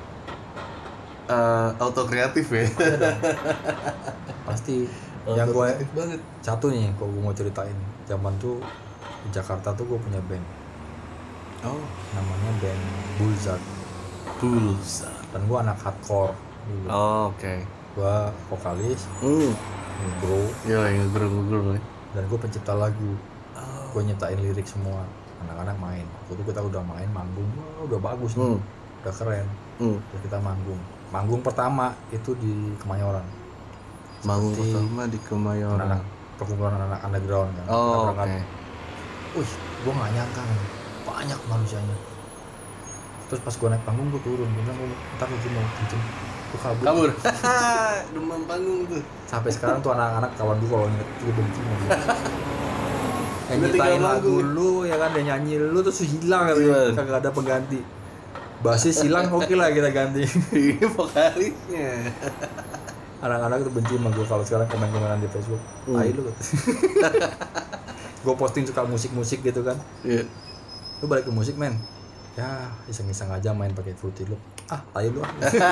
Auto kreatif ya.
Pasti. Yang gue banget. Satu nih kalau gue mau ceritain. Zaman tuh di Jakarta tuh gue punya band. Namanya band Bulzat. Dan gue anak hardcore dulu.
Oke.
Gue vokalis. Ngegrow.
Ngegrow.
Dan gue pencipta lagu. Gue nyiptain lirik semua. Anak-anak main. Waktu itu kita udah main manggung. Udah bagus nih. Udah keren. Terus kita manggung. Manggung pertama itu di Kemayoran.
Pertama di Kemayoran.
Perkumpulan anak underground kan.
Oke.
Wih, gue gak nyangka nih, banyak manusianya. Terus pas gue naik panggung gue turun, gue bilang ntar gue mau kencing, gue kabur.
Demam panggung tuh.
Sampai sekarang tuh anak-anak kawan gue kalau inget gue benci sama gue. Yang nyiptain lagu lu ya kan, dan nyanyi lu terus hilang katanya, kagak ada pengganti. Basis hilang oke lah kita ganti.
Ini vokalisnya.
Anak-anak tuh benci sama gue kalau sekarang komen-komenan di Facebook. Tai lu gitu. Gue posting suka musik-musik gitu kan. Lu balik ke musik men. Ya iseng-iseng aja main pakai Fruity Loop. Tai lu.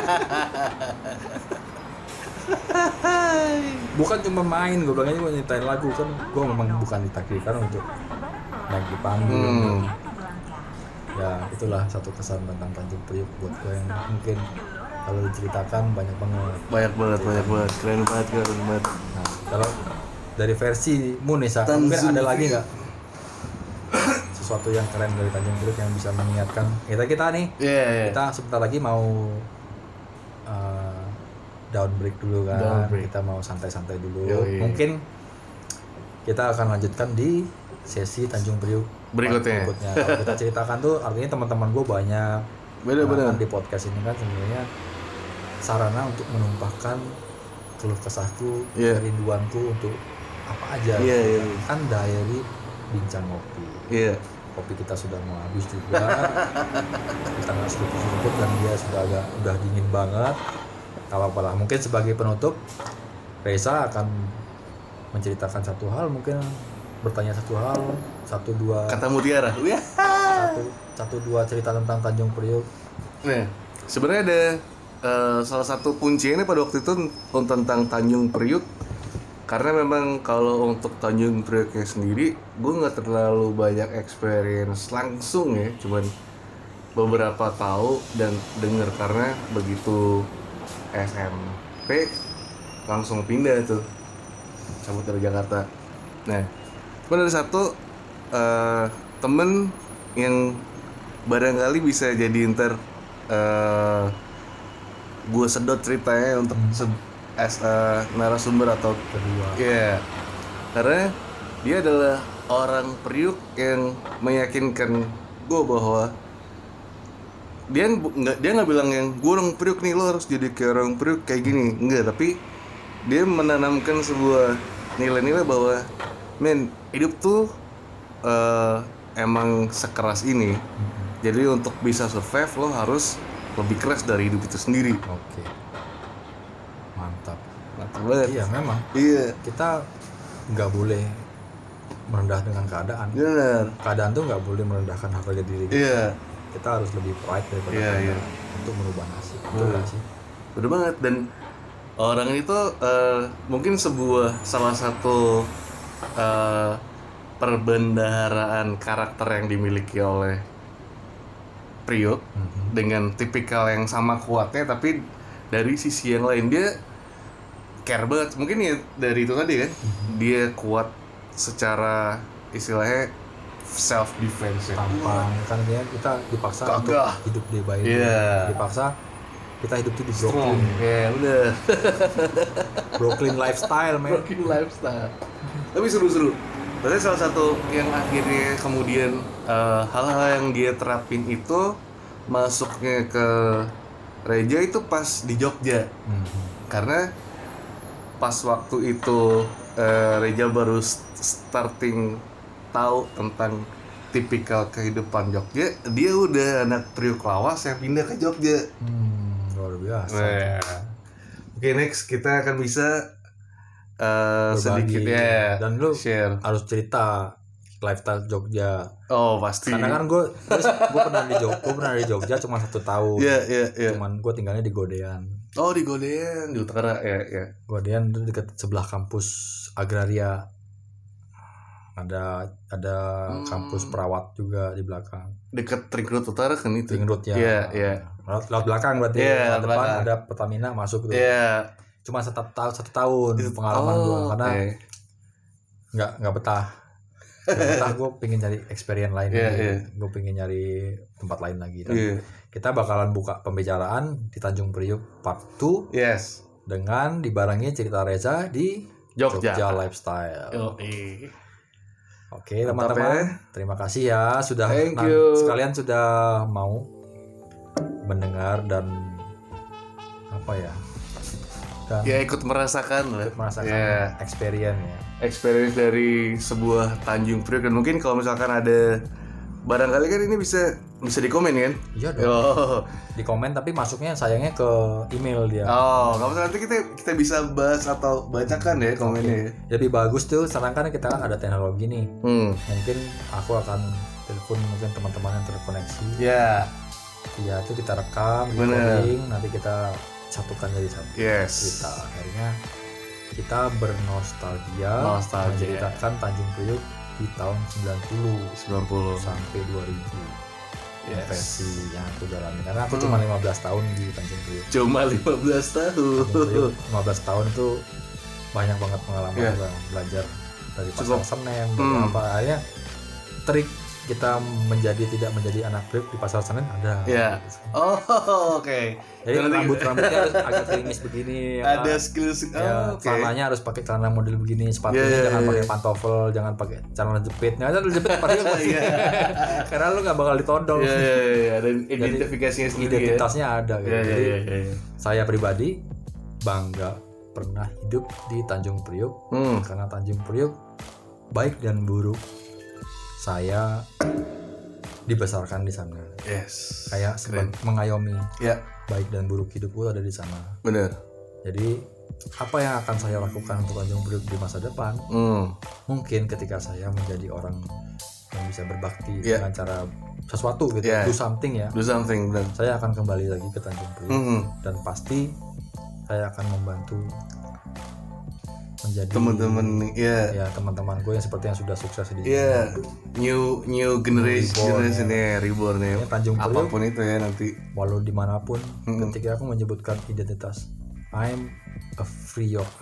Bukan cuma main, gue bilangnya gue nyetain lagu kan. Gue memang bukan ditakdirkan untuk naik di panggung. Ya itulah satu kesan tentang Tanjung Priuk buat gue yang mungkin kalau diceritakan banyak banget.
Keren banget.
Nah kalau dari versi Munisa, mungkin ada lagi nggak sesuatu yang keren dari Tanjung Priuk yang bisa mengingatkan kita nih? Kita sebentar lagi mau down break dulu kan, kita mau santai-santai dulu. Mungkin kita akan lanjutkan di sesi Tanjung Priuk berikutnya. Kalau kita ceritakan tuh artinya teman-teman gue banyak. Bener. Di podcast ini kan sebenarnya sarana untuk menumpahkan keluh kesahku, kerinduanku untuk apa aja. Kan diary bincang kopi. Kopi kita sudah mau habis juga. Kita nggak seruput dan dia udah dingin banget. Kalau apalah, mungkin sebagai penutup Reza akan menceritakan satu hal, mungkin bertanya satu hal, 1-2
kata mutiara.
1-2 cerita tentang Tanjung Priuk.
Nah, sebenarnya ada salah satu kuncinya pada waktu itu tentang Tanjung Priuk. Karena memang kalau untuk Tanjung Priuknya sendiri, gue nggak terlalu banyak experience langsung ya, cuman beberapa tahu dan dengar karena begitu SMP langsung pindah tuh, cabut dari Jakarta. Nah, cuman ada satu temen yang barangkali bisa jadi ntar gue sedot ceritanya untuk as a narasumber atau kedua. Karena dia adalah orang Priuk yang meyakinkan gue bahwa dia nggak bilang yang gue orang Priuk nih, lo harus jadi kayak orang Priuk kayak gini, enggak, tapi dia menanamkan sebuah nilai-nilai bahwa hidup tuh emang sekeras ini. Jadi untuk bisa survive lo harus lebih keras dari hidup itu sendiri.
Mantap
banget.
Iya memang. Kita nggak boleh merendah dengan keadaan. Keadaan tuh nggak boleh merendahkan harga diri kita. Kita harus lebih pride daripada keadaan untuk merubah nasib. Betul sih.
Bener banget. Dan orang itu mungkin salah satu perbendaharaan karakter yang dimiliki oleh Priuk dengan tipikal yang sama kuatnya, tapi dari sisi yang lain dia care banget. Mungkin ya dari itu tadi kan, dia kuat secara istilahnya self defense ya.
tampang kan dia kita dipaksa
Gagah.
untuk hidup di bayi, dipaksa kita hidup tuh di Brooklyn,
Ya udah.
Brooklyn lifestyle man.
Working lifestyle. Tapi seru-seru. Berarti salah satu yang akhirnya kemudian hal-hal yang dia terapin itu masuknya ke Reja itu pas di Jogja. Karena pas waktu itu Reja baru starting tahu tentang tipikal kehidupan Jogja, dia udah anak Priuk lawas yang pindah ke Jogja.
Luar biasa.
Oke, next kita akan bisa
Berbagi.
sedikit ya.
Dan lu
share.
harus cerita lifestyle Jogja.
Oh pasti.
Karena kan gue pernah di Jogja cuma 1 tahun.
Iya.
Cuman gue tinggalnya di Godean.
Oh di Godean di utara ya.
Godean itu dekat sebelah kampus agraria. Ada kampus perawat juga di belakang.
Dekat Ring Road Utara kan itu.
Ring Road ya.
Iya.
Laut belakang berarti.
Iya,
Laut depan
belakang.
ada Pertamina masuk tuh.
Iya.
Cuma 1 tahun pengalaman gue karena
oke.
nggak betah. Nggak betah, gue pengen cari experience lain
Iya,
lagi.
iya.
Gue pengen nyari tempat lain lagi. Dan
Iya.
kita bakalan buka pembicaraan di Tanjung Priuk part 2
Yes.
dengan dibarengi cerita Reza di
Jogja.
Lifestyle. Oke
Mantap
teman-teman,
ya.
terima kasih ya sudah
Thank you.
sekalian sudah mau mendengar dan dan
Ya ikut merasakan lah.
merasakan
Ya.
experience ya.
Experience dari sebuah Tanjung Priok. Dan mungkin kalau misalkan ada barangkali kan ini bisa di komen kan?
Iya dong.
Oh.
Di komen tapi masuknya sayangnya ke email dia.
Oh, kalau nanti kita bisa bahas atau bacakan ya komennya ya.
Lebih bagus tuh, sekarang kan kita kan ada teknologi nih. Mungkin aku akan telepon mungkin teman-teman yang terkoneksi.
Ya.
Ya itu kita rekam,
Bener.
recording, nanti kita satukan jadi satu
Yes.
cerita. Akhirnya kita bernostalgia,
Nostalgia.
menceritakan Tanjung Priuk di tahun 90
90.
sampai 2000.
Yes.
Versi yang aku jalani karena aku cuma 15 tahun di Tanjung Priuk.
Cuma 15 tahun.
Tanjung Priuk 15 tahun itu banyak banget pengalaman
Yeah.
juga, belajar dari
Cukup.
pasar Senen, dari apa akhirnya trik kita tidak menjadi anak Priuk di pasar Senen ada.
Ya. Oh, oke.
Jadi
Dan nanti-
rambutnya harus agak klimis begini. Ya,
ada
kan?
skill.
Ya,
Oke.
celananya harus pakai celana model begini, sepatunya
Yeah,
jangan
yeah,
pakai
yeah.
pantofel, jangan pakai celana jepit. Nah, celana jepit padahal
Iya.
karena lu nggak bakal ditodong.
Iya. Dan identifikasinya sendiri
Identitasnya ada gitu.
ya.
Jadi
Iya.
saya pribadi bangga pernah hidup di Tanjung Priuk karena Tanjung Priuk baik dan buruk saya dibesarkan di sana.
Yes.
Kayak mengayomi
Ya,
baik dan buruk hidupku ada di sana.
benar.
Jadi apa yang akan saya lakukan untuk Tanjung Priuk di masa depan? Mungkin ketika saya menjadi orang yang bisa berbakti
Yeah.
dengan cara sesuatu gitu,
Yeah.
do something ya.
Do something, benar.
Saya akan kembali lagi ke Tanjung Priuk dan pasti saya akan membantu menjadi
Teman-teman, ya.
ya teman-temanku yang seperti yang sudah sukses di
Ya, new generation ya, reborn ya.
Ya, Tanjung Priuk.
Apapun itu ya nanti.
walau dimanapun ketika aku menyebutkan identitas I'm a free York.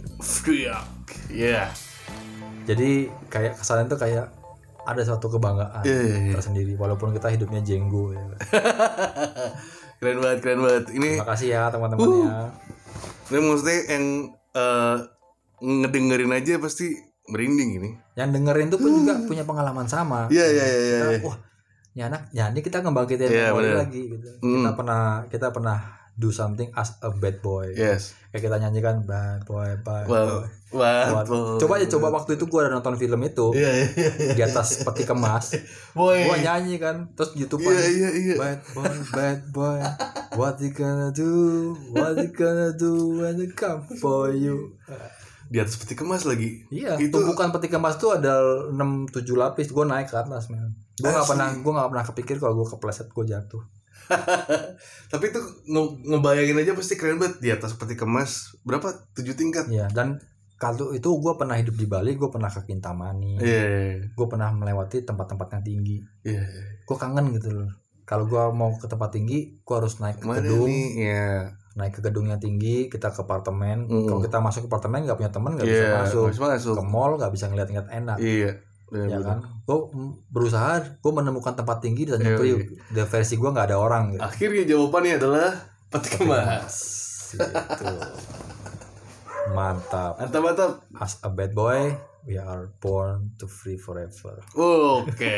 Ya.
Jadi kayak kesannya tuh kayak ada suatu kebanggaan
Iya.
tersendiri walaupun kita hidupnya jenggo ya.
Keren banget. Ini
Terima kasih ya teman-teman ya.
ini maksudnya yang ngedengerin aja pasti merinding ini.
Yang dengerin tuh pun juga punya pengalaman sama.
Iya.
Kita, wah, ini kita ngebangkitin
Iya,
memori
bener.
lagi gitu. Kita pernah do something as a bad boy.
Yes.
Kayak kita nyanyikan bad boy.
Wah.
Coba waktu itu gua ada nonton film itu
Iya.
di atas peti kemas.
Boy.
Gua nyanyi kan, terus di YouTube
Iya.
bad boy, what you gonna do when they come for you.
Di atas peti kemas lagi.
Iya,
Itu
tumpukan peti kemas tuh ada 6-7 lapis. Gue naik ke atas, men. Gue nggak pernah kepikir kalau gue kepleset gue jatuh.
tapi itu ngebayangin aja pasti keren banget di atas peti kemas. Berapa? 7 tingkat.
Iya, dan kalau itu gue pernah hidup di Bali, gue pernah ke Kintamani,
Iya.
gue pernah melewati tempat-tempat yang tinggi.
Iya.
Gue kangen gitu loh. Kalau gue mau ke tempat tinggi, gue harus naik ke
Mana
gedung,
nih? Iya.
naik ke gedung yang tinggi, kita ke apartemen. Kalau kita masuk ke apartemen nggak punya teman nggak
Iya,
bisa masuk.
nggak bisa masuk.
Ke mall nggak bisa ngeliat-ngeliat enak.
Iya.
ya kan? Gue berusaha, gue menemukan tempat tinggi di Tanjung Priuk. Di versi gue nggak ada orang. Gitu.
Akhirnya jawabannya adalah peti kemas.
Gitu. Mantap. As a bad boy, we are born to free forever.
Oke.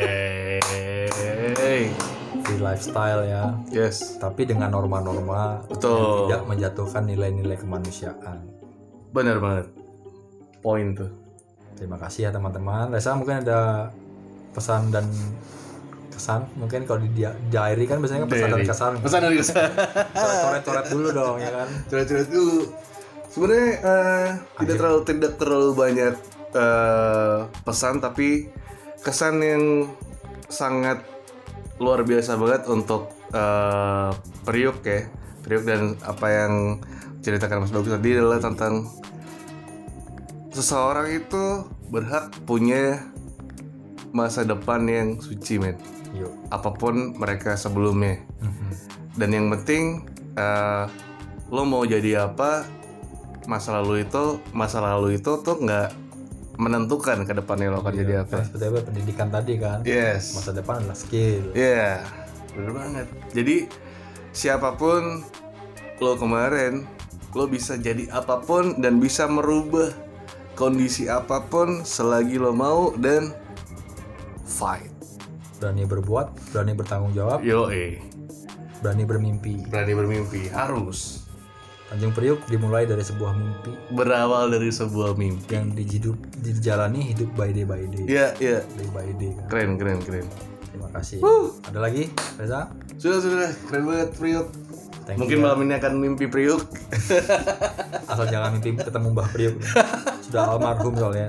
Free lifestyle ya.
Yes.
Tapi dengan norma-norma
Betul.
yang tidak menjatuhkan nilai-nilai kemanusiaan.
Benar banget. Poin tuh.
Terima kasih ya teman-teman. Reza mungkin ada pesan dan kesan. Mungkin kalau di diary kan biasanya pesan dan kesan.
Pesan dan kesan.
Coret-coret dulu dong ya kan.
Coret-coret dulu. Sebenarnya tidak terlalu banyak pesan, tapi kesan yang sangat luar biasa banget untuk Priuk ya. Priuk dan apa yang ceritakan Mas Bagus tadi adalah tentang seseorang itu berhak punya masa depan yang suci, men.
Yuk.
Apapun mereka sebelumnya. Dan yang penting lo mau jadi apa, masa lalu itu tuh nggak menentukan ke depannya lo akan jadi apa.
Seperti apa pendidikan tadi kan.
Yes.
Masa depan adalah skill.
Iya, bener banget. Jadi siapapun lo kemarin, lo bisa jadi apapun dan bisa merubah kondisi apapun selagi lo mau dan fight.
Berani berbuat, berani bertanggung jawab, berani bermimpi.
Harus.
Tanjung Priuk dimulai dari sebuah mimpi
Berawal dari sebuah mimpi
yang dijalani hidup by day by day.
Iya.
Day by day kan.
Keren.
Terima kasih. Ada lagi, Reza?
Sudah. Keren banget Priuk.
Thank
Mungkin
you,
malam ini akan mimpi Priuk.
Asal jangan mimpi ketemu Mbah Priuk. Sudah almarhum soalnya.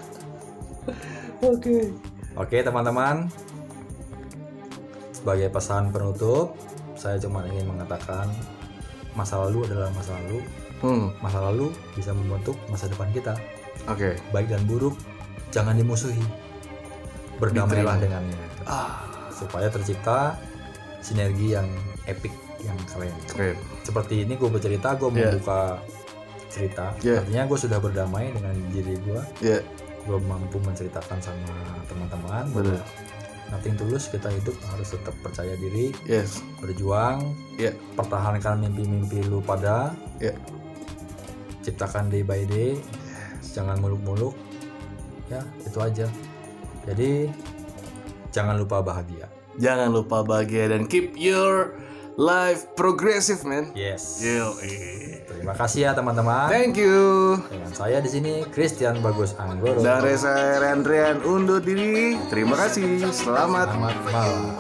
Oke teman-teman. Sebagai pesan penutup, saya cuma ingin mengatakan masa lalu adalah masa lalu. Masa lalu bisa membentuk masa depan kita.
Oke.
Baik dan buruk jangan dimusuhi. Berdamailah dengannya. Supaya tercipta sinergi yang epic, yang keren. Seperti ini gue bercerita, gue membuka cerita. Artinya gue sudah berdamai dengan diri gue. Gue mampu menceritakan sama teman-teman.
Benar.
Nothing tulus, kita hidup harus tetap percaya diri, berjuang, pertahankan mimpi-mimpi lu pada, ciptakan day by day, jangan muluk-muluk, ya itu aja. Jadi jangan lupa bahagia.
Dan keep your life progressive, man.
Yes.
Terima kasih ya teman-teman.
Thank you.
Dengan saya di sini Christian Bagus Anggoro.
Dari saya Rendrian undur diri. Terima kasih. Selamat
malam.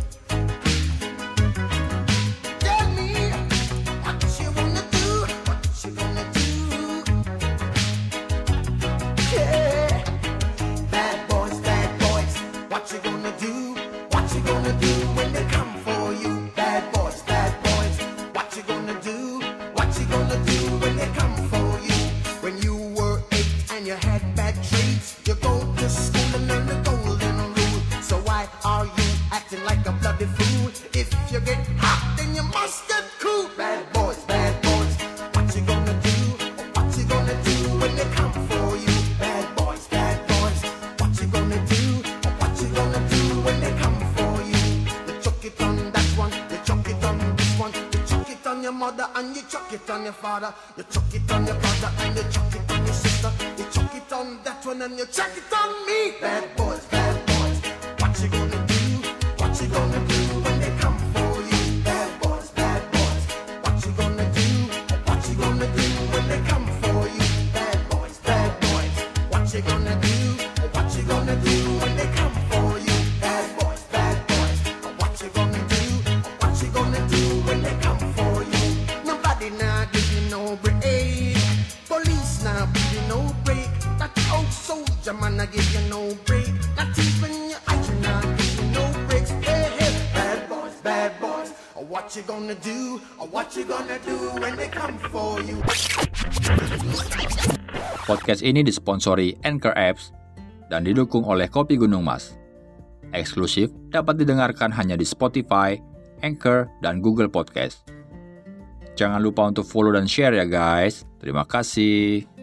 You chuck it on your brother and you chuck it on your sister. You chuck it on that one and you chuck it on me. Bad boys, what you gonna do? What you gonna do when they come for you? Bad boys, what you gonna do? What you gonna do when they come for you? Bad boys, what you gonna do? What you gonna do when they come for you? Bad boys, what you gonna do? What you gonna do when they come for you? Nobody now give you no break. Police now give you no break. That old soldier man I give you no break. Not even your eyes now give you no breaks. Hey, bad boys, what you gonna do? What you gonna do when they come for you?
Podcast ini disponsori Anchor Apps dan didukung oleh Kopi Gunung Mas. Eksklusif dapat didengarkan hanya di Spotify, Anchor, dan Google Podcast. Jangan lupa untuk follow dan share ya guys. Terima kasih.